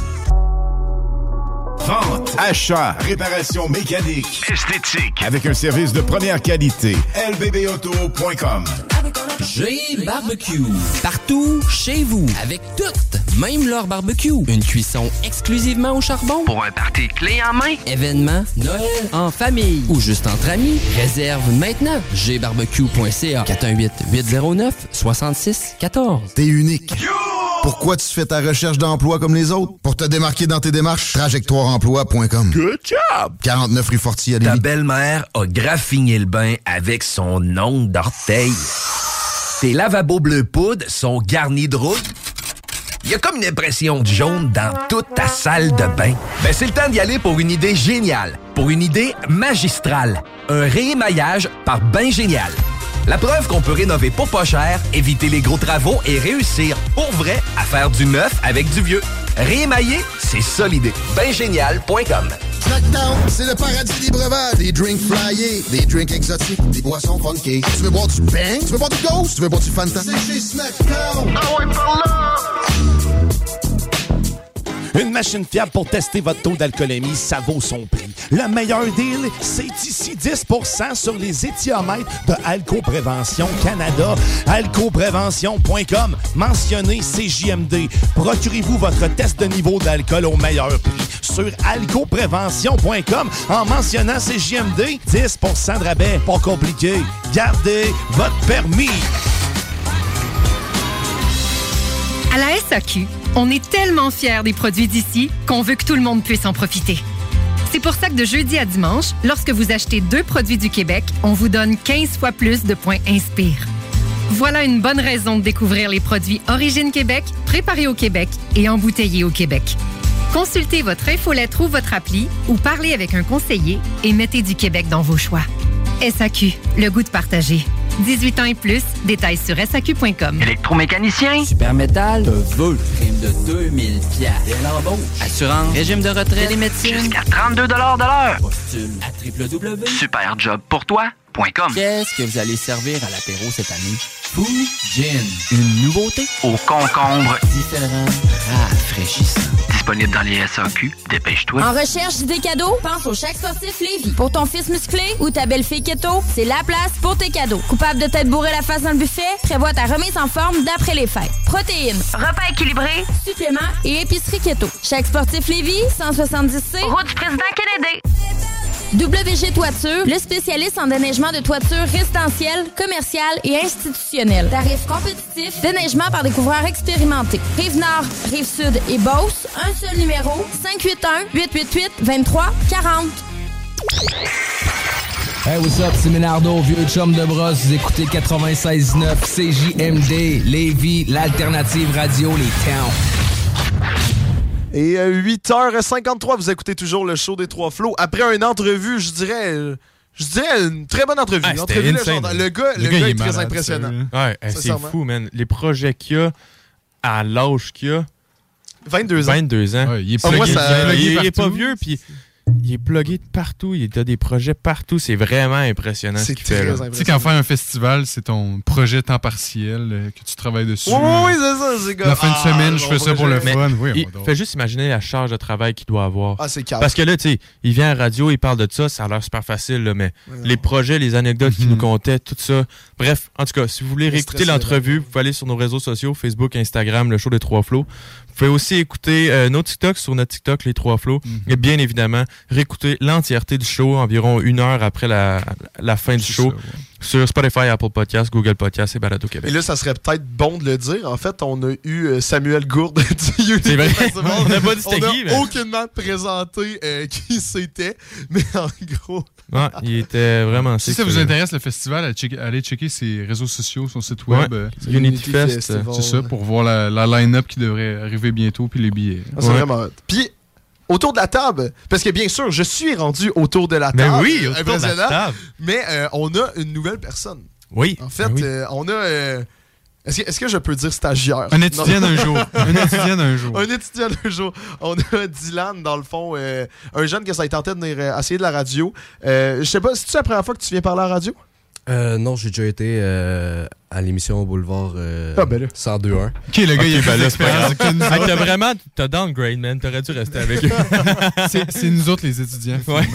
Vente, achat, réparation mécanique, esthétique, avec un service de première qualité. L B B auto point com. G Barbecue. Partout, chez vous, avec toutes, même leur barbecue. Une cuisson exclusivement au charbon. Pour un party clé en main. Événement, Noël, en famille ou juste entre amis. Réserve maintenant. g barbecue point c a. quatre un huit, huit zéro neuf, six six un quatre. T'es unique. Pourquoi tu fais ta recherche d'emploi comme les autres? Pour te démarquer dans tes démarches, trajectoire emploi point com. Good job! quarante-neuf rue Fortier à Lévis. Ta belle-mère a graffiné le bain avec son ongle d'orteil. Tes lavabos bleu poudre sont garnis de rouille. Il y a comme une impression de jaune dans toute ta salle de bain. Ben, c'est le temps d'y aller pour une idée géniale. Pour une idée magistrale. Un réémaillage par Ben Génial. La preuve qu'on peut rénover pour pas cher, éviter les gros travaux et réussir, pour vrai, à faire du neuf avec du vieux. Réémailler, c'est ça l'idée. ben génial point com. Snackdown, c'est le paradis des breuvages. Des drinks flyés, des drinks exotiques, des boissons funky. Tu veux boire du Bang? Tu veux boire du Ghost? Tu veux boire du Fanta? C'est chez Snackdown. Ah ouais, par là! Une machine fiable pour tester votre taux d'alcoolémie, ça vaut son prix. Le meilleur deal, c'est ici dix pour cent sur les éthiomètres de Alco-Prévention Canada. alco prévention point com. Mentionnez C J M D. Procurez-vous votre test de niveau d'alcool au meilleur prix sur alco prévention point com en mentionnant C J M D. dix pour cent de rabais, pas compliqué. Gardez votre permis. À la S A Q, on est tellement fiers des produits d'ici qu'on veut que tout le monde puisse en profiter. C'est pour ça que de jeudi à dimanche, lorsque vous achetez deux produits du Québec, on vous donne quinze fois plus de points Inspire. Voilà une bonne raison de découvrir les produits Origine Québec, préparés au Québec et embouteillés au Québec. Consultez votre infolettre ou votre appli ou parlez avec un conseiller et mettez du Québec dans vos choix. S A Q, le goût de partager. dix-huit ans et plus, détails sur S A Q point com. Électromécanicien. Supermétal. Te veut. Prime de deux mille piastres. Dès l'embauche. Assurance. Régime de retraite. Télémédecine. Jusqu'à trente-deux dollars de l'heure. Postule à w w w point superjob pour toi point com. Qu'est-ce que vous allez servir à l'apéro cette année? Fou Gin. Une nouveauté au concombre. Différent. Rafraîchissant. Disponible dans les S A Q. Dépêche-toi. En recherche d'idées cadeaux, pense au Chèque Sportif Lévis. Pour ton fils musclé ou ta belle-fille keto, c'est la place pour tes cadeaux. Coupable de t'être bourré la face dans le buffet? Prévois ta remise en forme d'après les fêtes. Protéines, repas équilibrés, suppléments et épicerie keto. Chèque Sportif Lévis, cent soixante-dix C, route du président Kennedy. W G Toiture, le spécialiste en déneigement de toitures résidentielles, commerciales et institutionnelles. Tarifs compétitifs, déneigement par des couvreurs expérimentés. Rive-Nord, Rive-Sud et Beauce, un seul numéro, cinq huit un, huit huit huit, deux trois quatre zéro. Hey, what's up, c'est Ménardo, vieux chum de brosse. Vous écoutez quatre-vingt-seize neuf C J M D, Lévis, l'alternative radio, les towns. Et euh, huit heures cinquante-trois, vous écoutez toujours le show des Trois Flots. Après une entrevue, je dirais, euh, je dirais une très bonne entrevue. Ah, L'entrevue légendaire. Le gars, le, le gars, gars est, est très malade, impressionnant. Ouais, c'est fou, man. Les projets qu'il y a à l'âge qu'il y a. vingt-deux ans. vingt-deux ans. Ouais, il est ah, plugué, moi, ça, il, il, il est pas partout. vieux, puis il est plugué de partout. Il a des projets partout. C'est vraiment impressionnant ce qu'il fait. Tu sais, quand faire un festival, c'est ton projet temps partiel euh, que tu travailles dessus. Oui, oui, c'est ça. C'est comme... La fin de ah, semaine, je fais ça pour le fun. Oui, il fait juste imaginer la charge de travail qu'il doit avoir. Ah, c'est calme. Parce que là, tu sais, il vient à la radio, il parle de ça, ça a l'air super facile, là, mais ouais, les projets, les anecdotes qu'il nous contait, tout ça. Bref, en tout cas, si vous voulez réécouter l'entrevue, vous pouvez aller sur nos réseaux sociaux, Facebook, Instagram, le show des Trois Flots. Vous pouvez aussi écouter euh, nos TikToks sur notre TikTok, les Trois Flots. Mm-hmm. Et bien évidemment, réécouter l'entièreté du show environ une heure après la, la fin du show. Ça, ouais. Sur Spotify, Apple Podcasts, Google Podcasts et Balado Québec. Et là, ça serait peut-être bon de le dire. En fait, on a eu euh, Samuel Gourde du Unity. C'est vrai. On n'a pas dit c'était qui. On n'a aucunement présenté euh, qui c'était. Mais en gros... Ouais, il était vraiment... Si ça vous intéresse, le festival, allez checker, allez checker ses réseaux sociaux, son site web. Ouais, euh, Unity Fest. C'est ça, pour voir la, la line-up qui devrait arriver bientôt, puis les billets. Ah, c'est ouais. vraiment hot. Puis... autour de la table, parce que bien sûr, je suis rendu autour de la table. Ben oui, autour de la table. Mais euh, on a une nouvelle personne. Oui. En fait, ben oui. euh, on a... Euh, est-ce que, est-ce que je peux dire stagiaire? Un étudiant d'un jour. Un étudiant d'un jour. Un étudiant d'un jour. On a Dylan, dans le fond, euh, un jeune que ça a tenté de venir euh, essayer de la radio. Euh, je sais pas, c'est-tu la première fois que tu viens parler à la radio? Euh, non, j'ai déjà été euh, à l'émission au Boulevard euh, ah, ben cent deux un. Ok, le gars, okay, il est ben là, c'est pas grave. Ah, t'as vraiment, t'as downgrade, man. T'aurais dû rester avec eux. c'est, c'est nous autres, les étudiants. Ouais.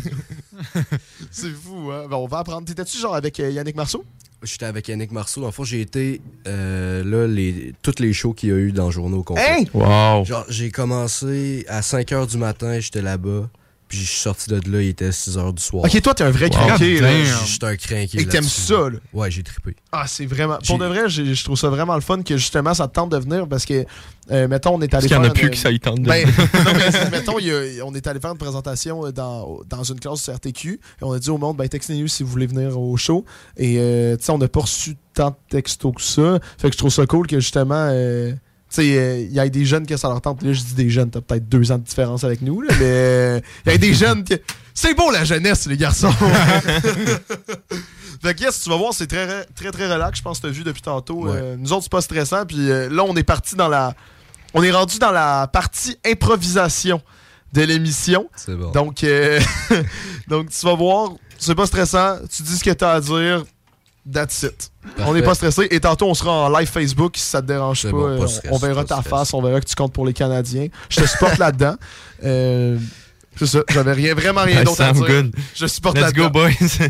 C'est fou, hein? Ben, on va apprendre. T'étais-tu genre avec euh, Yannick Marceau? J'étais avec Yannick Marceau. Dans le fond, j'ai été euh, là, les, toutes les shows qu'il y a eu dans le journal au complet. Hey! Wow! Genre, j'ai commencé à cinq heures du matin, j'étais là-bas. Puis je suis sorti de là, il était six heures du soir. Ok, toi, t'es un vrai wow. crinqué. J'étais un crinqué. Et t'aimes ça, là? Ouais, j'ai trippé. Ah, c'est vraiment... Pour de vrai, j'ai, je trouve ça vraiment le fun que justement, ça te tente de venir parce que, euh, mettons, on est allé faire... Parce qu'il y en a une... plus que ça y tente de ben, non, mais, mettons, il y a, on est allé faire une présentation dans, dans une classe du R T Q et on a dit au monde, ben, textez-nous si vous voulez venir au show. Et, euh, tu sais, on n'a pas reçu tant de textos que ça. Fait que je trouve ça cool que justement... Euh, tu sais, il euh, y a des jeunes que ça leur tente. Là, je dis des jeunes, t'as peut-être deux ans de différence avec nous, là, mais il euh, y a des jeunes qui... C'est beau la jeunesse, les garçons! Fait que yes, tu vas voir, c'est très, très, très relax. Je pense que tu as vu depuis tantôt. Ouais. Euh, nous autres, c'est pas stressant. Puis euh, là, on est parti dans la... On est rendu dans la partie improvisation de l'émission. C'est bon. Donc, euh... Donc tu vas voir, c'est pas stressant. Tu dis ce que tu as à dire. That's it. Parfait. On n'est pas stressé. Et tantôt, on sera en live Facebook si ça te dérange pas. Bon, pas on, stress, on verra ta stress. face, on verra que tu comptes pour les Canadiens. Je te supporte là-dedans. Euh, c'est ça. J'avais rien, vraiment rien d'autre à dire. Good. Je supporte Let's là-dedans. go, boys.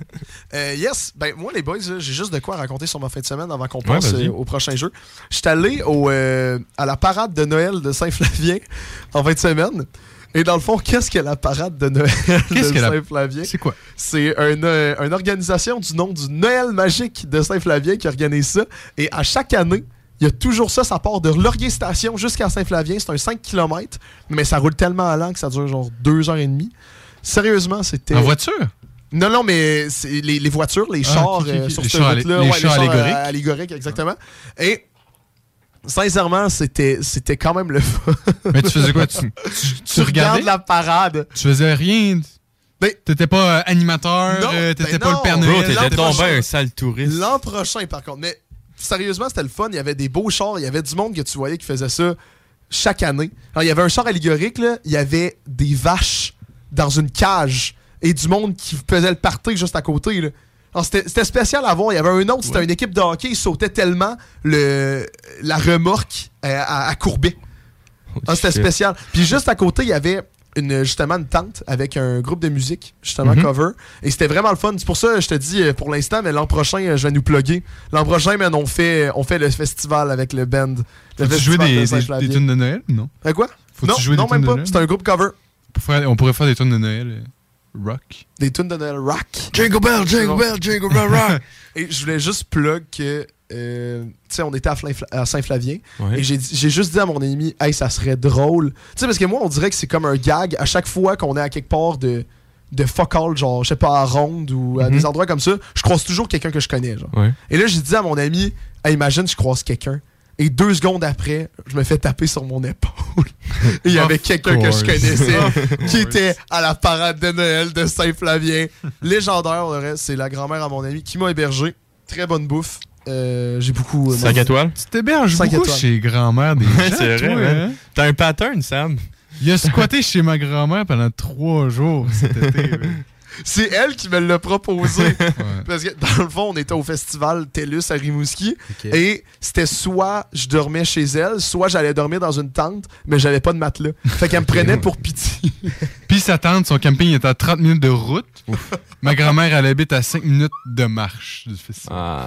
euh, yes. Ben, moi, les boys, là, j'ai juste de quoi raconter sur ma fin de semaine avant qu'on passe ouais, euh, au prochain jeu. Je suis allé au, euh, à la parade de Noël de Saint-Flavien en fin de semaine. Et dans le fond, qu'est-ce que la parade de Noël qu'est-ce de Saint-Flavien? La... C'est quoi? C'est un, euh, une organisation du nom du Noël magique de Saint-Flavien qui organise ça. Et à chaque année, il y a toujours ça. Ça part de Laurier Station jusqu'à Saint-Flavien. C'est un cinq kilomètres, mais ça roule tellement lent que ça dure genre deux heures et demie. Sérieusement, c'était... En voiture? Non, non, mais c'est les, les voitures, les ah, chars okay, okay. Euh, sur les cette chars route-là. Les, ouais, chars les chars allégoriques. allégoriques, exactement. Et... sincèrement, c'était, c'était quand même le fun. Mais tu faisais quoi? Tu, tu, tu, tu regardes la parade. Tu faisais rien. Ben, t'étais pas euh, animateur, non, euh, t'étais ben pas non. le Père Noël. Bro, t'étais tombé un sale touriste. L'an prochain, par contre. Mais sérieusement, c'était le fun. Il y avait des beaux chars. Il y avait du monde que tu voyais qui faisait ça chaque année. Alors, il y avait un char allégorique. Là. Il y avait des vaches dans une cage et du monde qui faisait le party juste à côté. Là. Alors, c'était, c'était spécial à voir. Il y avait un autre, c'était ouais. une équipe de hockey. Ils sautaient tellement le, la remorque à, à courber. Ah, c'était spécial. Puis juste à côté, il y avait une, justement une tente avec un groupe de musique, justement, mm-hmm. cover. Et c'était vraiment le fun. C'est pour ça, je te dis, pour l'instant, mais l'an prochain, je vais nous plugger. L'an prochain, man, on fait, on fait le festival avec le band. Le Faut-tu jouer des, de des, des tunes de Noël ou non? Euh, quoi? Faut-tu non, jouer non des même pas. De c'est un groupe cover. Faire, on pourrait faire des tunes de Noël rock. Des tunes de Noël rock. Jingle bell, jingle bell, jingle bell, rock. Et je voulais juste plug que... Euh, tu sais, on était à, Fla- à Saint-Flavien ouais. et j'ai, j'ai juste dit à mon ami, hey, ça serait drôle. Tu sais, parce que moi, on dirait que c'est comme un gag à chaque fois qu'on est à quelque part de, de fuck all, genre, je sais pas, à Ronde ou à mm-hmm. des endroits comme ça, je croise toujours quelqu'un que je connais, genre. Ouais. Et là, j'ai dit à mon ami, hey, imagine, je croise quelqu'un Et deux secondes après, je me fais taper sur mon épaule. Et il y avait quelqu'un que je connaissais qui était à la parade de Noël de Saint-Flavien. Légendaire, le reste. C'est la grand-mère à mon ami qui m'a hébergé. Très bonne bouffe. Euh, j'ai beaucoup... Euh, cinq étoiles? Tu t'héberges beaucoup étoiles. Chez grand-mère des gens, c'est vrai, toi, hein? T'as un pattern, Sam. Il a squatté chez ma grand-mère pendant trois jours cet été. C'est elle qui me l'a proposé. Ouais. Parce que dans le fond, on était au festival TELUS à Rimouski. Okay. Et c'était soit je dormais chez elle, soit j'allais dormir dans une tente, mais j'avais pas de matelas. Fait qu'elle me prenait pour pitié. Puis sa tente, son camping était à trente minutes de route. Ouf. Ma grand-mère, elle habite à cinq minutes de marche du festival. Ah.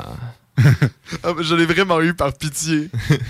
Ah, je l'ai vraiment eu par pitié.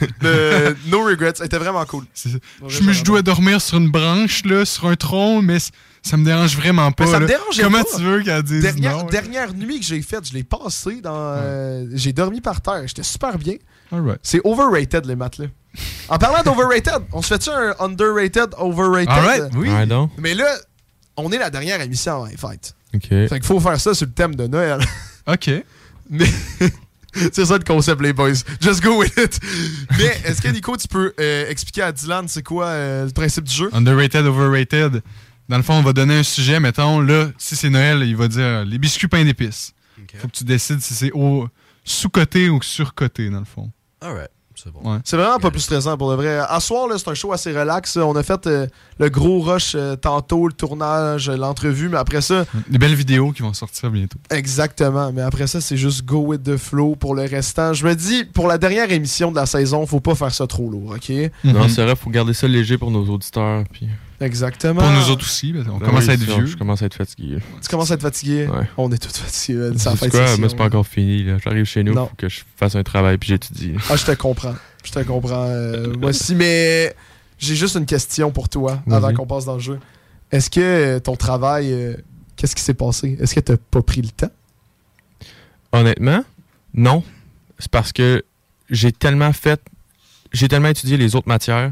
Le No Regrets, ça était vraiment cool. Je, me, je dois dormir sur une branche, là, sur un tronc, mais ça me dérange vraiment pas. Mais ça là. me dérange Comment pas. tu veux qu'elle dise dernière, non? Dernière nuit que j'ai faite, je l'ai passée dans... Ouais. Euh, j'ai dormi par terre. J'étais super bien. Right. C'est overrated, les matelas. En parlant d'overrated, on se fait-tu un underrated, overrated? Right. Oui. Ouais, donc. Mais là, on est la dernière émission avant les fêtes. OK. Fait qu'il faut faire ça sur le thème de Noël. OK. Mais... c'est ça le concept, les boys. Just go with it. Mais est-ce que, Nico, tu peux euh, expliquer à Dylan c'est quoi euh, le principe du jeu? Underrated, overrated. Dans le fond, on va donner un sujet. Mettons, là, si c'est Noël, il va dire les biscuits pain d'épices. Okay. Faut que tu décides si c'est au sous-coté ou sur-coté, dans le fond. Alright. C'est bon. Ouais. C'est vraiment pas plus stressant pour le vrai. À soir, là, c'est un show assez relax. On a fait euh, le gros rush euh, tantôt, le tournage, l'entrevue, mais après ça... Des belles vidéos qui vont sortir bientôt. Exactement. Mais après ça, c'est juste go with the flow pour le restant. Je me dis, pour la dernière émission de la saison, faut pas faire ça trop lourd, OK? Mm-hmm. Non, c'est vrai, faut garder ça léger pour nos auditeurs. Puis... Exactement. Pour nous autres aussi, on ben commence oui, à être ça, vieux. Je commence à être fatigué. Tu commences à être fatigué? Ouais. On est tous fatigués. Ça fait quoi? Moi, c'est pas encore fini. Là. J'arrive chez nous, il faut que je fasse un travail puis j'étudie. Ah, je te comprends. Je te comprends. Euh, moi aussi, mais j'ai juste une question pour toi avant qu'on passe dans le jeu. Est-ce que euh, ton travail, euh, qu'est-ce qui s'est passé? Est-ce que t'as pas pris le temps? Honnêtement, non. C'est parce que j'ai tellement fait, j'ai tellement étudié les autres matières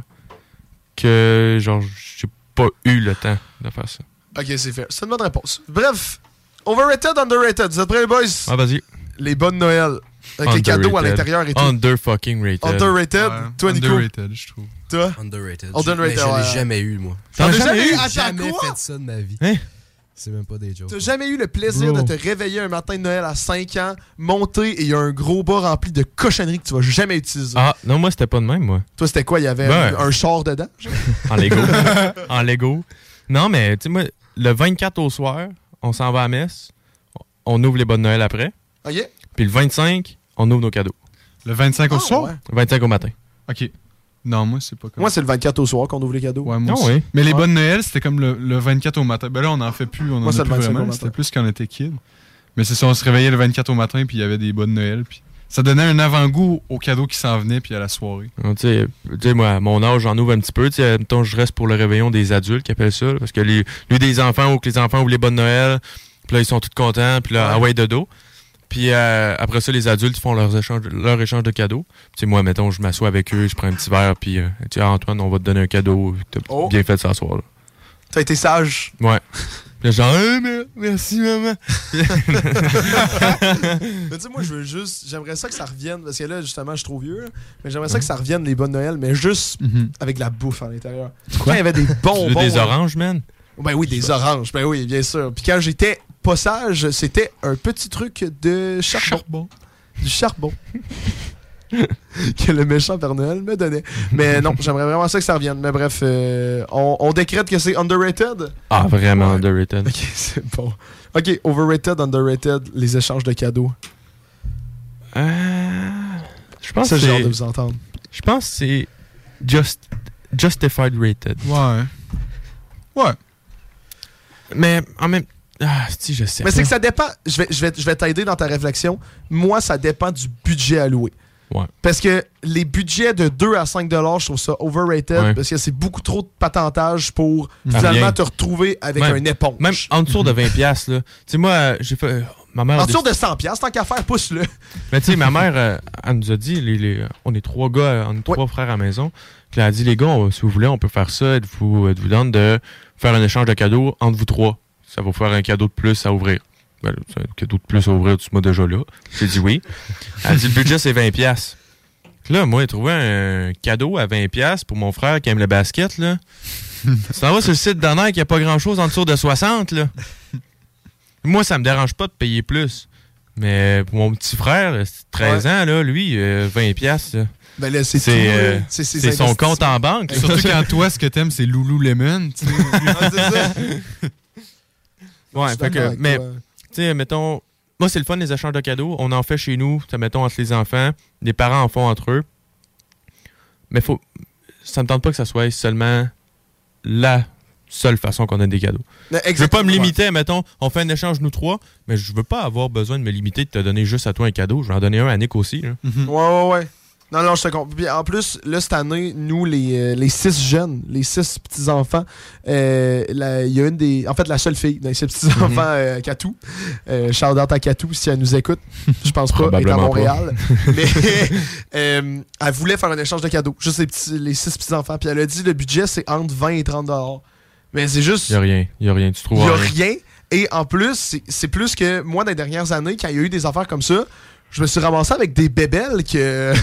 que genre j'ai pas eu le temps de faire ça. Ok, c'est fait. C'est une bonne réponse. Bref, overrated, underrated. Vous êtes prêts, les boys? Ah, vas-y. Les bonnes Noël. Avec les cadeaux à l'intérieur et tout. Under fucking rated. Underrated. Ouais, toi, Nico? Underrated, je trouve. Toi? Underrated. Underrated. Mais je ouais. l'ai jamais eu, moi. T'en as jamais, jamais eu? J'ai jamais fait ça de ma vie. Hein? C'est même pas des jokes. T'as jamais eu le plaisir Bro. de te réveiller un matin de Noël à cinq ans, monter et il y a un gros bas rempli de cochonneries que tu vas jamais utiliser. Ah, non, moi, c'était pas de même, moi. Toi, c'était quoi? Il y avait ben, un, un char dedans? En Lego. En Lego. Non, mais, tu sais, moi, le vingt-quatre au soir, on s'en va à messe. On ouvre les bonnes Noël après. OK. Puis le vingt-cinq, on ouvre nos cadeaux. Le vingt-cinq au oh, soir? Ouais. vingt-cinq au matin. OK. Non, moi, c'est pas comme Moi, c'est le vingt-quatre au soir qu'on ouvre les cadeaux. Ouais, moi oh, aussi. oui. Mais les ouais. bonnes Noël, c'était comme le, le vingt-quatre au matin. Ben là, on en fait plus. On moi, en a plus vraiment. C'était plus quand on était kid. Mais c'est ça, on se réveillait le vingt-quatre au matin, puis il y avait des bonnes Noël. Puis ça donnait un avant-goût aux cadeaux qui s'en venaient, puis à la soirée. Tu sais, moi, à mon âge, j'en ouvre un petit peu. Tu sais, mettons, je reste pour le réveillon des adultes qui appellent ça. Là, parce que les, lui, des enfants ou que les enfants ouvrent les bonnes Noël, puis là, ils sont tous contents, puis là, ouais. ah ouais, de dos. Puis euh, après ça, les adultes font leurs échanges, leur échange de cadeaux. Tu sais, moi, mettons, je m'assois avec eux, je prends un petit verre, puis euh, tu sais, Antoine, on va te donner un cadeau. T'as oh. bien fait ça ce soir. Là. T'as été sage. Ouais. Puis genre, hey, mais, merci, maman. Mais tu sais, moi, je veux juste. J'aimerais ça que ça revienne, parce que là, justement, je suis trop vieux, là, mais j'aimerais ça que ça revienne les bonnes Noël, mais juste mm-hmm. avec de la bouffe à l'intérieur. Quand il y avait des bonbons. Tu veux des oranges, man? Ben oui, des oranges. Ben oui, bien sûr. Puis quand j'étais pas sage, c'était un petit truc de charbon. Charbon. Du charbon. que le méchant Père Noël me donnait. Mais non, j'aimerais vraiment ça que ça revienne. Mais bref, euh, on, on décrète que c'est underrated. Ah, vraiment ouais. underrated. Ok, c'est bon. Ok, overrated, underrated, les échanges de cadeaux. Euh, je pense que c'est... j'ai hâte de vous entendre. Je pense que c'est just, justified rated. Ouais. Ouais. Mais en même ah, si, je sais. Mais pas. c'est que ça dépend. Je vais, je vais, je vais t'aider dans ta réflexion. Moi, ça dépend du budget alloué. Ouais. Parce que les budgets de deux à cinq dollars, je trouve ça overrated ouais. parce que c'est beaucoup trop de patentage pour ah, finalement bien. te retrouver avec même, un éponge. Même en dessous mm-hmm. de vingt dollars, là. Tu sais, moi, j'ai fait. Euh, ma mère en dessous de cent dollars, tant qu'à faire, pousse-le. Mais tu sais, ma mère, euh, elle nous a dit, les, les, on est trois gars, on est trois ouais. frères à la maison. Puis elle a dit, les gars, on, si vous voulez, on peut faire ça. Êtes-vous, êtes-vous donne de faire un échange de cadeaux entre vous trois? Ça va vous faire un cadeau de plus à ouvrir. Ben, c'est un cadeau de plus à ouvrir, tu m'as déjà là. J'ai dit oui. Elle a dit, le budget, c'est vingt dollars. Là, moi, j'ai trouvé un cadeau à vingt dollars pour mon frère qui aime le basket, là. Tu t'en vas sur le site de Nike, il n'y a pas grand-chose en dessous de soixante, là. Moi, ça me dérange pas de payer plus. Mais pour mon petit frère, treize ans, là, lui, euh, vingt dollars, là. Ben là, c'est, c'est, tout, euh, c'est, c'est, c'est son compte en banque. Surtout quand toi, ce que t'aimes, c'est Lululemon. Tu sais. Ouais, c'est ça. Ouais, fait que, mais, tu sais, mettons, moi, c'est le fun, les échanges de cadeaux. On en fait chez nous, mettons, entre les enfants. Les parents en font entre eux. Mais faut, ça me tente pas que ça soit seulement la seule façon qu'on a des cadeaux. Je veux pas me limiter, mettons, on fait un échange nous trois, mais je veux pas avoir besoin de me limiter de te donner juste à toi un cadeau. Je vais en donner un à Nick aussi. Là. Mm-hmm. Ouais, ouais, ouais. Non, non, je te comprends. En plus, là, cette année, nous, les, euh, les six jeunes, les six petits-enfants, euh, il y a une des... En fait, la seule fille dans ces petits-enfants, mm-hmm. euh, Katou. Euh, shout out à Katou, si elle nous écoute. Je pense pas, elle est à Montréal. Mais euh, elle voulait faire un échange de cadeaux. Juste les, petits, les six petits-enfants. Puis elle a dit, le budget, c'est entre vingt et trente dollars. Mais c'est juste... Il n'y a rien. Il n'y a rien. Tu trouves Il n'y a rien. rien. Et en plus, c'est, c'est plus que moi, dans les dernières années, quand il y a eu des affaires comme ça, je me suis ramassé avec des bébelles que...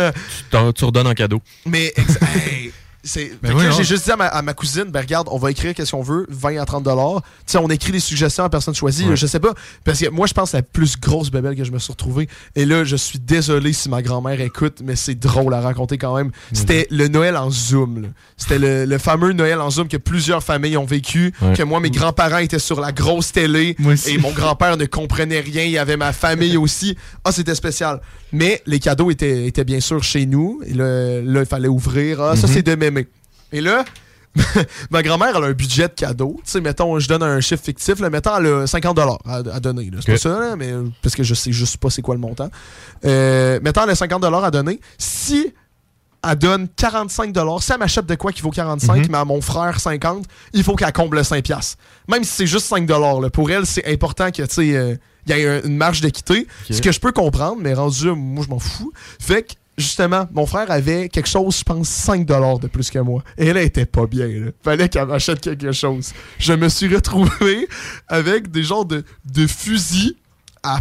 tu, tu redonnes en cadeau. Mais... Ex- hey, c'est... Ben fait oui, que non. j'ai juste dit à ma, à ma cousine, ben regarde, on va écrire qu'est-ce qu'on veut, vingt à trente dollars. Tu sais, on écrit des suggestions à personne choisie, Ouais. là, je sais pas. Parce que moi, je pense que c'est la plus grosse bébelle que je me suis retrouvé. Et là, je suis désolé si ma grand-mère écoute, mais c'est drôle à raconter quand même. C'était le Noël en Zoom. Là. C'était le, le fameux Noël en Zoom que plusieurs familles ont vécu. Ouais. Que moi, mes grands-parents étaient sur la grosse télé. Moi aussi. Et mon grand-père ne comprenait rien. Il y avait ma famille aussi. Ah, c'était spécial. Mais les cadeaux étaient, étaient bien sûr chez nous. Et là, là, il fallait ouvrir. Ah, ça, Mhm. c'est de mémé. Et là, ma grand-mère, elle a un budget de cadeaux. Tu sais, mettons, je donne un chiffre fictif. Là, mettons, elle a cinquante dollars à, à donner. Là. C'est Okay. pas ça, là, mais parce que je sais juste pas c'est quoi le montant. Euh, mettons, elle a cinquante dollars à donner. Si elle donne quarante-cinq dollars, si elle m'achète de quoi qui vaut quarante-cinq, Mhm. mais à mon frère cinquante, il faut qu'elle comble cinq piastres. Même si c'est juste cinq dollars. Là, pour elle, c'est important que, tu sais, euh, il y ait une marge d'équité. Okay. Ce que je peux comprendre, mais rendu, moi, je m'en fous. Fait que, justement, mon frère avait quelque chose, je pense, cinq dollars de plus que moi. Et elle était pas bien, là. Fallait qu'elle m'achète quelque chose. Je me suis retrouvé avec des genres de, de fusils à,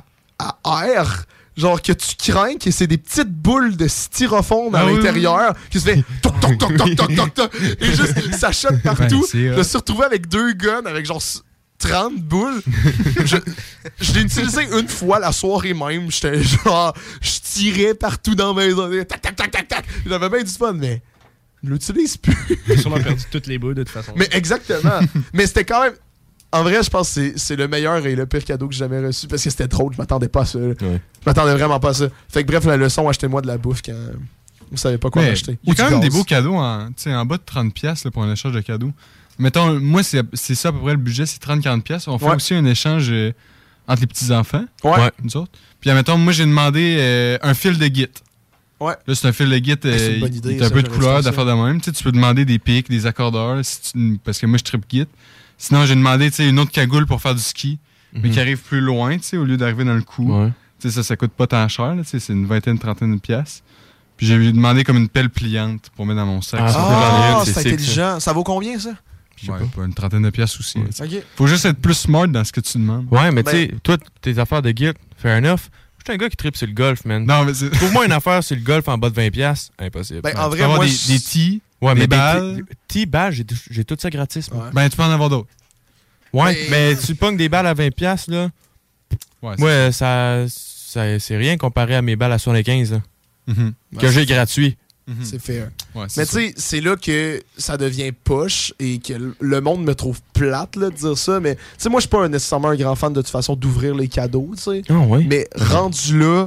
à air. Genre que tu crains que c'est des petites boules de styrofoam à Ah oui, l'intérieur qui se fait toc toc toc toc toc toc toc et juste ça shot partout. Ouais, c'est Je hot. me suis retrouvé avec deux guns avec genre trente boules. je je l'ai utilisé une fois la soirée même. J'étais genre, je tirais partout dans la maison. Tac, tac, tac, tac, tac. J'avais bien du fun, mais je l'utilise plus. J'ai sûrement perdu toutes les boules de toute façon. Mais exactement. Mais c'était quand même... En vrai, je pense que c'est, c'est le meilleur et le pire cadeau que j'ai jamais reçu parce que c'était drôle. Je m'attendais pas à ça. Ouais. Je m'attendais vraiment pas à ça. Fait que bref, la leçon, achetez-moi de la bouffe quand vous savez pas quoi Mais m'acheter. il y a Ou quand du même des gaz. beaux cadeaux en, tu sais, en bas de trente piastres là, pour un échange de cadeaux. Mettons, moi, c'est, c'est ça à peu près le budget, c'est trente à quarante piastres. On fait Ouais. aussi un échange euh, entre les petits-enfants, Ouais. nous autres. Puis, admettons, moi, j'ai demandé euh, un fil de Git. Ouais. Là, c'est un fil de Git, euh, c'est une bonne il- idée, il est un ça, peu de j'aurais couleur, fait ça. d'affaires de même. Tu sais, tu peux demander des pics, des accordeurs, si tu- parce que moi, je tripe Git. Sinon, j'ai demandé, tu sais, une autre cagoule pour faire du ski, mais Mhm. qui arrive plus loin, tu sais, au lieu d'arriver dans le cou. Ouais. Tu sais, ça, ça coûte pas tant cher, là, tu sais, c'est une vingtaine, trentaine de piastres. Puis j'ai demandé comme une pelle pliante pour mettre dans mon sac. Ah, Ça, Ah, c'est c'est sick, intelligent. Ça vaut combien, ça? je sais pas, pas, une trentaine de piastres aussi. Ouais. là, tu sais. Ok. Faut juste être plus smart dans ce que tu demandes. Ouais, mais Ben- tu sais, toi, tes affaires de Git, fair enough. Je suis un gars qui tripe sur le golf, man. Non, mais c'est. Trouve-moi une affaire sur le golf en bas de vingt piastres. Impossible. Ben, Ouais, en tu vrai, peux avoir moi, des, je- des tees. ouais, des mais balles. des petits balles, j'ai, j'ai tout ça gratis. moi. Ouais. Ben, tu peux en avoir d'autres. Ouais, Mais- mais tu pognes des balles à vingt piastres, là. Ouais, c'est- Ouais, ça, ça, c'est rien comparé à mes balles à soixante-quinze, là, Mhm. que j'ai gratuit. Mhm. C'est fair. Ouais, c'est Mais tu ça. sais, c'est là que ça devient poche et que l- le monde me trouve plate là, de dire ça. Mais tu sais, moi, je suis pas un- nécessairement un grand fan de toute façon d'ouvrir les cadeaux, tu sais. Ah ouais. Mais rendu là,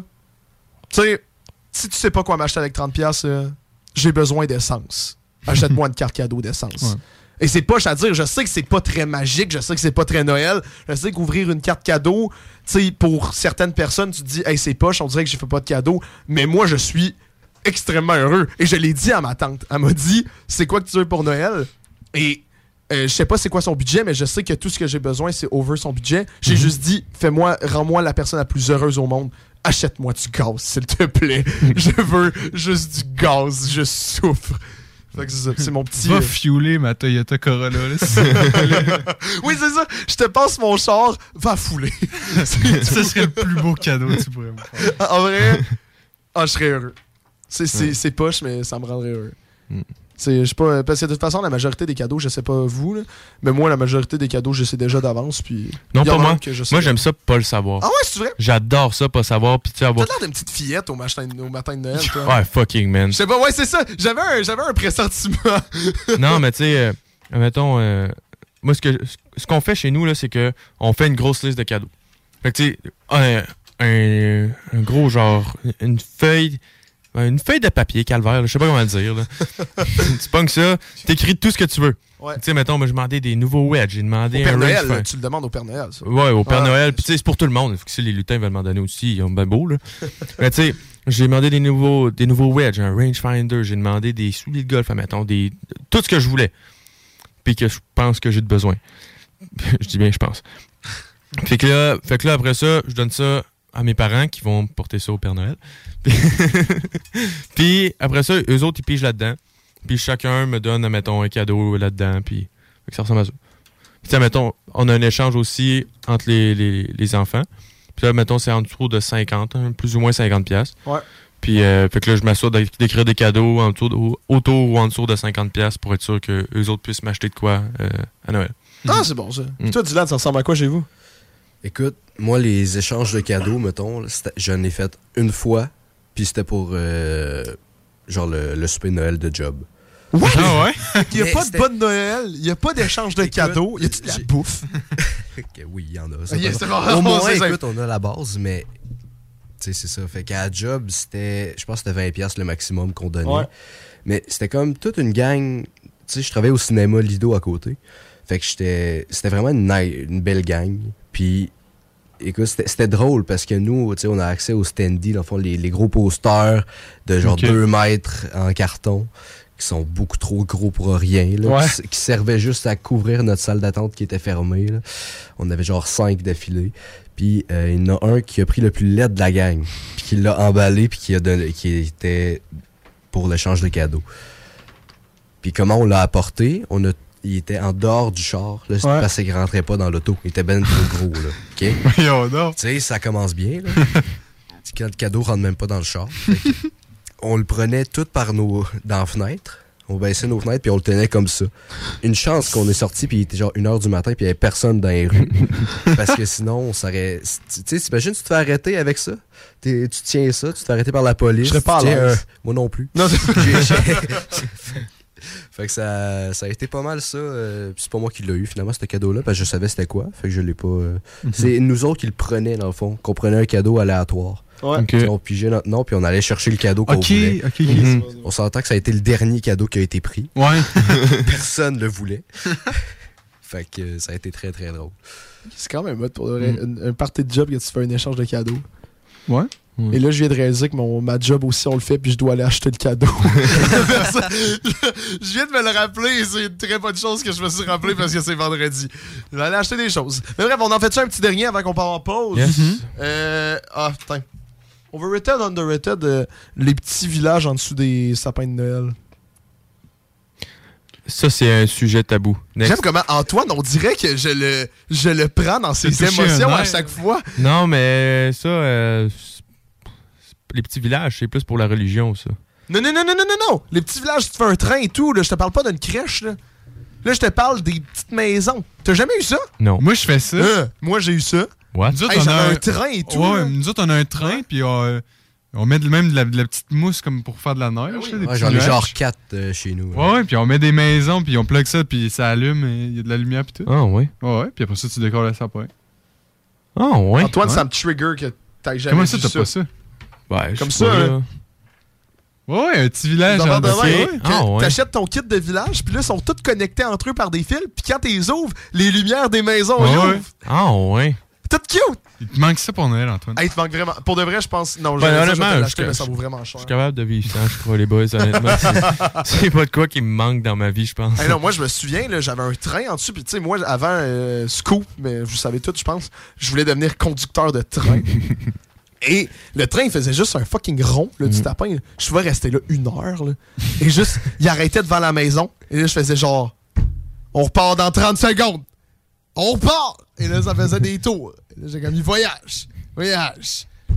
tu sais, si tu sais pas quoi m'acheter avec trente piastres, euh, j'ai besoin d'essence. Achète-moi une carte cadeau d'essence. Ouais. Et c'est poche à dire, je sais que c'est pas très magique, je sais que c'est pas très Noël, je sais qu'ouvrir une carte cadeau, tu sais, pour certaines personnes, tu te dis, hey, c'est poche, on dirait que j'ai fait pas de cadeau. Mais moi, je suis extrêmement heureux. Et je l'ai dit à ma tante. Elle m'a dit, c'est quoi que tu veux pour Noël? Et euh, je sais pas c'est quoi son budget, mais je sais que tout ce que j'ai besoin, c'est over son budget. J'ai Mhm. juste dit, fais-moi, rends-moi la personne la plus heureuse au monde. Achète-moi du gaz, s'il te plaît. Je veux juste du gaz. Je souffre. Fait que c'est ça, c'est mon petit... Va euh, fueler ma Toyota Corolla. Là, c'est- Oui, c'est ça. Je te passe mon char, va fouler. ça serait le plus beau cadeau que tu pourrais me faire. En vrai, ah, je serais heureux. C'est, c'est, Mm. c'est poche, mais ça me rendrait heureux. Mm. C'est, je sais pas, parce que de toute façon, la majorité des cadeaux, je sais pas vous, là, mais moi, la majorité des cadeaux, je sais déjà d'avance. Puis Non, il y en pas a moi. un que je sais Moi, pas. j'aime ça pas le savoir. Ah ouais, c'est vrai? J'adore ça, pas savoir. Puis tu sais, T'as avoir. l'air d'une petite fillette au matin, au matin de Noël, toi. Ouais, fucking, man. Je sais pas, ouais, c'est ça. J'avais un, j'avais un pressentiment. Non, mais tu sais, euh, mettons, euh, moi, ce, que, ce qu'on fait chez nous, là, c'est que on fait une grosse liste de cadeaux. Fait que tu sais, un, un, un gros genre, une feuille. Une feuille de papier, calvaire, là, je sais pas comment le dire. Là. Tu pognes ça, t'écris tout ce que tu veux. Ouais. Tu sais, mettons, moi, je demandais des nouveaux wedges, j'ai demandé Au Père un Noël, rangefinder. là, tu le demandes au Père Noël, ça. Ouais, au Père Ouais. Noël. Puis tu sais, c'est pour tout le monde. Faut que si les lutins veulent m'en donner aussi, ils ont bien beau, là. Mais tu sais, j'ai demandé des nouveaux, des nouveaux wedges, un rangefinder, j'ai demandé des souliers de golf, mettons, des, tout ce que je voulais. Puis que je pense que j'ai de besoin. Je dis bien, je pense. Fait que là, fait que là, après ça, je donne ça à mes parents qui vont porter ça au Père Noël. Puis, puis après ça, eux autres, ils pigent là-dedans. Puis chacun me donne, mettons, un cadeau là-dedans. Puis fait que ça ressemble à ça. Puis tu mettons, on a un échange aussi entre les, les, les enfants. Puis là, mettons, c'est en dessous de cinquante, hein, plus ou moins cinquante piastres. Ouais. Puis euh, fait que là, je m'assure d'écrire des cadeaux en dessous de- autour ou en dessous de cinquante piastres pour être sûr que eux autres puissent m'acheter de quoi euh, à Noël. Ah, c'est bon, ça. Mm. Toi, Dylan, ça ressemble à quoi chez vous? Écoute, moi, les échanges de cadeaux, mettons, là, c'était- j'en ai fait une fois, puis c'était pour, euh, genre, le, le souper de Noël de job. Ouais! Ah ouais? Il n'y a Mais pas de c'était- bonne Noël, il n'y a pas d'échange de cadeaux, y a-tu de la j'ai- bouffe? Ok, oui, il y en a. ça Ok, va. c'est bon. Au moins, C'est ça. écoute, on a la base, mais tu sais, c'est ça. Fait qu'à la job, c'était, je pense que c'était vingt piastres le maximum qu'on donnait. Ouais. Mais c'était comme toute une gang. Tu sais, je travaillais au cinéma Lido à côté. Fait que j'étais, c'était vraiment une, ni- une belle gang. Puis, écoute, c'était, c'était drôle parce que nous, tu sais, on a accès aux standees, dans le fond, les, les gros posters de genre Ok. deux mètres en carton qui sont beaucoup trop gros pour rien, là, Ouais. qui, qui servaient juste à couvrir notre salle d'attente qui était fermée. Là. On avait genre cinq d'affilée. Puis euh, il y en a un qui a pris le plus laid de la gang, puis qui l'a emballé, puis qui a donné, qui était pour l'échange de cadeaux. Puis comment on l'a apporté, on a, il était en dehors du char, là, c'est Ouais. parce qu'il rentrait pas dans l'auto. Il était ben trop gros, là. OK? Voyons donc. Tu sais, ça commence bien, là. Quand le cadeau rentre même pas dans le char. Fait que on le prenait tout par nos, dans la fenêtre. On baissait nos fenêtres, puis on le tenait comme ça. Une chance qu'on est sorti, puis il était genre une heure du matin, puis il y avait personne dans les rues. Parce que sinon, on s'aurait... Tu sais, t'imagines, tu te fais arrêter avec ça? T'es- tu tiens ça, tu te fais arrêter par la police. Je serais pas à tu tiens l'aise. un- Moi non plus. Non, c'est- J'ai- j'ai- Fait que ça, ça a été pas mal ça. euh, puis c'est pas moi qui l'ai eu finalement, ce cadeau-là, parce que je savais c'était quoi. Fait que je l'ai pas. euh, C'est nous autres qui le prenaient dans le fond, qu'on prenait un cadeau aléatoire. Ouais. Ok. Puis on pigeait notre nom, puis on allait chercher le cadeau qu'on Ok, voulait. ok, ok. Mhm. On s'entend que ça a été le dernier cadeau qui a été pris. Ouais. Personne le voulait. Fait que euh, ça a été très très drôle. C'est quand même mode pour de vrai, une- un party de job que tu fais un échange de cadeaux. Ouais. Mm. Et là, je viens de réaliser que mon, ma job aussi, on le fait, puis je dois aller acheter le cadeau. je viens de me le rappeler, et c'est une très bonne chose que je me suis rappelé parce que c'est vendredi. Je vais aller acheter des choses. Mais bref, on en fait ça un petit dernier avant qu'on part en pause. Yes. Euh, ah, putain. Overrated, underrated, euh, les petits villages en dessous des sapins de Noël. Ça, c'est un sujet tabou. Next. J'aime comment Antoine, on dirait que je le, je le prends dans ses T'as touché émotions un à nerf. chaque fois. Non, mais ça, euh, c'est- les petits villages, c'est plus pour la religion, ça. Non, non, non, non, non, non, non. Les petits villages, tu te fais un train et tout. Là. Je te parle pas d'une crèche. Là. Là, je te parle des petites maisons. T'as jamais eu ça? Non. Moi, je fais ça. Euh, moi, j'ai eu ça. What? Nous autres, Hey, on a j'avais un... un train et tout. Ouais, là. nous autres, on a un train, puis on, on met de- même de la, de la petite mousse comme pour faire de la neige. là, des Ouais, petits J'en ai nuages. genre quatre euh, chez nous. là. Ouais, ouais, puis on met des maisons, puis on plug ça, puis ça allume, et il y a de la lumière, puis tout. Ah, ouais. Ouais, ouais, puis après ça, tu décolles le sapin. Ah, ouais. Antoine, Ouais. ça me trigger que t'aies jamais Comment vu ça, t'as ça. pas ça? Ouais, je Comme sais ça, pas, hein. là. Ouais, ouais, un petit village. Dans en de dessous. même, ouais. que Ah, ouais. T'achètes ton kit de village, puis là, ils sont tous connectés entre eux par des fils, puis quand t'es ouvres, les lumières des maisons Ouais, ils ouais. ouvrent. Ah, ouais. Tout cute! Il te manque ça pour Noël, Antoine. Hey, il te manque vraiment. Pour de vrai, je pense. Non, Ben, j'allais dire, je vais honnêtement, te je l'acheter, suis- mais ça vaut vraiment Je cher. suis capable de vivre ça, je crois, les boys, honnêtement. C'est- C'est pas de quoi qui me manque dans ma vie, je pense. Hey, non, moi, je me souviens, là, j'avais un train en dessous, puis tu sais, moi, avant euh, Scoop, mais vous savez tout, je pense, je voulais devenir conducteur de train. Et le train, il faisait juste un fucking rond, là, du tapin. là. Je pouvais rester là une heure, là. Et juste, il arrêtait devant la maison. Et là, je faisais genre, on repart dans trente secondes. On repart! Et là, ça faisait des tours. Et là, j'ai comme, il voyage. Voyage.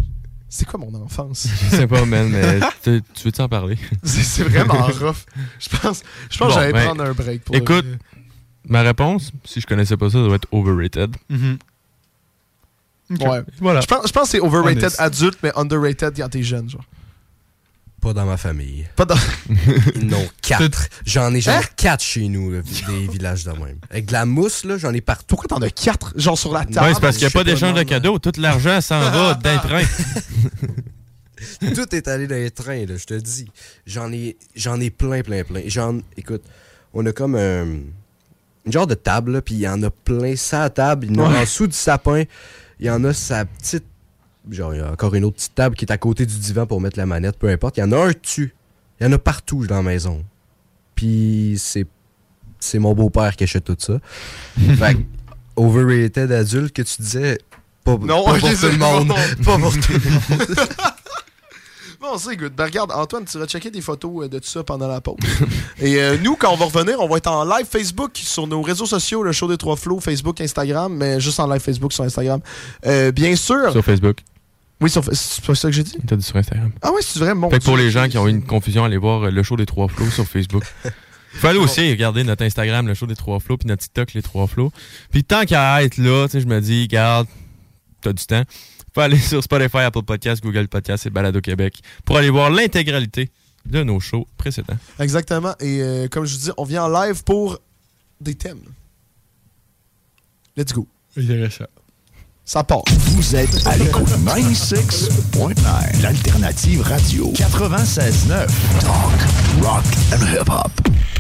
C'est quoi mon enfance? Je sais pas, man, mais tu, tu veux-tu en parler? C'est, c'est vraiment rough. Je pense, je pense Bon, que j'allais ben, prendre un break pour écoute, le... ma réponse, si je connaissais pas ça, ça doit être overrated. Mm-hmm. Okay. Ouais. Voilà. Je pense, je pense que c'est overrated Honest. adulte, mais underrated quand t'es jeune, genre. Pas dans ma famille. Pas dans... Non, quatre. J'en ai genre Hein? quatre chez nous, là, des villages de même. Avec de la mousse, là, j'en ai partout. Pourquoi t'en as quatre? Genre sur la table? Ouais, c'est parce qu'il n'y a pas d'échange de cadeaux. Tout l'argent s'en va d'un train. Tout est allé dans les trains, là, je te dis. J'en ai, j'en ai plein, plein, plein. J'en, écoute, on a comme un, une genre de table, là, puis il y en a plein ça à table. Il y en a Ouais. en dessous du sapin. Il y en a sa petite... Genre, il y a encore une autre petite table qui est à côté du divan pour mettre la manette, peu importe. Il y en a un dessus. Il y en a partout dans la maison. Puis c'est c'est mon beau-père qui achète tout ça. Fait que, overrated adulte que tu disais, pas, Non, pas ok, pour tout c'est le bon, monde. non. Pas pour tout le monde. Bon, c'est good. Ben regarde, Antoine, tu vas checker des photos euh, de tout ça pendant la pause. Et euh, nous, quand on va revenir, on va être en live Facebook sur nos réseaux sociaux, le show des trois flots, Facebook, Instagram, mais juste en live Facebook sur Instagram. Euh, bien sûr. Sur Facebook. Oui, sur... c'est pas ça que j'ai dit? T'as dit sur Instagram. Ah oui, c'est vrai, mon Fait que pour Dieu. les gens qui ont eu une confusion, allez voir euh, le show des trois flots sur Facebook. Faut aller aussi regarder notre Instagram, le show des trois flots, puis notre TikTok, les trois flots. Puis tant qu'à être là, tu sais, je me dis, regarde, t'as du temps. Faut aller sur Spotify, Apple Podcasts, Google Podcasts et Balado Québec pour aller voir l'intégralité de nos shows précédents. Exactement. Et euh, comme je vous dis, on vient en live pour des thèmes. Let's go. ça. Ça part. Vous êtes à l'écoute quatre-vingt-seize neuf, l'alternative radio. quatre-vingt-seize neuf, talk, rock and hip-hop.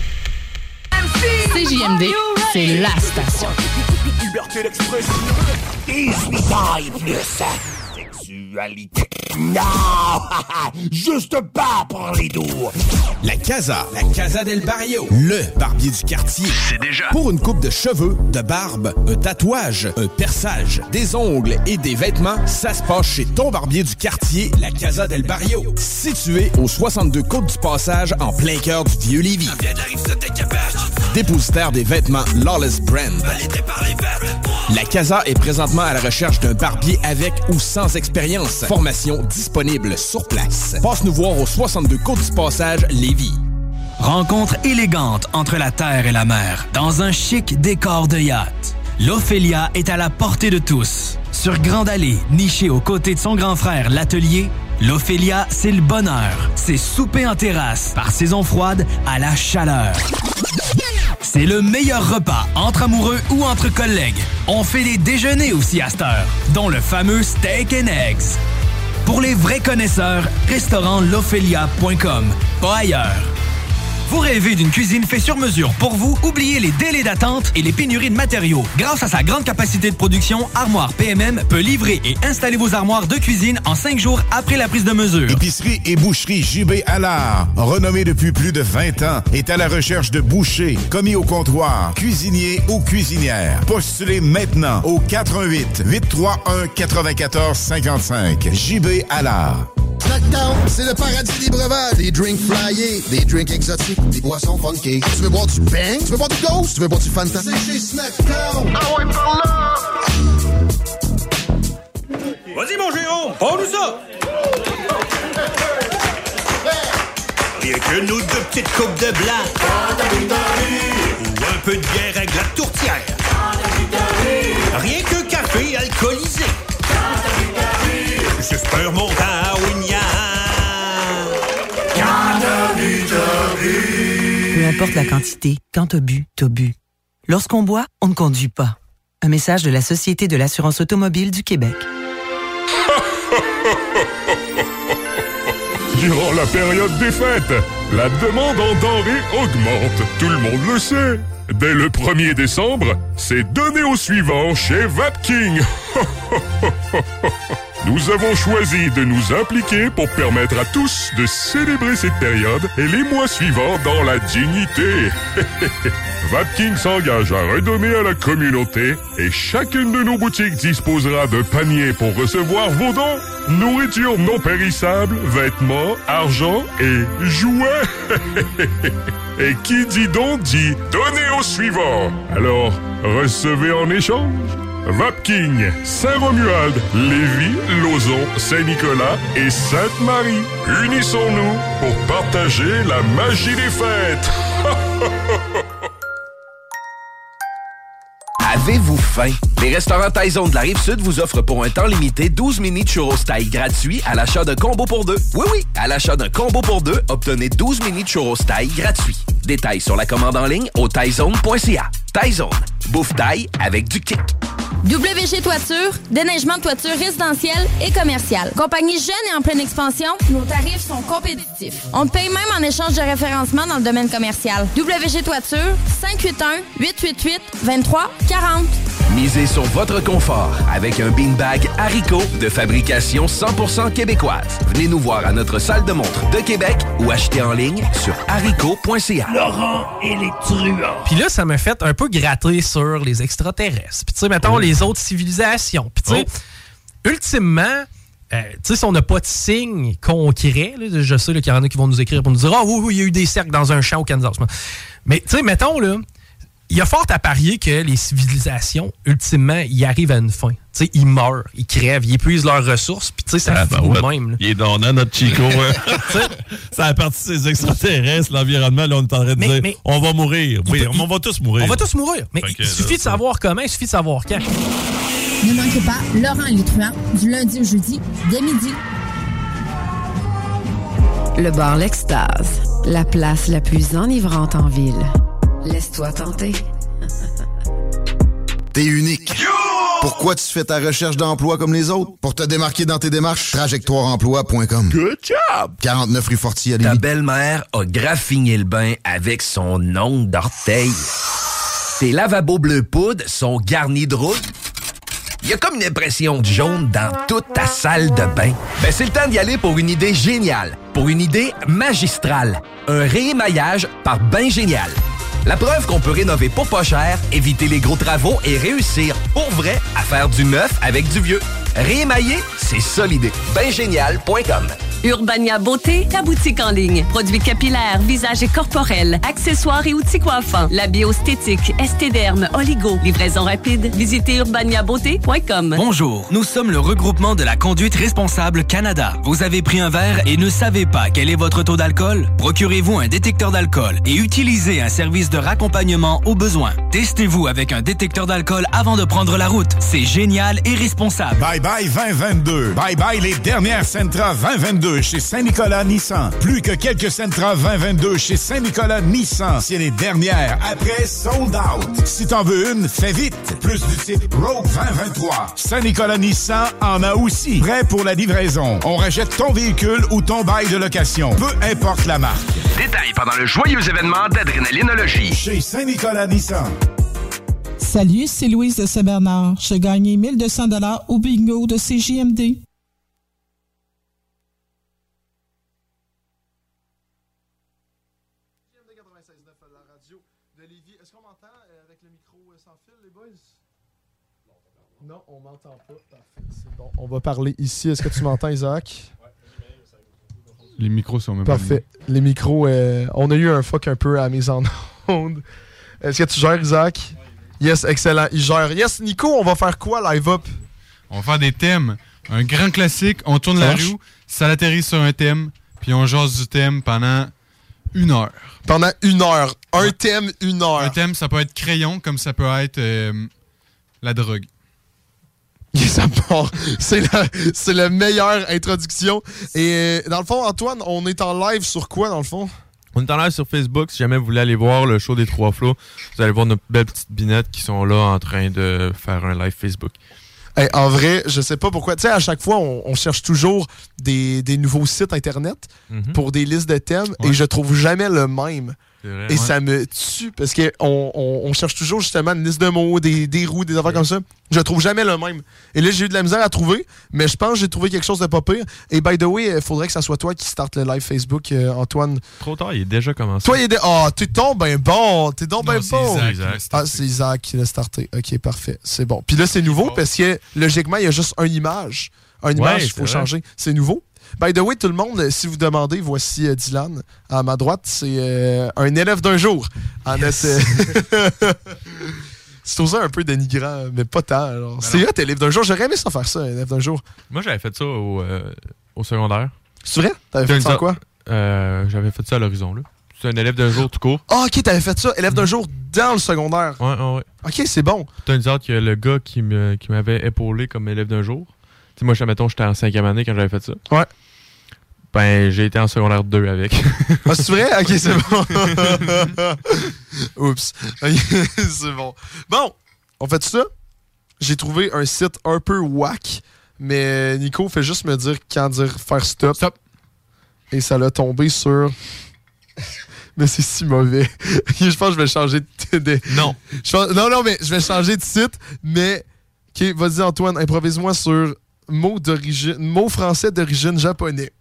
C J M D, c'est la station. Liberté d'expression. dix-huit ans et plus. Sexualité. Non! Juste pas pour les doux. La Casa. La Casa del Barrio. Le barbier du quartier. C'est déjà. Pour une coupe de cheveux, de barbe, un tatouage, un perçage, des ongles et des vêtements, ça se passe chez ton barbier du quartier, la Casa del Barrio. Situé au soixante-deux Côte du Passage, en plein cœur du Vieux-Lévis. Dépositaire des vêtements Lawless Brand. La Casa est présentement à la recherche d'un barbier avec ou sans expérience. Formation disponible sur place. Passe nous voir au soixante-deux Côte du Passage, Lévis. Rencontre élégante entre la terre et la mer, dans un chic décor de yacht. L'Ophélia est à la portée de tous. Sur Grande Allée, nichée aux côtés de son grand frère, l'Atelier, l'Ophélia, c'est le bonheur. C'est souper en terrasse, par saison froide à la chaleur. C'est le meilleur repas entre amoureux ou entre collègues. On fait des déjeuners aussi à cette heure, dont le fameux steak and eggs. Pour les vrais connaisseurs, restaurant lophélia point com, pas ailleurs. Vous rêvez d'une cuisine faite sur mesure pour vous? Oubliez les délais d'attente et les pénuries de matériaux. Grâce à sa grande capacité de production, Armoire P M M peut livrer et installer vos armoires de cuisine en cinq jours après la prise de mesure. Épicerie et boucherie J B Allard, renommée depuis plus de vingt ans, est à la recherche de bouchers, commis au comptoir, cuisiniers ou cuisinières. Postulez maintenant au quatre un huit, huit trois un, quatre-vingt-quatorze cinquante-cinq. J B Allard. Snackdown, c'est le paradis des breuvages. Des drinks flyés, des drinks exotiques, des boissons funky. Tu veux boire du Bang? Tu veux boire du Ghost? Tu veux boire du Fanta? C'est chez Snackdown. Ah ouais, par là! Vas-y, mon Jérôme, prends-nous ça! Rien que nous deux petites coupes de blanc. Ou un peu de bière avec la tourtière. Rien qu'un café alcoolisé. J'espère mon Winnia. Peu importe la quantité, quand t'as bu, t'as bu. Lorsqu'on boit, on ne conduit pas. Un message de la Société de l'assurance automobile du Québec. Durant la période des fêtes, la demande en denrées augmente. Tout le monde le sait. Dès le premier décembre, c'est donné au suivant chez Vapking. Nous avons choisi de nous impliquer pour permettre à tous de célébrer cette période et les mois suivants dans la dignité. Vapking s'engage à redonner à la communauté et chacune de nos boutiques disposera d'un panier pour recevoir vos dons. Nourriture non périssable, vêtements, argent et jouets. Et qui dit don dit donner au suivant. Alors, recevez en échange. Vapking, Saint-Romuald, Lévis, Lauson, Saint-Nicolas et Sainte-Marie. Unissons-nous pour partager la magie des fêtes. Avez-vous faim? Les restaurants Taizone de la Rive-Sud vous offrent pour un temps limité douze mini churros taille gratuits à l'achat d'un combo pour deux. Oui, oui, à l'achat d'un combo pour deux, obtenez douze mini churros taille gratuits. Détails sur la commande en ligne au taizone point c a. Taizone, bouffe taille avec du kick. W G Toiture, déneigement de toiture résidentielle et commerciale. Compagnie jeune et en pleine expansion, nos tarifs sont compétitifs. On te paye même en échange de référencement dans le domaine commercial. W G Toiture, cinq huit un, huit huit huit, deux trois quatre zéro. Misez sur votre confort avec un beanbag Haricot de fabrication cent pour cent québécoise. Venez nous voir à notre salle de montre de Québec ou achetez en ligne sur haricot point c a. Laurent et les truands. Puis là, ça m'a fait un peu gratter sur les extraterrestres. Puis tu sais, mettons, les autres civilisations. Puis tu sais, oh. ultimement, euh, tu sais, si on n'a pas de signe concret, là, je sais là, qu'il y en a qui vont nous écrire pour nous dire « Ah oh, oui, oui, il y a eu des cercles dans un champ au Kansas. » Mais tu sais, mettons, là, il y a fort à parier que les civilisations, ultimement, ils arrivent à une fin. Tu sais, ils meurent, ils crèvent, ils épuisent leurs ressources, puis tu sais, ça ah, finit ben, ouais. même. Là. Il est donnant, notre Chico. Hein. Ça a parti de ces extraterrestres, l'environnement, là, on est en train de mais, dire, mais, on va mourir. Oui, il, on va tous mourir. On va tous mourir, mais il suffit là, de savoir comment, il suffit de savoir quand. Ne manquez pas Laurent et les truands, du lundi au jeudi, dès midi. Le bar L'Extase, la place la plus enivrante en ville. Laisse-toi tenter. T'es unique. Pourquoi tu fais ta recherche d'emploi comme les autres? Pour te démarquer dans tes démarches, trajectoire emploi point com. Good job! quarante-neuf rue Fortier à Lévis. Ta belle-mère a graffiné le bain avec son ongle d'orteil. Tes lavabos bleu poudre sont garnis de rouille. Il y a comme une impression de jaune dans toute ta salle de bain. Ben, c'est le temps d'y aller pour une idée géniale. Pour une idée magistrale. Un réémaillage par Bain Génial. La preuve qu'on peut rénover pour pas cher, éviter les gros travaux et réussir pour vrai à faire du neuf avec du vieux. Réémailler, c'est ça l'idée. bain génial point com. Urbania Beauté, ta boutique en ligne. Produits capillaires, visage et corporels, accessoires et outils coiffants. La biostétique, estéderme, oligo. Livraison rapide. Visitez urbania beauté point com. Bonjour, nous sommes le regroupement de la Conduite Responsable Canada. Vous avez pris un verre et ne savez pas quel est votre taux d'alcool? Procurez-vous un détecteur d'alcool et utilisez un service de raccompagnement au besoin. Testez-vous avec un détecteur d'alcool avant de prendre la route. C'est génial et responsable. Bye bye vingt vingt-deux. Bye bye les dernières Sentra vingt vingt-deux chez Saint-Nicolas Nissan. Plus que quelques Sentra vingt vingt-deux chez Saint-Nicolas Nissan. C'est les dernières. Après, sold out. Si t'en veux une, fais vite. Plus du type Rogue vingt vingt-trois. Saint-Nicolas Nissan en a aussi. Prêt pour la livraison. On rachète ton véhicule ou ton bail de location. Peu importe la marque. Détails pendant le joyeux événement d'Adrénalinologie. Chez Saint-Nicolas Nissan. Salut, c'est Louise de Saint-Bernard. J'ai gagné mille deux cents dollars au bingo de C J M D. Non, on m'entend pas. Parfait, c'est bon. On va parler ici. Est-ce que tu m'entends, Isaac? Les micros sont même Parfait. pas... Les micros, euh, on a eu un fuck un peu à la mise en onde. Est-ce que tu gères, Isaac? Oui. Yes, excellent. Il gère. Yes, Nico, on va faire quoi, Live Up? On va faire des thèmes. Un grand classique. On tourne ça la marche? roue, ça atterrit sur un thème, puis on jase du thème pendant une heure. Pendant une heure. Un ouais. thème, une heure. Un thème, ça peut être crayon, comme ça peut être euh, la drogue. Ça part. C'est la, c'est la meilleure introduction. Et dans le fond, Antoine, on est en live sur quoi, dans le fond? On est en live sur Facebook. Si jamais vous voulez aller voir le show des Trois Flots, vous allez voir nos belles petites binettes qui sont là en train de faire un live Facebook. Hey, en vrai, je sais pas pourquoi. Tu sais, à chaque fois, on, on cherche toujours des, des nouveaux sites Internet mm-hmm. pour des listes de thèmes ouais. et je trouve jamais le même. Vrai, et ouais. ça me tue parce qu'on on, on cherche toujours justement une liste de mots, des, des roues, des affaires ouais. comme ça. Je trouve jamais le même. Et là, j'ai eu de la misère à trouver, mais je pense que j'ai trouvé quelque chose de pas pire. Et by the way, il faudrait que ça soit toi qui starte le live Facebook, euh, Antoine. Trop tard, il est déjà commencé. Toi, il est déjà... Ah, oh, t'es donc ben bon. T'es donc ben bon. Isaac, Isaac, ah, c'est Isaac qui l'a starté. Ok, parfait. C'est bon. Puis là, c'est nouveau parce que logiquement, il y a juste une image. Une image, il faut vrai. changer. C'est nouveau. By the way, tout le monde, si vous demandez, voici euh, Dylan à ma droite. C'est euh, un élève d'un jour. En yes. notre, euh... C'est osé un peu dénigrant, mais pas tant. Alors. Ben C'est hot, élève d'un jour. J'aurais aimé ça faire ça, élève d'un jour. Moi, j'avais fait ça au, euh, au secondaire. C'est vrai? T'avais fait ça en quoi? Euh, j'avais fait ça à l'horizon, là. C'est un élève d'un jour tout court. Ah, ok, t'avais fait ça, élève d'un jour dans le secondaire. Ouais, ouais, ouais. Ok, c'est bon. T'as une sorte que le gars qui me qui m'avait épaulé comme élève d'un jour. Tu sais, moi, mettons, j'étais en cinquième année quand j'avais fait ça. Ouais. Ben, j'ai été en secondaire deux avec. Ah, c'est vrai? Ok, c'est bon. Oups. C'est bon. Bon, on fait ça. J'ai trouvé un site un peu whack, mais Nico fait juste me dire quand dire faire stop. Stop. Et ça l'a tombé sur... Mais c'est si mauvais. Je pense que je vais changer de... de... Non. Je pense... Non, non, mais je vais changer de site, mais... Ok, vas-y Antoine, improvise-moi sur mot d'origine, mot français d'origine japonais.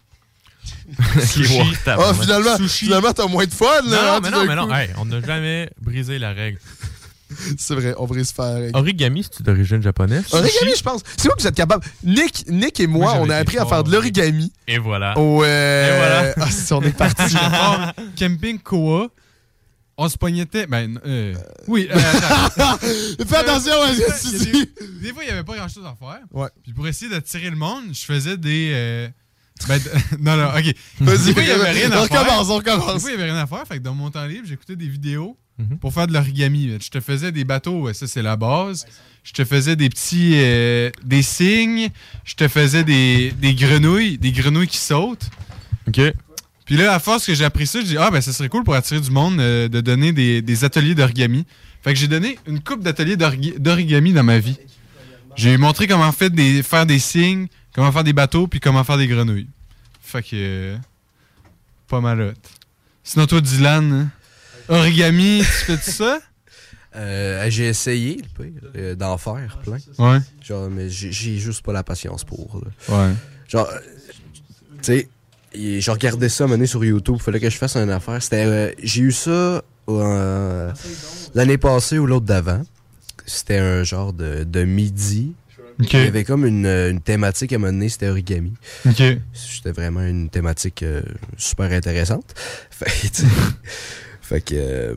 Sushi. Ah, finalement, finalement, t'as moins de fun, là. Non, mais non, mais non. Hey, on n'a jamais brisé la règle. C'est vrai, on brise pas la règle. Origami, c'est d'origine japonaise? Origami, je pense. C'est où que vous êtes capable? Nick, Nick et moi, moi on a appris à faire de l'origami. Et voilà. Ouais. Et voilà. Ah, si on est parti. Camping Koa. On se pognettait. Ben, euh, oui. Euh, Fais attention à ce que tu dis. Des, des fois, il n'y avait pas grand-chose à faire. Ouais. Puis pour essayer d'attirer le monde, je faisais des. Euh, ben, non, non, ok. Vas-y, des fois, il n'y avait rien à on faire. recommence, on recommence. Des fois, il n'y avait rien à faire. Fait que dans mon temps libre, j'écoutais des vidéos mm-hmm. pour faire de l'origami. Je te faisais des bateaux, ça, c'est la base. Je te faisais des petits. Euh, des cygnes. Je te faisais des, des grenouilles. Des grenouilles qui sautent. OK. Puis là, à force que j'ai appris ça, je dis ah ben ça serait cool pour attirer du monde euh, de donner des, des ateliers d'origami. Fait que j'ai donné une couple d'ateliers d'origami, d'origami dans ma vie. J'ai montré comment faire des, faire des signes, comment faire des bateaux, puis comment faire des grenouilles. Fait que euh, pas mal hot. Sinon toi, Dylan, hein? Origami, tu fais ça? Euh, j'ai essayé le pire, euh, d'en faire plein. Ouais. Genre, mais j'ai, j'ai juste pas la patience pour. Là. Ouais. Genre, euh, tu sais. Et je regardais ça mener sur YouTube, il fallait que je fasse une affaire. C'était, euh, j'ai eu ça euh, l'année passée ou l'autre d'avant. C'était un genre de, de midi. Okay. Il y avait comme une, une thématique à mener, c'était origami. Okay. C'était vraiment une thématique euh, super intéressante. Fait, fait que... Euh,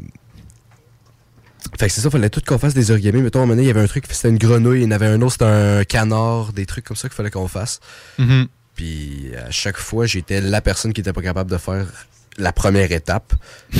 fait que c'est ça, il fallait tout qu'on fasse des origamis. Mettons, à un moment donné, il y avait un truc, c'était une grenouille, il y en avait un autre, c'était un canard, des trucs comme ça qu'il fallait qu'on fasse. Mm-hmm. Puis à chaque fois, j'étais la personne qui était pas capable de faire la première étape.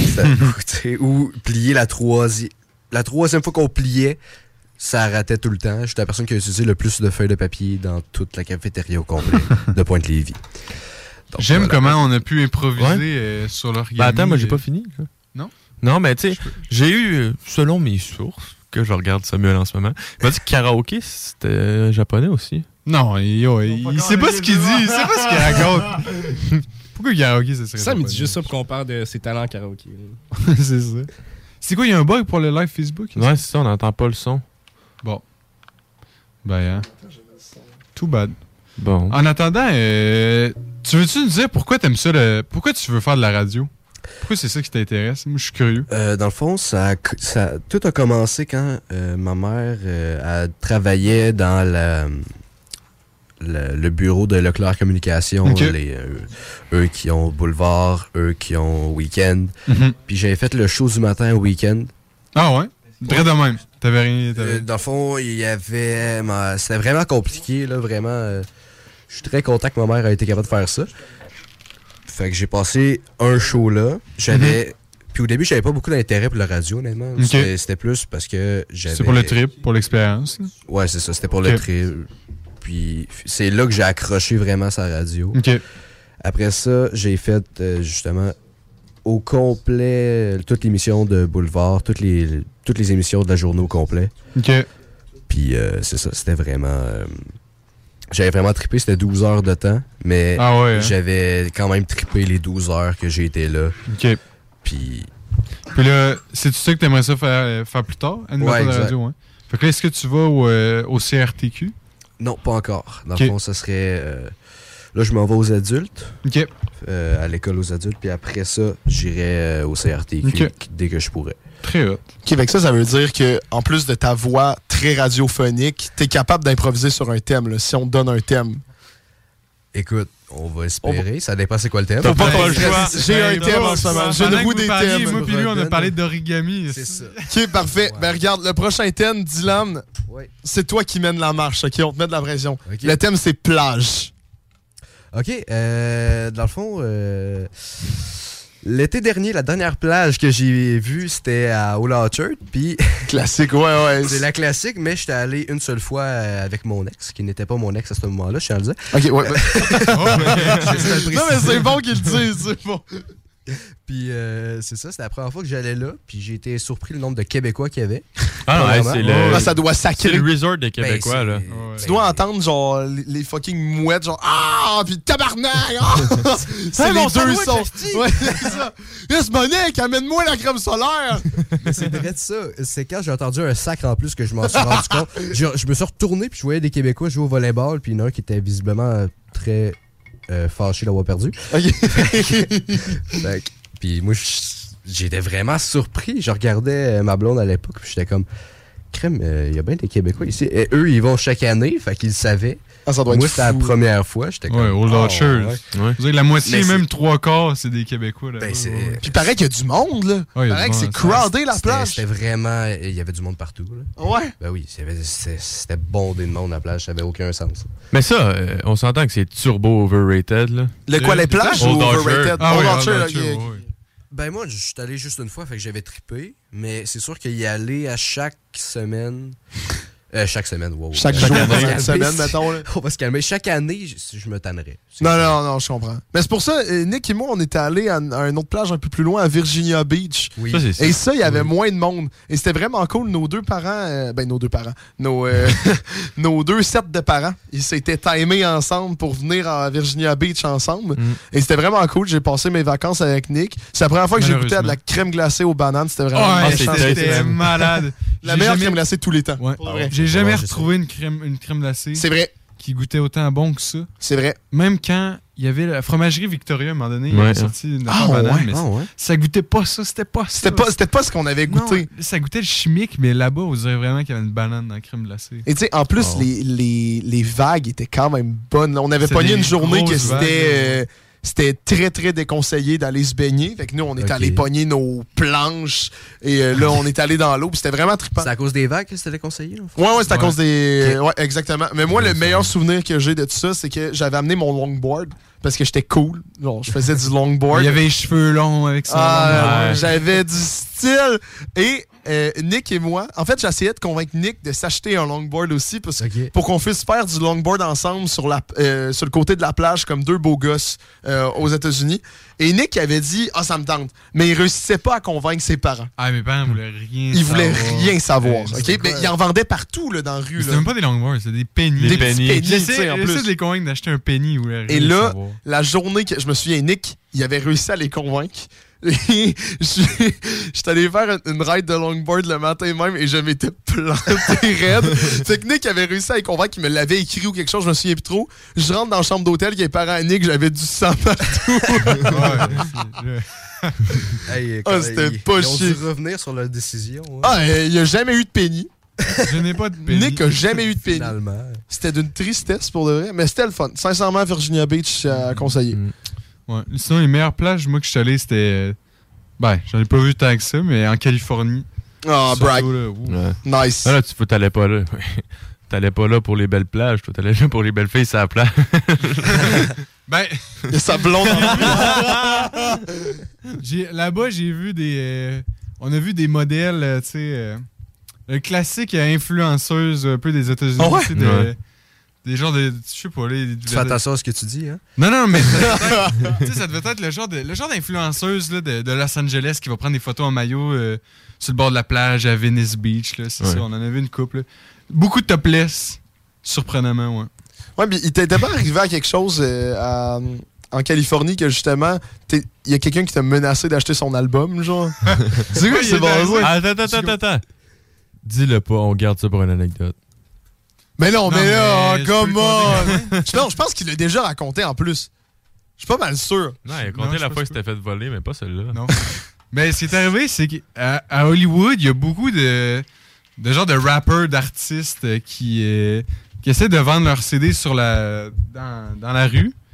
Ou plier la troisième. La troisième fois qu'on pliait, ça ratait tout le temps. J'étais la personne qui a utilisé le plus de feuilles de papier dans toute la cafétéria au complet de Pointe-Lévis. Donc, J'aime voilà. comment on a pu improviser ouais. euh, sur l'origami. Ben attends, moi j'ai pas fini. Ça. Non? Non, mais tu sais, j'ai eu, selon mes sources, que je regarde Samuel en ce moment, il m'a dit que karaoké, c'était japonais aussi. Non, il, il, il, il sait pas ce qu'il dit, il sait pas ce qu'il raconte. Pourquoi le karaoké, ça serait ça? Ça me dit juste ça pour qu'on parle de ses talents en karaoké. C'est ça. C'est quoi, il y a un bug pour le live Facebook? Ouais, c'est ça, on n'entend pas le son. Bon. Ben, hein. Too bad. Bon. En attendant, euh, tu veux-tu nous dire pourquoi t'aimes ça, le... pourquoi tu veux faire de la radio? Pourquoi c'est ça qui t'intéresse? Moi, je suis curieux. Euh, dans le fond, ça, ça, tout a commencé quand euh, ma mère euh, elle travaillait dans la, le, le bureau de Leclerc Communication. Okay. Les, euh, eux qui ont Boulevard, eux qui ont Week-end. Mm-hmm. Puis j'avais fait le show du matin au Week-end. Ah ouais? Très de même. T'avais rien. T'avais... Euh, dans le fond, il y avait... Ma, c'était vraiment compliqué, là, vraiment. Euh, je suis très content que ma mère ait été capable de faire ça. Fait que j'ai passé un show là. J'avais. Mm-hmm. Puis au début, j'avais pas beaucoup d'intérêt pour la radio, honnêtement. Okay. C'était, c'était plus parce que j'avais. C'est pour le trip, pour l'expérience. Ouais, c'est ça. C'était pour okay. le trip. Puis c'est là que j'ai accroché vraiment sa radio. Okay. Après ça, j'ai fait euh, justement au complet toute l'émission de Boulevard, toutes les, toutes les émissions de la journée au complet. OK. Puis euh, c'est ça, c'était vraiment... Euh, j'avais vraiment trippé, c'était douze heures de temps, mais ah ouais, hein? J'avais quand même trippé les douze heures que j'ai été là. OK. Puis... Puis là, c'est-tu ça que t'aimerais ça faire, faire plus tard, animateur ouais, de radio, hein? Fait que là, est-ce que tu vas au, euh, au C R T Q? Non, pas encore. Dans okay. le fond, ça serait... Euh, là, je m'en vais aux adultes. OK. Euh, à l'école aux adultes, puis après ça, j'irai euh, au C R T Q okay. dès que je pourrais. Très hot. OK, avec ça, ça veut dire que en plus de ta voix très radiophonique, t'es capable d'improviser sur un thème, là, si on te donne un thème. Écoute, on va espérer. On... Ça dépend c'est quoi le thème. T'as pas, pas le choix. J'ai un thème en ce moment. J'ai le goût des parliez, thèmes. Moi puis lui, on a parlé d'origami. C'est ça. OK, parfait. Ouais. Ben regarde, le prochain thème, Dylan, ouais. c'est toi qui mène la marche. OK, on te met de la pression. Okay. Le thème, c'est plage. OK. Euh, dans le fond, euh, l'été dernier, la dernière plage que j'ai vue, c'était à Old Orchard. Puis classique, ouais, ouais. C'est la classique, mais j'étais allé une seule fois avec mon ex, qui n'était pas mon ex à ce moment-là, je tiens à le dire. OK, ouais. Non, mais c'est bon qu'il le dise, c'est bon. Puis euh, c'est ça, c'était la première fois que j'allais là, puis j'ai été surpris le nombre de Québécois qu'il y avait. Ah ouais, c'est le... Ah, ça doit sacrer. C'est le resort des Québécois, ben, là. Ouais, tu dois entendre, genre, les, les fucking mouettes, genre, ah, puis tabarnak! Ah! C'est les deux sons. Ouais, c'est ça. Yes, Monique, amène-moi la crème solaire! C'est vrai de ça. C'est quand j'ai entendu un sacre en plus que je m'en suis rendu compte. Je, je me suis retourné, puis je voyais des Québécois jouer au volleyball, puis il y en a un qui était visiblement très... Euh, fâché d'avoir perdu. Okay. fait, puis moi, j'étais vraiment surpris. Je regardais ma blonde à l'époque, puis j'étais comme, crème, il euh, y a bien des Québécois ici. Et eux, ils vont chaque année, fait qu'ils le savaient. Ah, ça doit moi, être c'était la première fois. J'étais comme, ouais, Old Orchard. Oh, ouais. ouais. La moitié, même trois quarts, c'est des Québécois. Là. Ben, c'est... Ouais. Puis pareil qu'il y a du monde, là. Ouais, pareil que c'est crowded, la plage. C'était vraiment... Il y avait du monde partout, là. Ouais? Ben oui, c'était bondé de monde, la plage. Ça avait aucun sens. Mais ça, euh, on s'entend que c'est turbo overrated, là. Le quoi, les plages ou overrated? Ah, Old oui, Orchard, okay. ouais. Ben moi, je suis allé juste une fois, fait que j'avais trippé. Mais c'est sûr qu'y aller à chaque semaine... Euh, chaque semaine, wow. Chaque jour, chaque semaine, mettons. Là. On va se calmer. Chaque année, je, je me tannerais. Non, non, non, je comprends. Mais c'est pour ça, Nick et moi, on était allés à, à une autre plage un peu plus loin, à Virginia Beach. Oui. Ça, ça. Et ça, il y avait oui. moins de monde. Et c'était vraiment cool. Nos deux parents, euh, ben nos deux parents, nos, euh, nos deux sets de parents, ils s'étaient timés ensemble pour venir à Virginia Beach ensemble. Mm. Et c'était vraiment cool. J'ai passé mes vacances avec Nick. C'est la première fois que j'ai goûté à de la crème glacée aux bananes. C'était vraiment oh, ouais, C'était malade. La meilleure jamais... crème glacée de tous les temps. Ouais. J'ai jamais retrouvé une crème, une crème glacée. C'est vrai. Qui goûtait autant bon que ça. C'est vrai. Même quand il y avait la fromagerie Victoria, à un moment donné, ouais, il avait sorti une ah, banane, ouais, mais ah, ouais. ça goûtait pas ça, c'était pas ça. C'était pas, c'était pas ce qu'on avait goûté. Non, ça goûtait le chimique, mais là-bas, on dirait vraiment qu'il y avait une banane dans la crème glacée. Et tu sais, en plus, oh. les, les, les vagues étaient quand même bonnes. On avait pogné une journée que c'était... C'était très, très déconseillé d'aller se baigner. Fait que nous, on est okay. allé pogner nos planches et euh, là, on est allé dans l'eau. Puis c'était vraiment trippant. C'est à cause des vagues que c'était déconseillé? Ouais, ouais, c'est à ouais. cause des... Okay. Ouais, exactement. Mais moi, le meilleur souvenir que j'ai de tout ça, c'est que j'avais amené mon longboard parce que j'étais cool. Genre, je faisais du longboard. Il y avait les cheveux longs avec ça. Ah, ouais. J'avais du style. Et euh, Nick et moi, en fait, j'essayais de convaincre Nick de s'acheter un longboard aussi parce, okay. pour qu'on puisse faire du longboard ensemble sur, la, euh, sur le côté de la plage comme deux beaux gosses euh, aux États-Unis. Et Nick avait dit « Ah, ça me tente ». Mais il réussissait pas à convaincre ses parents. Ah, mes parents voulaient rien Ils savoir. voulaient rien savoir. Euh, okay? Mais ils en vendaient partout là, dans la rue. C'était même pas des longboards, c'était des pennies. Des, des pennies. pennies J'essaie de les convaincre d'acheter un penny. Ou rien Et là, savoir. La journée que je me souviens, Nick, il avait réussi à les convaincre. Et je suis allé faire une ride de longboard le matin même et je m'étais planté raide. Fait que Nick avait réussi à les convaincre qu'il me l'avait écrit ou quelque chose, je me souviens plus trop. Je rentre dans la chambre d'hôtel qui est parent à Nick, j'avais du sang partout. hey, ah, c'était pas chier. Ils ont dû revenir sur leur décision. Hein. Ah, il n'y a jamais eu de penny. Je n'ai pas de penny. Nick a jamais eu de penny. C'était d'une tristesse pour de vrai, mais c'était le fun. Sincèrement, Virginia Beach à conseiller. Mm. Ouais. Sinon, les meilleures plages, moi, que je suis allé, c'était... Ben, j'en ai pas vu tant que ça, mais en Californie. Ah, oh, brag. Là, ouais. Nice. Ah, là, tu t'allais pas là. T'allais pas là pour les belles plages, toi, t'allais là pour les belles filles sur la plage. Ben... Il y a sa blonde Là-bas, j'ai vu des... Euh, on a vu des modèles, euh, tu sais... Euh, le classique influenceuse un peu des États-Unis. Oh ouais? Des, ouais. des genres de... Je sais pas, les... Tu fais attention à ce que tu dis, hein? Non, non, mais... Tu sais, ça devait être le genre de le genre d'influenceuse là, de, de Los Angeles qui va prendre des photos en maillot euh, sur le bord de la plage à Venice Beach, là. C'est ouais. ça, on en a vu une couple. Là. Beaucoup de topless, surprenamment, ouais. Ouais, mais il t'était pas arrivé à quelque chose euh, à, en Californie que justement, il y a quelqu'un qui t'a menacé d'acheter son album, genre? C'est quoi, c'est bon, ça? Attends, attends, attends, attends. Dis-le pas, on garde ça pour une anecdote. Mais non, non mais là, mais come on! Non, je pense qu'il l'a déjà raconté en plus. Je suis pas mal sûr. Non, il a raconté la fois qu'il s'était fait voler, mais pas celle-là. Non. Mais ce qui est arrivé, c'est qu'à à Hollywood, il y a beaucoup de, de genres de rappers, d'artistes qui, euh, qui essaient de vendre leurs C D sur la, dans, dans la rue.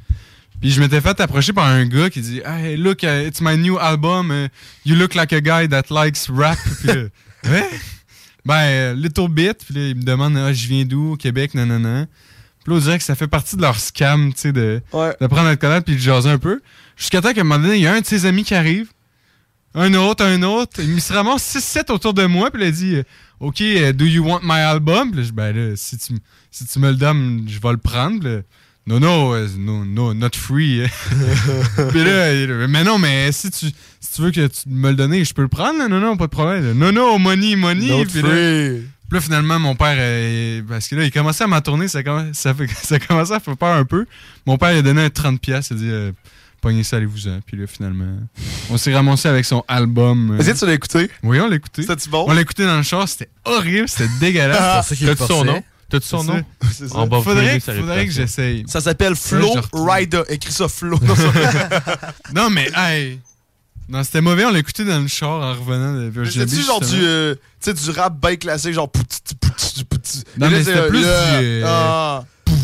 Puis je m'étais fait approcher par un gars qui dit Hey, look, uh, it's my new album. Uh, you look like a guy that likes rap. Puis là, ouais? Ben, uh, little bit. Puis là, il me demande ah, je viens d'où, au Québec, nanana. Puis là, on dirait que ça fait partie de leur scam, tu sais, de, ouais. de prendre notre connaître puis de jaser un peu. Jusqu'à temps qu'à un moment donné, il y a un de ses amis qui arrive. Un autre, un autre. Il se ramasse six sept autour de moi. Puis il a dit OK, uh, do you want my album? Puis là, je, ben là, si tu, si tu me le donnes, je vais le prendre. Puis là, non, non, no, no, not free. Puis là, mais non, mais si tu, si tu veux que tu me le donnes, je peux le prendre. Là? Non, non, pas de problème. Non, non, money, money. Not puis free. Là, puis là, finalement, mon père, euh, parce que là, il commençait à m'entourner, ça, ça, fait, ça commençait à faire peur un peu. Mon père, il a donné un trente piastres, il a dit euh, pognez ça, allez-vous-en. Puis là, finalement, on s'est ramassé avec son album. Euh... Est-ce que tu l'as écouté? Oui, on l'a écouté. C'était-tu bon? On l'a écouté dans le char, c'était horrible, c'était dégueulasse. T'as-tu son nom? T'as-tu son nom? C'est ça. En bas, faudrait, faudrait que j'essaye. Ça s'appelle Flow Rider. Écris ça, Flow. Non, mais, hey! Non, c'était mauvais, on l'a écouté dans le char en revenant de Virgin Beach. C'était-tu genre du, euh, tu sais, du rap bien classique, genre pouti, pouti, pouti. Non, mais c'était plus le, du... Ah.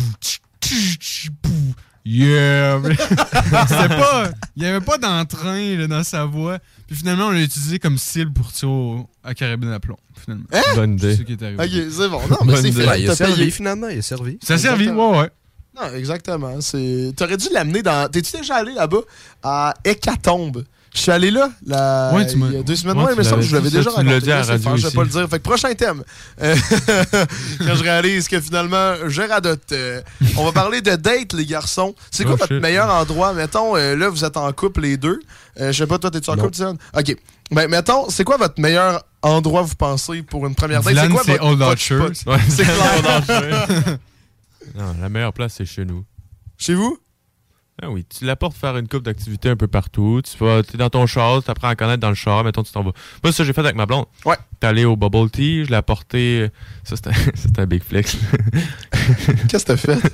Yeah! C'était pas... Il n'y avait pas d'entrain là, dans sa voix. Puis finalement, on l'a utilisé comme cible pour tirer à carabine à plomb, finalement. Hein? Bonne idée. C'est ce qui est arrivé. Ok, c'est bon. Non, mais c'est fait. Ben, il a servi, finalement, il a servi. Ça a servi, ouais, ouais. Non, exactement. C'est... T'aurais dû l'amener dans... T'es-tu déjà allé là-bas à Hécatombe? Je suis allé là, la... ouais, tu il y a deux semaines. Ouais, Ouais, mais ça, je l'avais déjà tu l'as dit à la raconté. radio Je vais ici. pas le dire. Fait que prochain thème. Euh, Quand je réalise que finalement, je radote. Euh, on va parler de date, les garçons. C'est quoi Oh, votre shit. meilleur endroit? Mettons, euh, là, vous êtes en couple les deux. Euh, je sais pas, toi, t'es-tu en couple, Dylan? OK. Ben, mettons, c'est quoi votre meilleur endroit, vous pensez, pour une première date? Dylan, c'est quoi c'est votre, Old votre Archer. spot? Ouais, C'est clair. Non, la meilleure place, c'est chez nous. Chez vous? Ah oui, tu l'apportes faire une couple d'activités un peu partout. Tu vas, t'es dans ton char, tu apprends à connaître dans le char, mettons, tu t'en vas. Moi, ça, j'ai fait avec ma blonde. Ouais. T'es allé au Bubble Tea, je l'ai apporté. Ça, c'était, c'était un big flex. Qu'est-ce que t'as fait?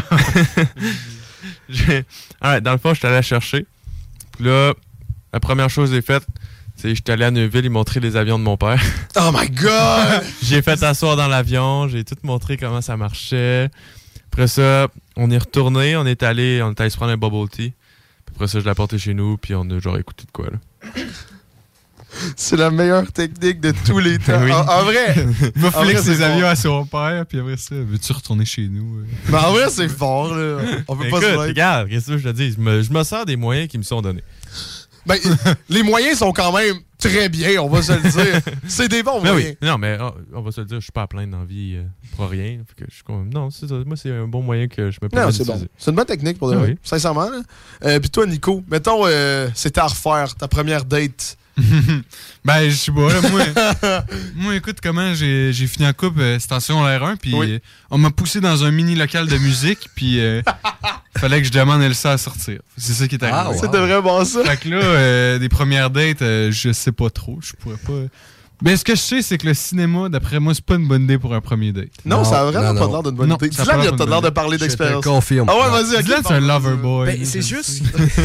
j'ai... Alright, dans le fond, je suis allé la chercher. Puis là, la première chose que j'ai faite, c'est que je suis allé à Neuville, il montrer les avions de mon père. Oh my God! J'ai fait asseoir dans l'avion, j'ai tout montré comment ça marchait. Après ça, on est retourné, on est allé, on est allé se prendre un bubble tea. Puis après ça, je l'ai apporté chez nous, puis on a genre écouté de quoi, là. C'est la meilleure technique de tous les temps. Oui. En, en vrai. Il va en vrai, flex c'est ses fort. avions à son père, puis après ça, veux-tu retourner chez nous? Mais en vrai, c'est fort, là. On peut Écoute, pas se plaindre. regarde, qu'est-ce que je te dis? Je me, je me sers des moyens qui me sont donnés. Ben, les moyens sont quand même très bien, on va se le dire. C'est des bons Mais moyens. oui, non, mais oh, on va se le dire, je suis pas à plaindre dans la vie euh, pour rien. Fait que je suis comme, non, c'est ça. Moi, c'est un bon moyen que je me permets Non, c'est d'utiliser. bon. C'est une bonne technique pour de Ah vrai. oui. Sincèrement. Là. Euh, Puis toi, Nico, mettons, euh, c'était à refaire ta première date. Ben, je sais pas, là, moi, moi, écoute, comment j'ai, j'ai fini en couple, euh, station R un, puis Oui. euh, on m'a poussé dans un mini local de musique, puis euh, fallait que je demande Elsa à sortir. C'est ça qui est arrivé. Ah, wow. C'était vraiment ça. Fait que là, euh, des premières dates, euh, je sais pas trop, je pourrais pas... Mais ce que je sais, c'est que le cinéma, d'après moi, c'est pas une bonne idée pour un premier date. Non, Non, ça a vraiment non, pas non. l'air d'une bonne Non, idée. ça a Dylan, pas il l'air a d'une l'air de bonne parler Je te d'expérience. confirme. Ah ouais, vas-y, ok. Dylan, c'est un lover boy. Ben, c'est juste...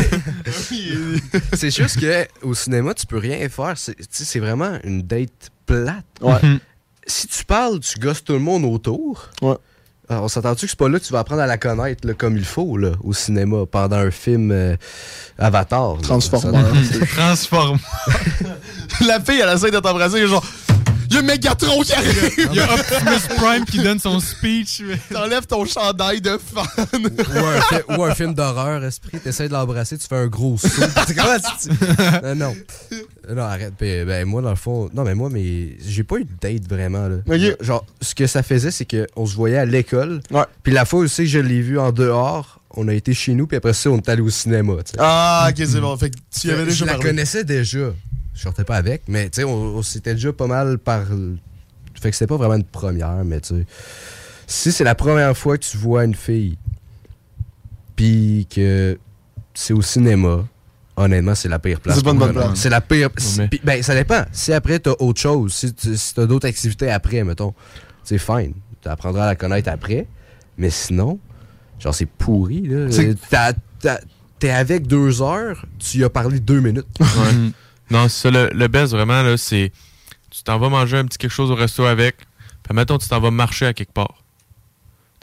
c'est juste que au cinéma, tu peux rien faire. C'est, tu sais, c'est vraiment une date plate. Ouais. Si tu parles, tu gosses tout le monde autour. Ouais. Alors, on s'entend-tu que c'est pas là que tu vas apprendre à la connaître là, comme il faut là, au cinéma pendant un film euh, Avatar. là. Transformers. Ça- Transforme. La fille, elle essaie de t'embrasser, elle est genre... Il y a Megatron qui arrive! Il y a Optimus Prime qui donne son speech. mais- T'enlèves ton chandail de fan. ou, un fi- ou un film d'horreur, esprit, t'essaies de l'embrasser, tu fais un gros saut. C'est comment tu... Non, non. Non, arrête. Ben, ben, moi, dans le fond... Non, mais moi, mais j'ai pas eu de date, vraiment. Là. Ok. Genre, ce que ça faisait, c'est qu'on se voyait à l'école. Ouais. Puis la fois aussi que je l'ai vu en dehors, on a été chez nous, puis après ça, on est allé au cinéma. T'sais. Ah, ok, c'est bon. Fait que tu y avais je déjà la parlé. connaissais déjà. Je sortais pas avec, mais tu sais, on, on s'était déjà pas mal par... Fait que c'était pas vraiment une première, mais tu sais... Si c'est la première fois que tu vois une fille, puis que c'est au cinéma, honnêtement, c'est la pire place. C'est pas une pour bonne moi, là. place. C'est la pire... mais- Pis, ben, ça dépend. Si après, t'as autre chose, si, tu- si t'as d'autres activités après, mettons, c'est fine. Tu apprendras à la connaître après, mais sinon, genre, c'est pourri, là. C'est- T'as- t'as- T'es avec deux heures, tu y as parlé deux minutes. Ouais. Non, c'est ça, le, le best, vraiment, là, c'est... Tu t'en vas manger un petit quelque chose au resto avec, puis mettons, tu t'en vas marcher à quelque part. Tu sais,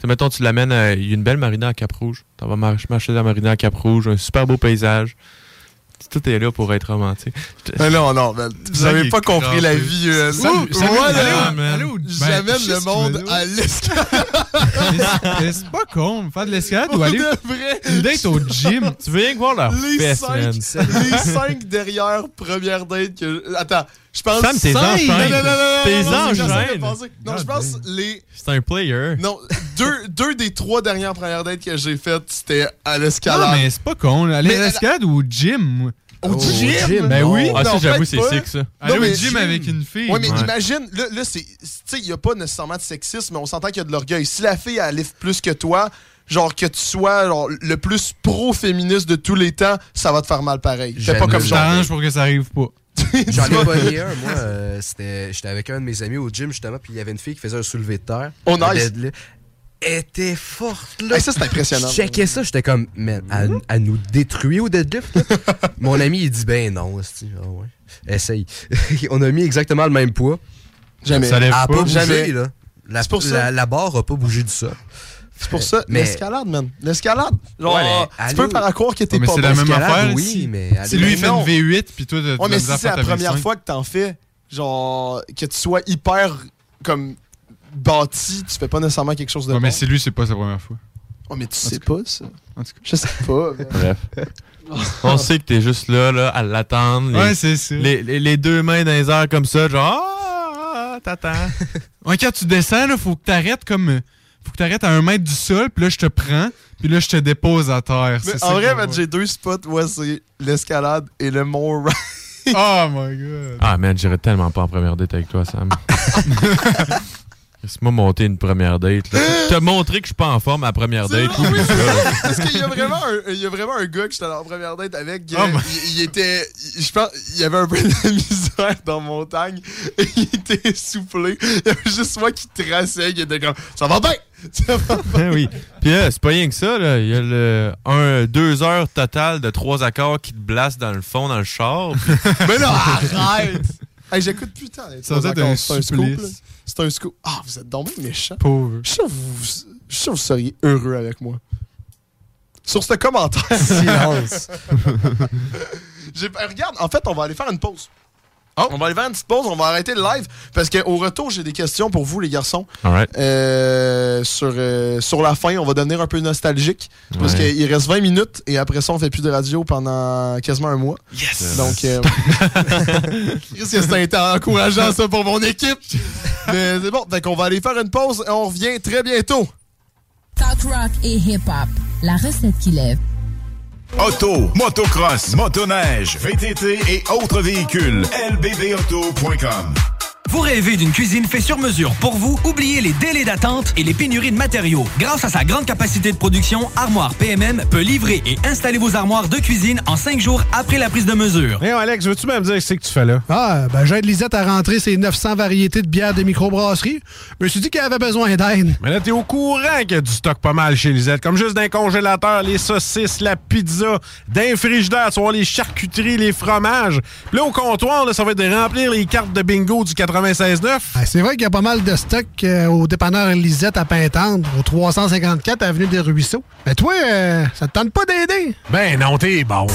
mettons, tu l'amènes, à, il y a une belle marina à Cap-Rouge. Tu vas marcher dans la marina à Cap-Rouge, un super beau paysage. Tout est là pour être romantique. Mais non, non, man. Vous avez pas compris la vie. Euh, Ouh, moi, là, j'amène le monde à l'escalade. Mais c'est pas con, faire de l'escalade ou aller une date au gym. Tu veux rien que voir leur les fesse, cinq, les cinq derrière première date que... Attends, je pense... Sam, t'es enchaînes. Non, non, non, non, T'es non, non, enchaînes. non, je pense les... C'est un player. Non, deux, deux des trois dernières premières dates que j'ai faites, c'était à l'escalade. Non, mais c'est pas con. Aller à l'escalade ou au gym? Au oh, gym? Ben oui. Ah, ça, j'avoue, c'est sick, ça. Aller au gym avec une fille. Ouais, mais ouais. Imagine, là, là c'est. Tu sais, il n'y a pas nécessairement de sexisme, mais on s'entend qu'il y a de l'orgueil. Si la fille, elle lift plus que toi, genre que tu sois genre, le plus pro-féministe de tous les temps, ça va te faire mal pareil. C'est pas comme genre. T'arranges pour que ça arrive pas. J'en ai pogné un, moi. Euh, j'étais avec un de mes amis au gym, justement, puis il y avait une fille qui faisait un soulevé de terre. Oh, nice! Elle était forte, là. Hey, ça, c'est impressionnant. Je checkais ça, j'étais comme, man, elle, elle nous détruit au deadlift, là. Mon ami, il dit, ben non, ah ouais. Essaye. On a mis exactement le même poids. Jamais. Ça lève pas. pas bougé, Jamais. là. La, c'est pour ça. La, la barre a pas bougé du sol. C'est pour ça, mais... l'escalade, man. L'escalade. Genre, ouais, tu peux faire à croire que t'es ouais, pas bon. Mais c'est la même affaire, oui, si, mais... Si lui, il fait une V huit, puis toi, tu ouais, mais si c'est la première fois que t'en fais, genre, que tu sois hyper, comme... bâti, tu fais pas nécessairement quelque chose de ouais, bon. Mais c'est lui, c'est pas sa première fois. Oh, mais tu en sais pas ça. En tout cas. Je sais pas. Bref. On sait que t'es juste là, là, à l'attendre. Ouais, c'est ça. Les, les, les deux mains dans les airs comme ça, genre, ah, t'attends. Ouais, quand tu descends, là, faut que t'arrêtes comme. Faut que t'arrêtes à un mètre du sol, puis là, je te prends, puis là, je te dépose à terre. Mais en vrai, ben, j'ai deux spots. Ouais, c'est l'escalade et le mont Ride. Oh my god. Ah, man, j'irais tellement pas en première date avec toi, Sam. Laisse-moi monter une première date. Là. Te montrer que je suis pas en forme à la première date. Oui, oui, parce qu'il y a vraiment un, il y a vraiment un gars que j'étais en première date avec. Oh euh, il, il était. Je pense il y avait un peu de misère dans la montagne. Et il était essoufflé. Il y avait juste moi qui traçais. Qui était comme ça va bien! Ça va bien! Oui. Puis là, c'est pas rien que ça. Là. Il y a le un, deux heures totales de trois accords qui te blasent dans le fond, dans le char. Puis... Mais non, arrête! Hey, j'écoute putain. Ça va être un scoop. C'est un scoop. Ah, vous êtes donc méchant. Pauvre. Je suis sûr que vous, je suis sûr que vous seriez heureux avec moi. Sur ce commentaire. Silence. J'ai, regarde, en fait, on va aller faire une pause. Oh. On va aller faire une petite pause, on va arrêter le live parce qu'au retour, j'ai des questions pour vous, les garçons. Right. Euh, sur, euh, sur la fin, on va devenir un peu nostalgique ouais. Parce qu'il reste vingt minutes et après ça, on fait plus de radio pendant quasiment un mois. Yes! Donc, euh, c'est encourageant ça pour mon équipe. Mais c'est bon, fait qu'on va aller faire une pause et on revient très bientôt. Talk rock et hip-hop, la recette qui lève. Auto, motocross, motoneige, V T T et autres véhicules. L B B auto point com. Vous rêvez d'une cuisine faite sur mesure pour vous? Oubliez les délais d'attente et les pénuries de matériaux. Grâce à sa grande capacité de production, Armoire P M M peut livrer et installer vos armoires de cuisine en cinq jours après la prise de mesure. Hé, hey Alex, veux-tu même dire ce que tu fais là? Ah, ben j'aide Lisette à rentrer ses neuf cents variétés de bières de microbrasserie. Je me suis dit qu'elle avait besoin d'aide. Mais là, t'es au courant qu'il y a du stock pas mal chez Lisette. Comme juste d'un congélateur, les saucisses, la pizza, d'un frigidaire, tu vois, les charcuteries, les fromages. Puis là, au comptoir, là, ça va être de remplir les cartes de bingo du quatre-vingt-seize neuf. Ah, c'est vrai qu'il y a pas mal de stock euh, au dépanneur Lisette à Pintendre, au trois cent cinquante-quatre avenue des Ruisseaux. Mais toi, euh, ça te tente pas d'aider? Ben non, t'es bon.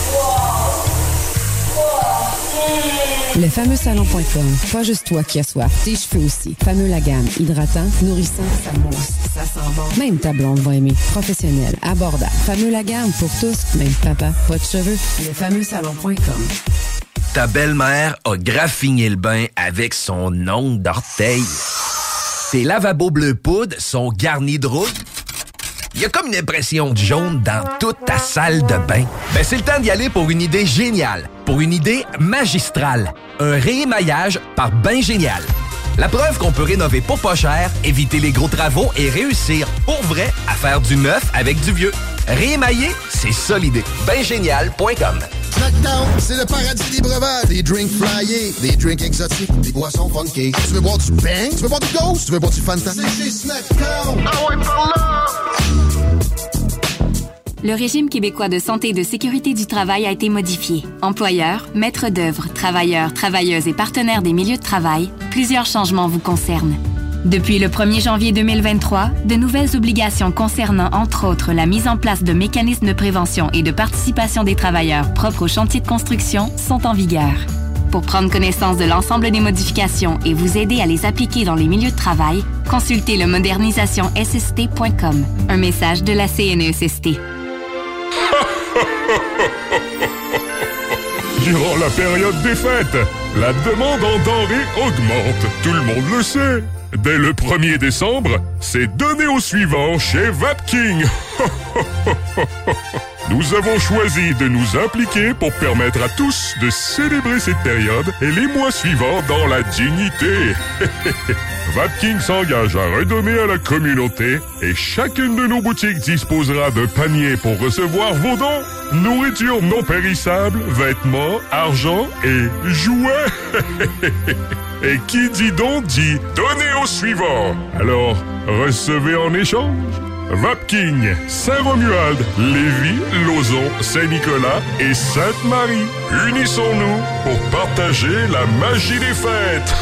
Le fameux salon point com. Pas juste toi qui as soif, tes cheveux aussi. Fameux la gamme. Hydratant, nourrissant, ça mousse, ça sent bon. Même ta blonde va aimer. Professionnel, abordable. Fameux la gamme pour tous, même papa, pas de cheveux. Le fameux salon point com. Ta belle-mère a graffiné le bain avec son ongle d'orteil. Tes lavabos bleu poudre sont garnis de rouille. Il y a comme une impression de jaune dans toute ta salle de bain. Ben, c'est le temps d'y aller pour une idée géniale. Pour une idée magistrale. Un réémaillage par Bain Génial. La preuve qu'on peut rénover pour pas cher, éviter les gros travaux et réussir pour vrai à faire du neuf avec du vieux. Réémailler, c'est ça l'idée. bain génial point com. Snackdown, c'est le paradis des breuvages. Des drinks flyés, des drinks exotiques, des boissons funky. Tu veux boire du bang? Tu veux boire du ghost? Tu veux boire du Fanta? C'est chez Snackdown. Ah ouais, par là! Le régime québécois de santé et de sécurité du travail a été modifié. Employeurs, maîtres d'œuvre, travailleurs, travailleuses et partenaires des milieux de travail, plusieurs changements vous concernent. Depuis le premier janvier deux mille vingt-trois, de nouvelles obligations concernant, entre autres, la mise en place de mécanismes de prévention et de participation des travailleurs propres aux chantiers de construction sont en vigueur. Pour prendre connaissance de l'ensemble des modifications et vous aider à les appliquer dans les milieux de travail, consultez le modernisation s s t point com. Un message de la C N E S S T. Durant la période des fêtes, la demande en denrées augmente. Tout le monde le sait. Dès le premier décembre, c'est donné au suivant chez Vapking. Nous avons choisi de nous impliquer pour permettre à tous de célébrer cette période et les mois suivants dans la dignité. Vapking s'engage à redonner à la communauté et chacune de nos boutiques disposera d'un panier pour recevoir vos dons. Nourriture non périssable, vêtements, argent et jouets. Et qui dit don dit donnez au suivant. Alors, recevez en échange. Vapking, Saint-Romuald, Lévis, Lauson, Saint-Nicolas et Sainte-Marie. Unissons-nous pour partager la magie des fêtes.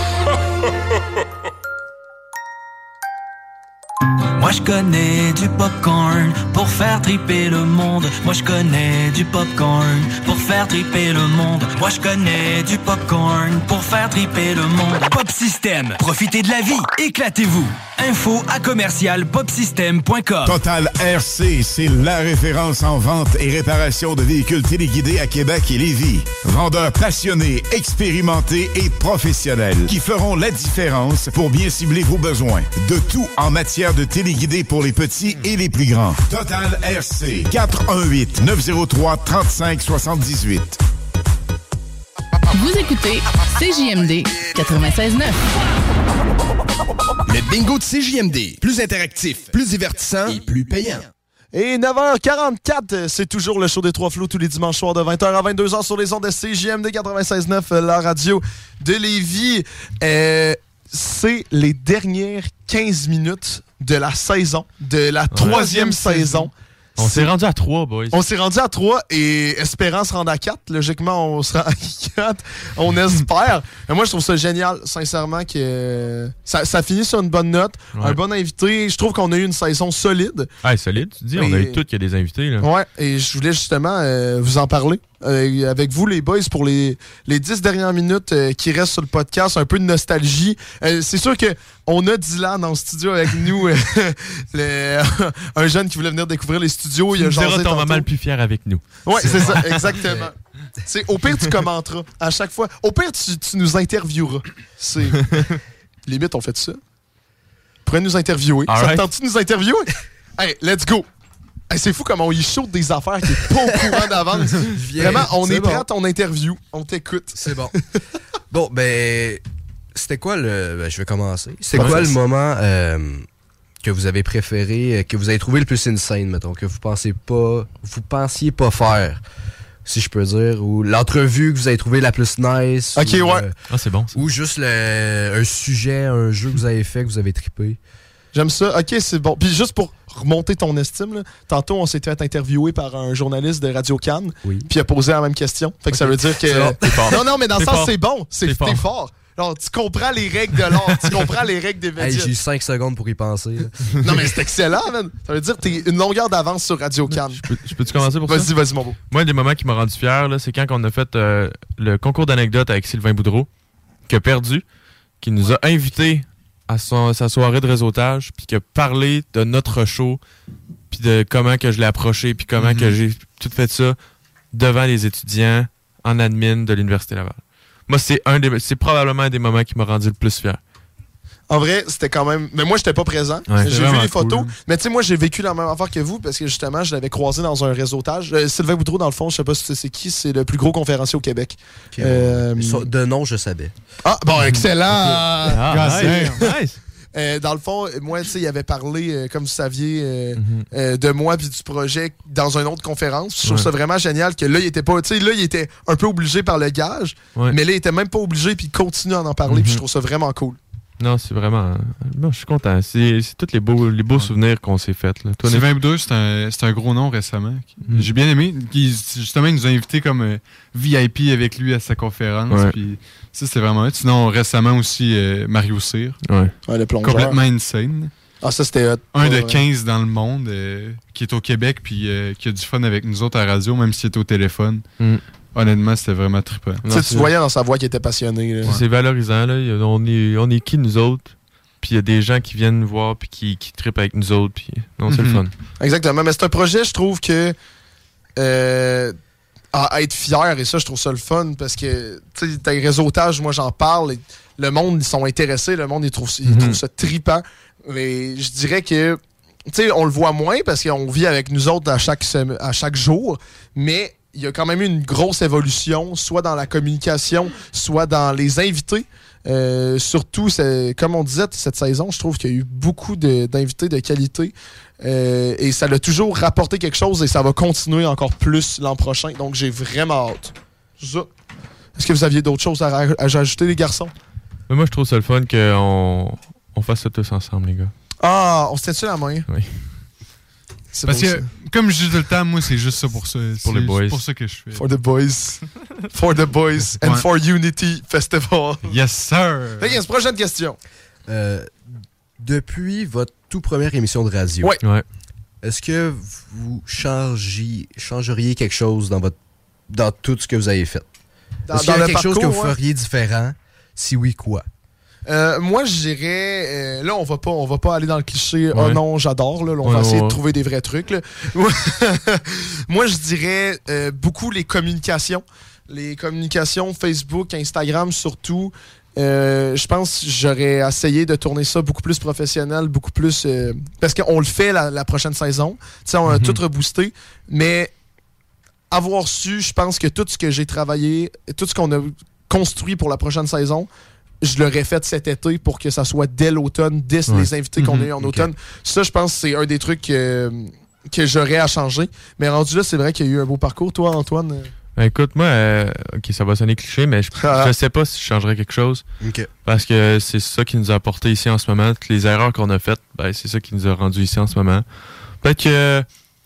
Moi je connais du popcorn pour faire triper le monde. Moi je connais du popcorn pour faire triper le monde. Moi je connais du popcorn pour faire triper le monde. Pop System, profitez de la vie, éclatez-vous. Info à commercial popsystem point com. Total R C, c'est la référence en vente et réparation de véhicules téléguidés à Québec et Lévis. Vendeurs passionnés, expérimentés et professionnels qui feront la différence pour bien cibler vos besoins. De tout en matière de téléguidés pour les petits et les plus grands. Total R C, quatre un huit, neuf zéro trois, trente-cinq soixante-dix-huit. Vous écoutez C J M D quatre-vingt-seize neuf. Le bingo de C J M D. Plus interactif, plus divertissant et plus payant. Et neuf heures quarante-quatre, c'est toujours le show des Trois Flots tous les dimanches soirs de vingt heures à vingt-deux heures sur les ondes de C J M D quatre-vingt-seize neuf, la radio de Lévis. Euh, c'est les dernières quinze minutes de la saison, de la troisième saison. On s'est rendu à trois, boys. On s'est rendu à trois et espérant se rendre à quatre. Logiquement, on se rend à quatre. On espère. Mais moi, je trouve ça génial, sincèrement, que ça, ça finit sur une bonne note. Ouais. Un bon invité. Je trouve qu'on a eu une saison solide. Ah, solide, tu dis. Et... on a eu tout qu'il y a des invités. Là. Ouais, et je voulais justement euh, vous en parler. Euh, avec vous, les boys, pour les, les dix dernières minutes euh, qui restent sur le podcast, un peu de nostalgie. Euh, c'est sûr qu'on a Dylan en studio avec nous, euh, le, un jeune qui voulait venir découvrir les studios. Tu il a jasé ton maman le plus fier avec nous. Oui, c'est, c'est ça, exactement. C'est, au pire, tu commenteras à chaque fois. Au pire, tu, tu nous intervieweras. C'est... Limite, on fait ça. Tu pourrais nous interviewer. All ça right. te tente-tu de nous interviewer? Hey, let's go! Hey, c'est fou comment on y shoot des affaires qui est pas au courant d'avance. Vraiment, on est, est bon. Prêt à ton interview. On t'écoute. C'est bon. Bon, ben, c'était quoi le... Ben, je vais commencer. C'était quoi le moment euh, que vous avez préféré, que vous avez trouvé le plus insane, mettons, que vous pensez pas... Vous pensiez pas faire, si je peux dire, ou l'entrevue que vous avez trouvé la plus nice. OK, ou, ouais. Euh, ah, c'est bon. Ça. Ou juste le, un sujet, un jeu que vous avez fait, que vous avez trippé. J'aime ça. OK, c'est bon. Puis juste pour remonter ton estime, là, tantôt, on s'est fait interviewer par un journaliste de Radio Cannes. Oui. Puis il a posé la même question. Fait que okay. Ça veut dire que... C'est fort. Non, non, mais dans le sens, fort. c'est bon. C'est, c'est fort. T'es fort. Alors, tu comprends les règles de l'art. Tu comprends les règles des médias. Hey, j'ai eu cinq secondes pour y penser. Non, mais c'est excellent, man. Ça veut dire que t'es une longueur d'avance sur Radio Cannes. Je, peux, je peux-tu commencer pour vas-y, ça? Vas-y, vas-y, mon beau. Moi, un des moments qui m'a rendu fier, là, c'est quand on a fait euh, le concours d'anecdotes avec Sylvain Boudreau, qui a perdu, qui nous a invités à son, sa soirée de réseautage, puis qui a parlé de notre show, puis de comment que je l'ai approché, puis comment mm-hmm. que j'ai tout fait ça devant les étudiants en admin de l'Université Laval. Moi, c'est un des, c'est probablement un des moments qui m'a rendu le plus fier. En vrai, c'était quand même... Mais moi, j'étais pas présent. Ouais, j'ai vu les photos. Cool. Mais tu sais, moi, j'ai vécu la même affaire que vous parce que justement, je l'avais croisé dans un réseautage. Euh, Sylvain Boudreau, dans le fond, je sais pas si c'est qui, c'est le plus gros conférencier au Québec. Okay. Euh... De nom, je savais. Ah, bon, excellent! Ah, nice. nice. Euh, dans le fond, moi, tu sais, il avait parlé, euh, comme vous saviez, euh, mm-hmm. euh, de moi puis du projet dans une autre conférence. Je trouve ouais. ça vraiment génial que là, il était pas, tu sais, là, il était un peu obligé par le gage, ouais. mais là, il était même pas obligé puis il continue à en parler. Mm-hmm. Puis je trouve ça vraiment cool. Non, c'est vraiment... Bon, je suis content. C'est, c'est tous les beaux, les beaux ouais. souvenirs qu'on s'est faits. Là. Toi, Sylvain Boudeux, c'est un, c'est un gros nom récemment. Mm. J'ai bien aimé. Il, justement, il nous a invités comme euh, V I P avec lui à sa conférence. Ouais. Puis ça, c'était vraiment... Sinon, récemment aussi, euh, Mario Cyr. Ouais. Ouais, le plongeur. Complètement insane. Ah, ça, c'était hot. Un ouais, de quinze dans le monde euh, qui est au Québec puis euh, qui a du fun avec nous autres à la radio, même s'il est au téléphone. Mm. Honnêtement, c'était vraiment trippant. Tu sais, tu voyais dans sa voix qu'il était passionné. Là. C'est valorisant. Là. On, est, on est qui, nous autres? Puis il y a des gens qui viennent nous voir puis qui, qui trippent avec nous autres. Puis non, c'est mm-hmm. le fun. Exactement. Mais c'est un projet, je trouve que... Euh, à être fier, et ça, je trouve ça le fun, parce que, tu sais, t'as les réseautages, moi, j'en parle, et le monde, ils sont intéressés, le monde, ils trouvent, ils mm-hmm. trouvent ça trippant. Mais je dirais que, tu sais, on le voit moins, parce qu'on vit avec nous autres à chaque, sem- à chaque jour, mais... il y a quand même eu une grosse évolution, soit dans la communication, soit dans les invités. Euh, surtout, c'est, comme on disait, cette saison, je trouve qu'il y a eu beaucoup de, d'invités de qualité. Euh, et ça l'a toujours rapporté quelque chose et ça va continuer encore plus l'an prochain. Donc, j'ai vraiment hâte. Ça. Est-ce que vous aviez d'autres choses à, à ajouter, les garçons? Mais moi, je trouve ça le fun qu'on on fasse ça tous ensemble, les gars. Ah, on se tient-tu la main? Oui. C'est Parce que, ça. Comme je dis tout le temps, moi, c'est juste ça pour ça. C'est pour les boys. C'est pour ça que je fais. For the boys. For the boys. And ouais. for Unity Festival. Yes, sir. Ok, prochaine question. Euh, depuis votre tout première émission de radio, ouais. Ouais. est-ce que vous changiez, changeriez quelque chose dans, votre, dans tout ce que vous avez fait? Dans, est-ce qu'il y a dans quelque parcours, chose que vous ouais. feriez différent? Si oui, quoi? Euh, moi, je dirais... Euh, là, on va pas on va pas aller dans le cliché « Ouais. Oh non, j'adore ». Là, on ouais, va essayer ouais. de trouver des vrais trucs. Là. Moi, je dirais euh, beaucoup les communications. Les communications Facebook, Instagram surtout. Euh, je pense que j'aurais essayé de tourner ça beaucoup plus professionnel, beaucoup plus... Euh, parce qu'on le fait la, la prochaine saison. T'sais, on a mm-hmm. tout reboosté. Mais avoir su, je pense que tout ce que j'ai travaillé, tout ce qu'on a construit pour la prochaine saison... je l'aurais fait cet été pour que ça soit dès l'automne, dès ouais. les invités qu'on mm-hmm. a eu en automne. Okay. Ça, je pense que c'est un des trucs euh, que j'aurais à changer. Mais rendu là, c'est vrai qu'il y a eu un beau parcours. Toi, Antoine? Ben, écoute, moi, euh, ok, ça va sonner cliché, mais je, ah. je sais pas si je changerais quelque chose. Okay. Parce que c'est ça qui nous a apporté ici en ce moment. Toutes les erreurs qu'on a faites, ben, c'est ça qui nous a rendu ici en ce moment. Peut-être que...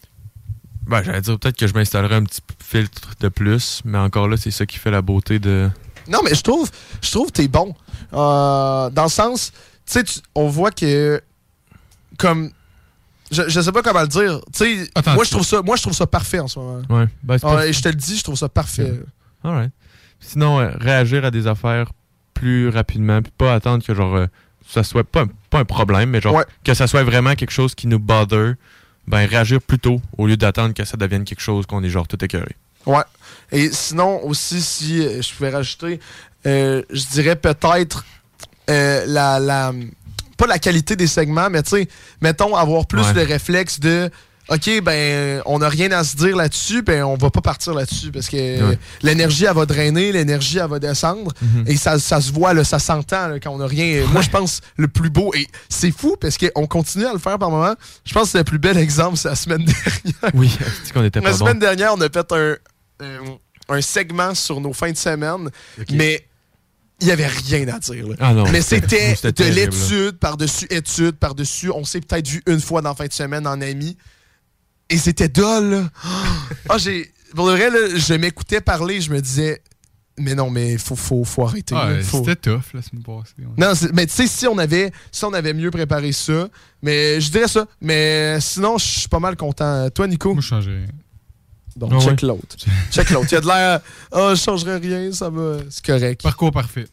Ben, j'allais dire peut-être que je m'installerais un petit filtre de plus, mais encore là, c'est ça qui fait la beauté de... Non, mais je trouve, je trouve que t'es bon. Euh, dans le sens, tu sais, on voit que, comme, je, je sais pas comment le dire. Tu sais, moi je trouve ça, moi je trouve ça parfait en ce moment. Ouais. Ben, c'est euh, et je te le dis, je trouve ça parfait. Yeah. Alright. Sinon, euh, réagir à des affaires plus rapidement, puis pas attendre que genre euh, ça soit pas, pas un problème, mais genre ouais. que ça soit vraiment quelque chose qui nous bother. Ben réagir plus tôt au lieu d'attendre que ça devienne quelque chose qu'on est genre tout écœuré. Ouais. Et sinon, aussi, si euh, je pouvais rajouter, euh, je dirais peut-être euh, la, la. Pas la qualité des segments, mais tu sais, mettons, avoir plus ouais. le réflexe de. OK, ben, on n'a rien à se dire là-dessus, ben, on va pas partir là-dessus parce que ouais. l'énergie, elle va drainer, l'énergie, elle va descendre. Mm-hmm. Et ça, ça se voit, là, ça s'entend là, quand on n'a rien. Ouais. Moi, je pense le plus beau, et c'est fou parce qu'on continue à le faire par moment. Je pense que c'est le plus bel exemple, c'est la semaine dernière. Oui, c'est qu'on était pas La bon. semaine dernière, on a fait un. Euh, un segment sur nos fins de semaine, okay. mais il n'y avait rien à dire. Là. Ah non, mais c'était, c'était de terrible, l'étude, là. Par-dessus étude, par-dessus. On s'est peut-être vu une fois dans la fin de semaine en ami. Et c'était dole. Ah, j'ai. Pour le vrai, là, je m'écoutais parler, je me disais. Mais non, mais faut, faut, faut arrêter. Ah, là, faut... C'était tough la semaine passée. Ouais. Non, mais tu sais, si on avait si on avait mieux préparé ça, mais je dirais ça. Mais sinon, je suis pas mal content. Toi, Nico? Moi, je changerais rien. Donc, oh, check ouais. l'autre. Check l'autre. Il y a de l'air. Ah, oh, je changerais rien, ça va. C'est correct. Parcours parfait.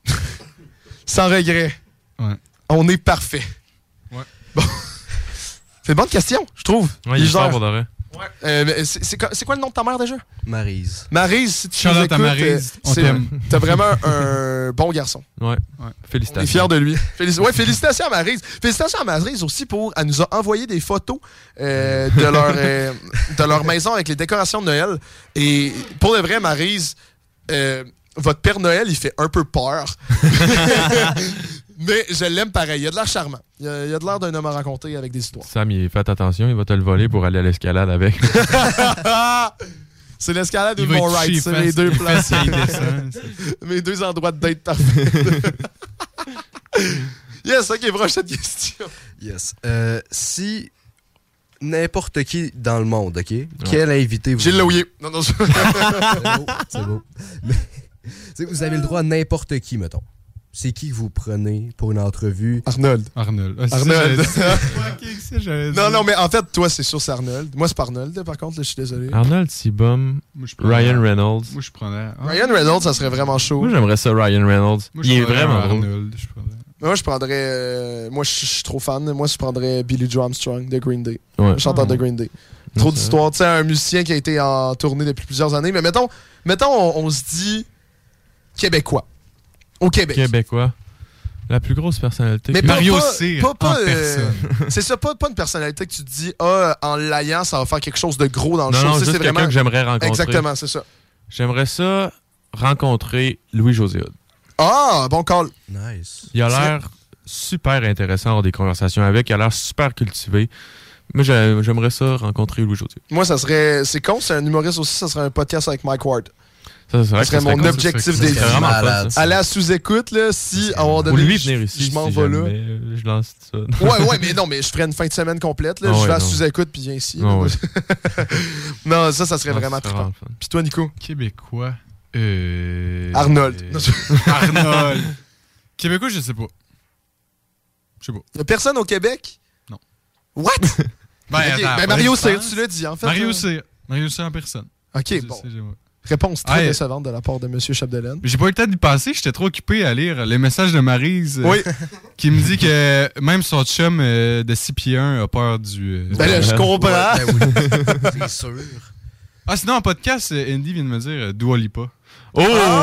Sans regret. Ouais. On est parfait. Ouais. Bon. C'est une bonne question, je trouve. Ouais, il est fort pour de vrai. Ouais. Euh, c'est, c'est, c'est quoi le nom de ta mère déjà? Maryse. Maryse, si tu Charlotte à Maryse, on t'aime. T'as vraiment un bon garçon. Ouais. ouais. Félicitations. On est fiers de lui. Félic- ouais, félicitations à Maryse. Félicitations à Maryse aussi pour. Elle nous a envoyé des photos euh, de, leur, euh, de leur maison avec les décorations de Noël. Et pour le vrai, Maryse, euh, votre Père Noël, il fait un peu peur. Mais je l'aime pareil. Il a de l'air charmant. Il a, il a de l'air d'un homme à rencontrer avec des histoires. Sam, il fait attention. Il va te le voler pour aller à l'escalade avec. C'est l'escalade ou le Mont Wright. C'est mes deux places. Mes deux endroits de date parfaits. Yes, ok, prochaine question. Yes. Euh, si n'importe qui dans le monde, OK? Ouais. Quel invité vous... Gilles Lauillet. Non, non, c'est beau. C'est beau. Mais, vous avez le droit à n'importe qui, mettons. C'est qui que vous prenez pour une entrevue? Arnold. Arnold. Ah, Arnold. Ça, non, non, mais en fait, toi, c'est sûr, c'est Arnold. Moi, c'est pas Arnold, par contre, là, je suis désolé. Arnold, Sibum, Ryan Reynolds. Moi, je prendrais... Ah. Ryan Reynolds, ça serait vraiment chaud. Moi, j'aimerais ça, Ryan Reynolds. Moi, Il est vraiment drôle. Arnold, je prendrais. Moi, je prendrais... Euh, moi, je suis trop fan. Moi, je prendrais Billy Joe Armstrong de Green Day. Ouais. Le chanteur oh. de Green Day. Trop d'histoires. Tu sais, un musicien qui a été en tournée depuis plusieurs années. Mais mettons, mettons on, on se dit québécois. Au Québec. Québécois. La plus grosse personnalité. Mais que... pas, Mario pas, Cyr, pas, pas, en euh, personne. C'est ça, pas, pas une personnalité que tu te dis, ah, en l'ayant, ça va faire quelque chose de gros dans le non, show. Non, c'est juste vraiment... quelqu'un que j'aimerais rencontrer. Exactement, c'est ça. J'aimerais ça rencontrer Louis-José Hood. Ah, bon call. Nice. Il a l'air super intéressant d'avoir des conversations avec. Il a l'air super cultivé. Moi, j'aimerais ça rencontrer Louis-José. Moi, ça serait... C'est con, c'est un humoriste aussi, ça serait un podcast avec Mike Ward. Ça, ça serait mon cool, objectif des vies. Aller à sous-écoute, là, si à un moment donné, ou lui venir ici, je m'en si vais là. Je lance ça. Ouais, ouais, mais non, mais je ferais une fin de semaine complète. Là. Oh, je ouais, vais à non. sous-écoute puis viens ici. Oh, ouais. Non, ça, ça serait non, vraiment trippant. Puis toi, Nico? Québécois. Euh... Arnold. Arnold. Québécois, je sais pas. Je sais pas. Y'a personne au Québec? Non. What? ben, okay. attends, ben, Mario Cyr, tu l'as dit, en fait. Mario euh... Cyr. Mario Cyr en personne. Ok, je bon. Sais, Réponse très hey. décevante de la part de M. Chapdelaine. J'ai pas eu le temps d'y passer, j'étais trop occupé à lire les messages de Maryse euh, oui. qui me dit que même son chum euh, de six pieds un a peur du... Euh, ben là, je comprends. Ouais, ben oui. C'est sûr. Ah, sinon, en podcast, Andy vient de me dire euh, Dua Lipa. Oh!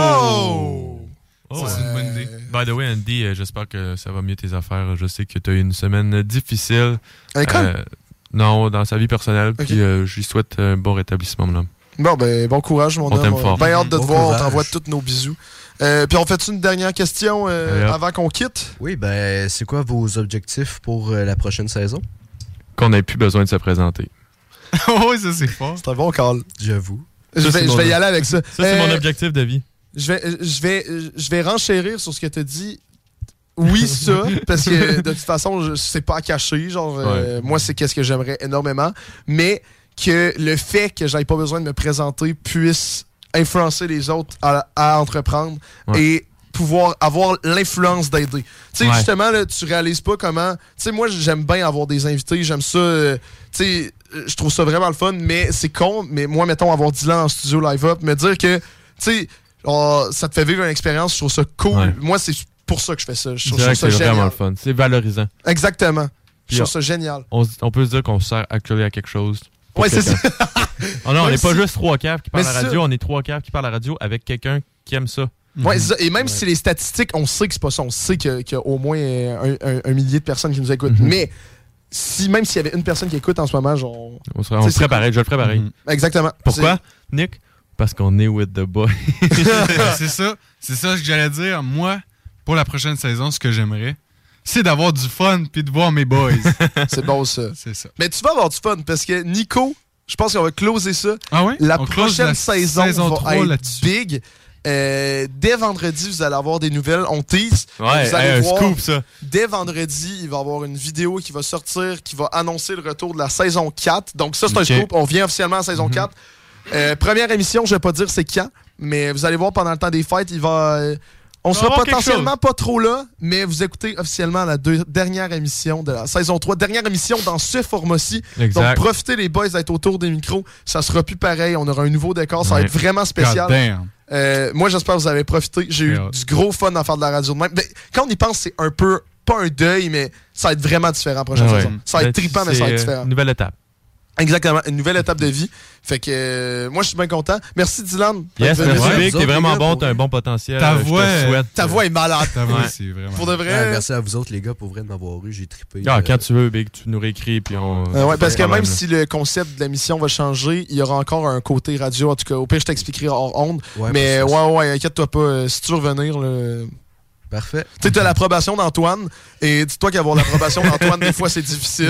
Oh! Oh, c'est une bonne idée. By the way, Andy, euh, j'espère que ça va mieux tes affaires. Je sais que tu as eu une semaine difficile. À l'école? Euh, non, dans sa vie personnelle. Okay. Puis euh, je lui souhaite un bon rétablissement, mon homme. Bon, ben, bon courage, mon on homme. Fort. Bien hâte de bon te voir. courage. On t'envoie tous nos bisous. Euh, puis on fait une dernière question euh, avant qu'on quitte? Oui, ben, c'est quoi vos objectifs pour euh, la prochaine saison? Qu'on n'ait plus besoin de se présenter. Oui, ça, c'est fort. C'est un bon call. J'avoue. Je vais, je vais y aller avec ça. Ça, c'est euh, mon objectif de vie. Je vais, je vais, je vais renchérir sur ce que tu as dit. Oui, ça, parce que de toute façon, je sais pas à cacher. Genre, ouais. euh, moi, c'est qu'est-ce que j'aimerais énormément. Mais que le fait que j'aille pas besoin de me présenter puisse influencer les autres à, à entreprendre ouais. et pouvoir avoir l'influence d'aider. Tu sais, ouais. justement, là, tu réalises pas comment... Tu sais, moi, j'aime bien avoir des invités. J'aime ça... Euh, tu sais, je trouve ça vraiment le fun, mais c'est con. Mais moi, mettons, avoir Dylan en studio live-up, me dire que, tu sais, oh, ça te fait vivre une expérience, je trouve ça cool. Ouais. Moi, c'est pour ça que je fais ça. Je trouve ça c'est génial. vraiment le fun. C'est valorisant. Exactement. Puis je trouve ça génial. On, on peut se dire qu'on sert actuellement à quelque chose. Ouais, c'est ça. Oh non, on n'est pas juste trois caves qui parlent mais à la radio, ça... on est trois caves qui parlent à la radio avec quelqu'un qui aime ça. Ouais, mm-hmm. Et même ouais. si les statistiques, on sait que c'est pas ça, on sait qu'il y, y a au moins un, un, un millier de personnes qui nous écoutent. Mm-hmm. Mais si même s'il y avait une personne qui écoute en ce moment, genre. On serait, on serait pareil, je le ferais pareil. Mm-hmm. Exactement. Pourquoi, Nick? Parce qu'on est with the boy. C'est ça. C'est ça que j'allais dire. Moi, pour la prochaine saison, ce que j'aimerais, c'est d'avoir du fun puis de voir mes boys. C'est bon, ça. C'est ça. Mais tu vas avoir du fun parce que Nico, je pense qu'on va closer ça. Ah oui? La On prochaine la saison, saison va être big. Euh, dès vendredi, vous allez avoir des nouvelles. On tease. Ouais, vous allez hey, voir, un scoop, ça. Dès vendredi, il va y avoir une vidéo qui va sortir, qui va annoncer le retour de la saison quatre. Donc ça, c'est okay. un scoop. On vient officiellement à la saison mm-hmm. quatre. Euh, première émission, je vais pas dire c'est quand, mais vous allez voir pendant le temps des fêtes, il va... Euh, on sera potentiellement pas trop là, mais vous écoutez officiellement la deux, dernière émission de la saison trois. Dernière émission dans ce format-ci. Exact. Donc profitez les boys d'être autour des micros. Ça sera plus pareil. On aura un nouveau décor. Ça ouais. va être vraiment spécial. Euh, moi, j'espère que vous avez profité. J'ai eu du gros fun à faire de la radio de même. Mais quand on y pense, c'est un peu, pas un deuil, mais ça va être vraiment différent la prochaine ouais. saison. Ça va être trippant, mais ça va être différent. Une nouvelle étape. Exactement, une nouvelle étape de vie. Fait que euh, moi, je suis bien content. Merci, Dylan. Yes, merci, Big. T'es vraiment bon, t'as un bon potentiel. Ta voix, je te souhaite. Ta voix est malade. Ta voix, c'est vraiment. Pour de vrai. Ouais, merci à vous autres, les gars, pour vrai de m'avoir eu. J'ai trippé. Ah, euh... quand tu veux, Big, tu nous réécris. Puis on... euh, ouais, parce que même si le concept de la mission va changer, il y aura encore un côté radio. En tout cas, au pire, je t'expliquerai hors onde. Ouais, mais ouais, ouais, ouais, inquiète-toi pas. Si tu veux revenir, là. Parfait. Tu sais, t'as l'approbation d'Antoine, et dis-toi qu'avoir l'approbation d'Antoine, des fois, c'est difficile.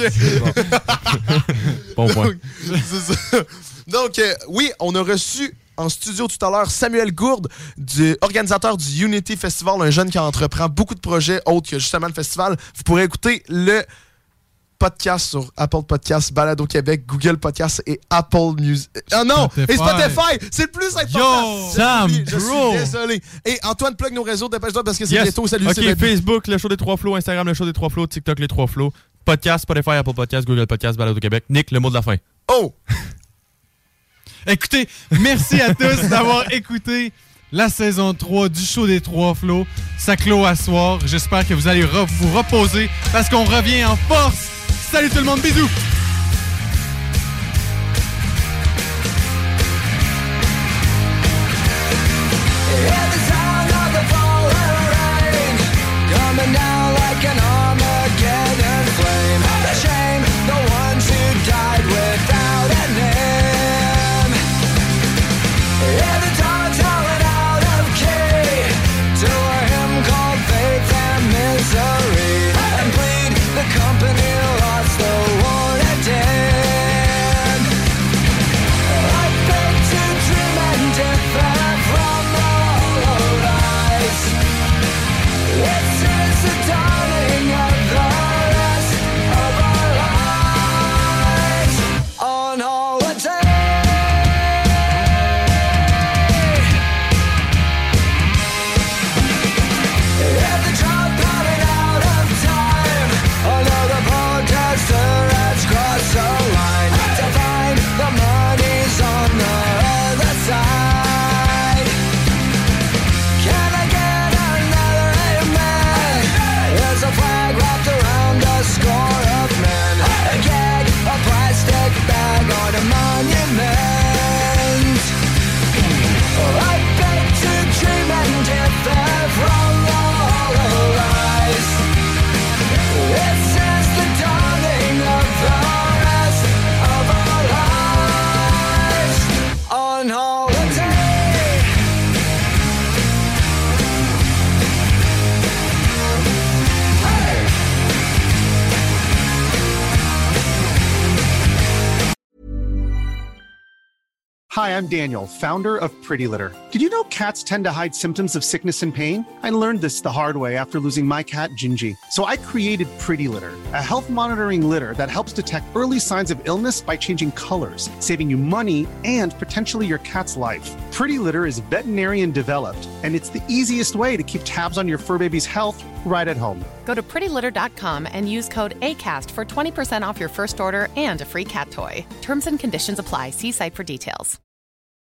Bon point. Donc, c'est ça. Donc, euh, oui, on a reçu en studio tout à l'heure Samuel Gourde, du, organisateur du Unity Festival, un jeune qui entreprend beaucoup de projets autres que justement le festival. Vous pourrez écouter le podcast sur Apple Podcasts, Balado Québec, Google Podcasts et Apple Music. Ah oh non! Spotify. Et Spotify! C'est le plus important! Yo! Sam, je bro! suis désolé. Et Antoine, plug nos réseaux, dépêche-toi parce que c'est yes. bientôt. Salut, OK, c'est Facebook, le show des trois flots, Instagram, le show des trois flots, TikTok, les trois flots, podcast, Spotify, Apple Podcasts, Google Podcasts, Balado Québec. Nick, le mot de la fin. Oh! Écoutez, merci à tous d'avoir écouté la saison trois du show des trois flots. Ça clôt à soir. J'espère que vous allez re- vous reposer parce qu'on revient en force. Salut tout le monde, bisous! Hi, I'm Daniel, founder of Pretty Litter. Did you know cats tend to hide symptoms of sickness and pain? I learned this the hard way after losing my cat, Gingy. So I created Pretty Litter, a health monitoring litter that helps detect early signs of illness by changing colors, saving you money and potentially your cat's life. Pretty Litter is veterinarian developed, and it's the easiest way to keep tabs on your fur baby's health right at home. Go to pretty litter dot com and use code ACAST for twenty percent off your first order and a free cat toy. Terms and conditions apply. See site for details.